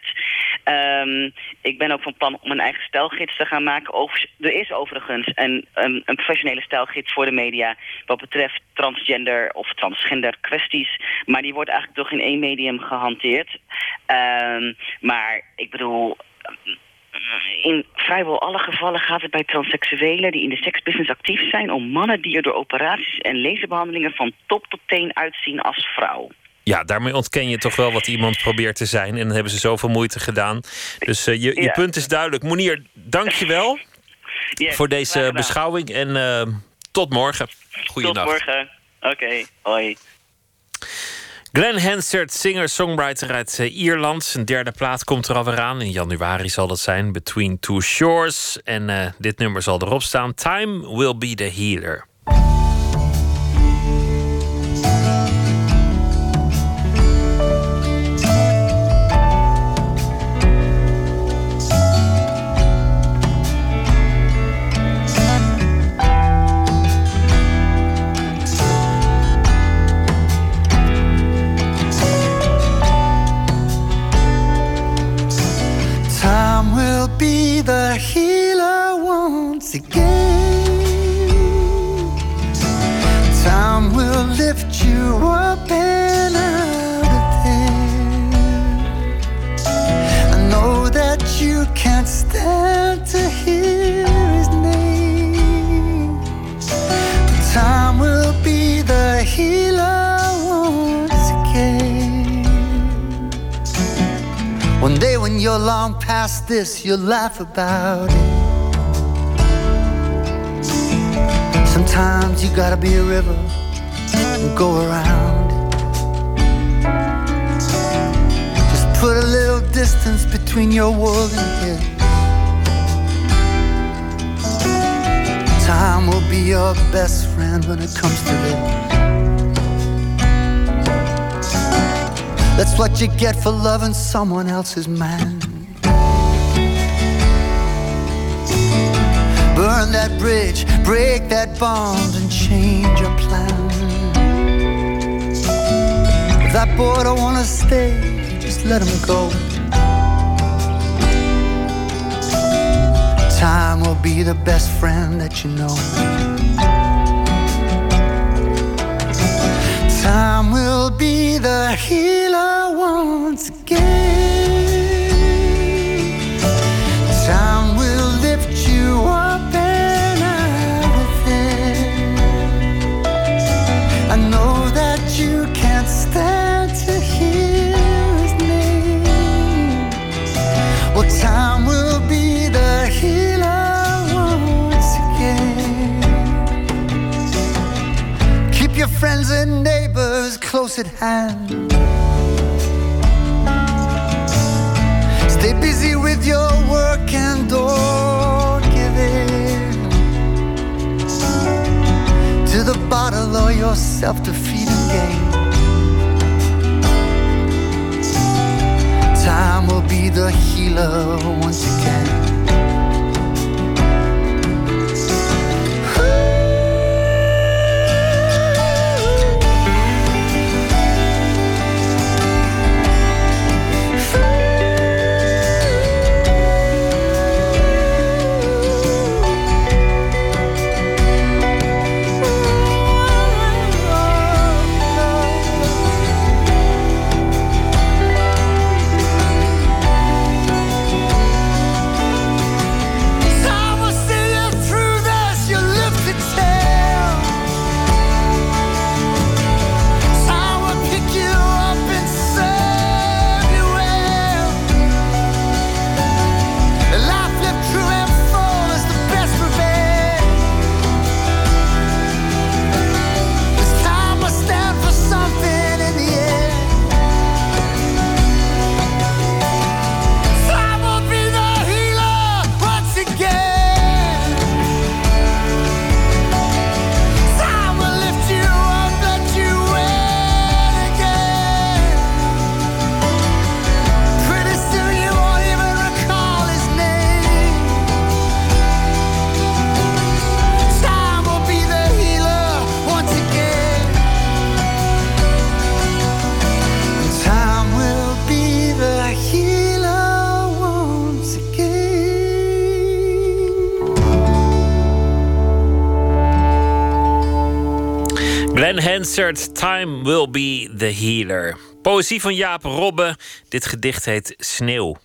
Ik ben ook van plan om een eigen stijlgids te gaan maken. Er is overigens een professionele stijlgids voor de media wat betreft transgender of transgender kwesties. Maar die wordt eigenlijk door geen één medium gehanteerd. Maar ik bedoel, in vrijwel alle gevallen gaat het bij transseksuelen die in de seksbusiness actief zijn om mannen die er door operaties en laserbehandelingen van top tot teen uitzien als vrouw. Ja, daarmee ontken je toch wel wat iemand probeert te zijn. En dan hebben ze zoveel moeite gedaan. Dus je punt is duidelijk. Mounir, dank je wel voor deze beschouwing. En tot morgen. Goeienacht. Tot morgen. Oké, hoi. Glenn Hansard, singer-songwriter uit Ierland. Een derde plaat komt er alweer aan. In januari zal dat zijn, Between Two Shores. En dit nummer zal erop staan. Time Will Be The Healer. Be the healer once again. Time will lift you up and out of there. I know that you can't stand to hear his name, but time will be the healer once again. One day when you're long past this, you'll laugh about it. Sometimes you gotta be a river and go around it. Just put a little distance between your world and his. Time will be your best friend when it comes to this. That's what you get for loving someone else's man. Burn that bridge, break that bond, and change your plan. If that boy don't wanna stay, just let him go. Time will be the best friend that you know. Time will be the healer once again. Time will lift you up and out of there. I know that you can't stand to hear his name. Well, time will be the healer once again. Keep your friends and neighbors close at hand. Stay busy with your work and don't give in to the bottle or your self-defeating game. Time will be the healer once again. Glenn Hansard, Time Will Be The Healer. Poëzie van Jaap Robbe. Dit gedicht heet Sneeuw.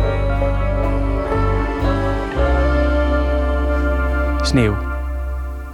Sneeuw.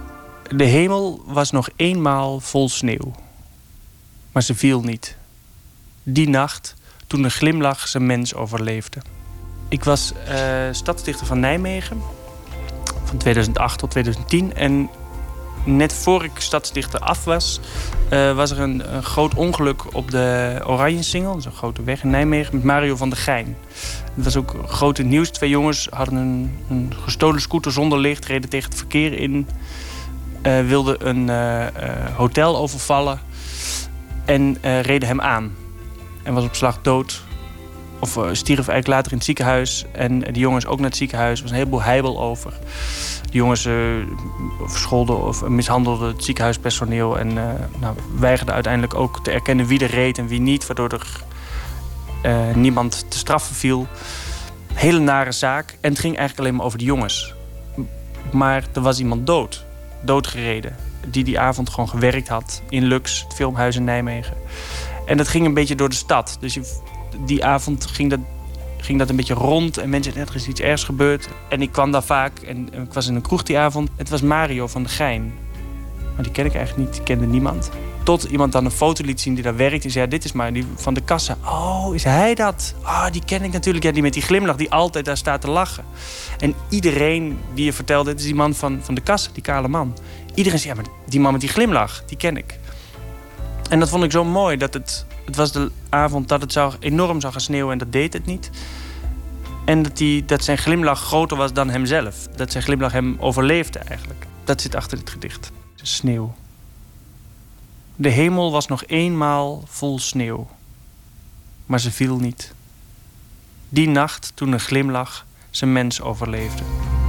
De hemel was nog eenmaal vol sneeuw. Maar ze viel niet. Die nacht, toen de glimlach zijn mens overleefde. Ik was stadsdichter van Nijmegen. Van 2008 tot 2010. En net voor ik stadsdichter af was... was er een groot ongeluk op de Oranjensingel. Dat is een grote weg in Nijmegen. Met Mario van der Geijn. Het was ook groot in het nieuws. 2 jongens hadden een gestolen scooter zonder licht. Reden tegen het verkeer in. Wilden een hotel overvallen. En reden hem aan. En was op slag dood. Of stierf eigenlijk later in het ziekenhuis. En die jongens ook naar het ziekenhuis. Er was een heleboel heibel over. De jongens verscholden of mishandelden het ziekenhuispersoneel. En weigerden uiteindelijk ook te erkennen wie er reed en wie niet. Waardoor er niemand te straffen viel. Hele nare zaak. En het ging eigenlijk alleen maar over de jongens. Maar er was iemand doodgereden. Die avond gewoon gewerkt had in Lux, het filmhuis in Nijmegen. En dat ging een beetje door de stad. Dus die avond ging dat een beetje rond. En mensen zeiden, er is iets ergs gebeurd. En ik kwam daar vaak. En ik was in een kroeg die avond. Het was Mario van der Geijn. Maar die ken ik eigenlijk niet. Die kende niemand. Tot iemand dan een foto liet zien die daar werkt. Die zei, dit is maar die van de kassa. Oh, is hij dat? Die ken ik natuurlijk. Ja, die met die glimlach die altijd daar staat te lachen. En iedereen die je vertelde, dit is die man van de kassa, die kale man. Iedereen zei, ja, maar die man met die glimlach, die ken ik. En dat vond ik zo mooi. Dat het was de avond dat het enorm zou gaan sneeuwen en dat deed het niet. En dat zijn glimlach groter was dan hemzelf. Dat zijn glimlach hem overleefde eigenlijk. Dat zit achter dit gedicht. Sneeuw. De hemel was nog eenmaal vol sneeuw. Maar ze viel niet. Die nacht toen een glimlach zijn mens overleefde.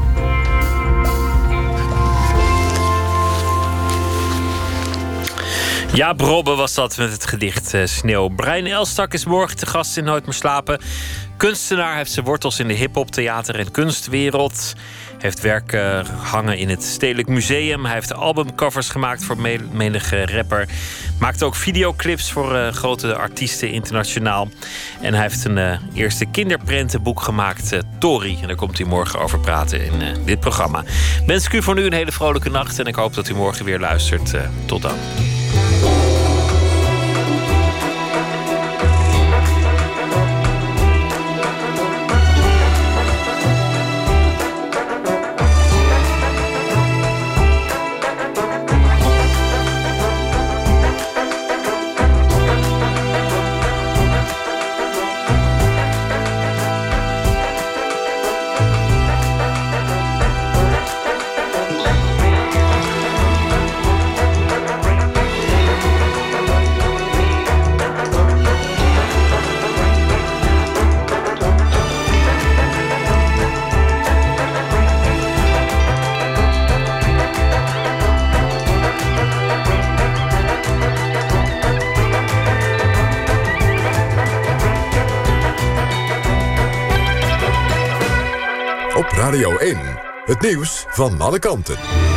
Jaap Robbe was dat met het gedicht Sneeuw. Brian Elstak is morgen te gast in Nooit meer slapen. Kunstenaar, heeft zijn wortels in de hiphop, theater en kunstwereld. Heeft werk hangen in het Stedelijk Museum. Hij heeft albumcovers gemaakt voor menige rapper. Maakt ook videoclips voor grote artiesten internationaal. En hij heeft een eerste kinderprentenboek gemaakt, Tori. En daar komt hij morgen over praten in dit programma. Wens ik u voor nu een hele vrolijke nacht. En ik hoop dat u morgen weer luistert. Tot dan. Radio 1, het nieuws van alle kanten.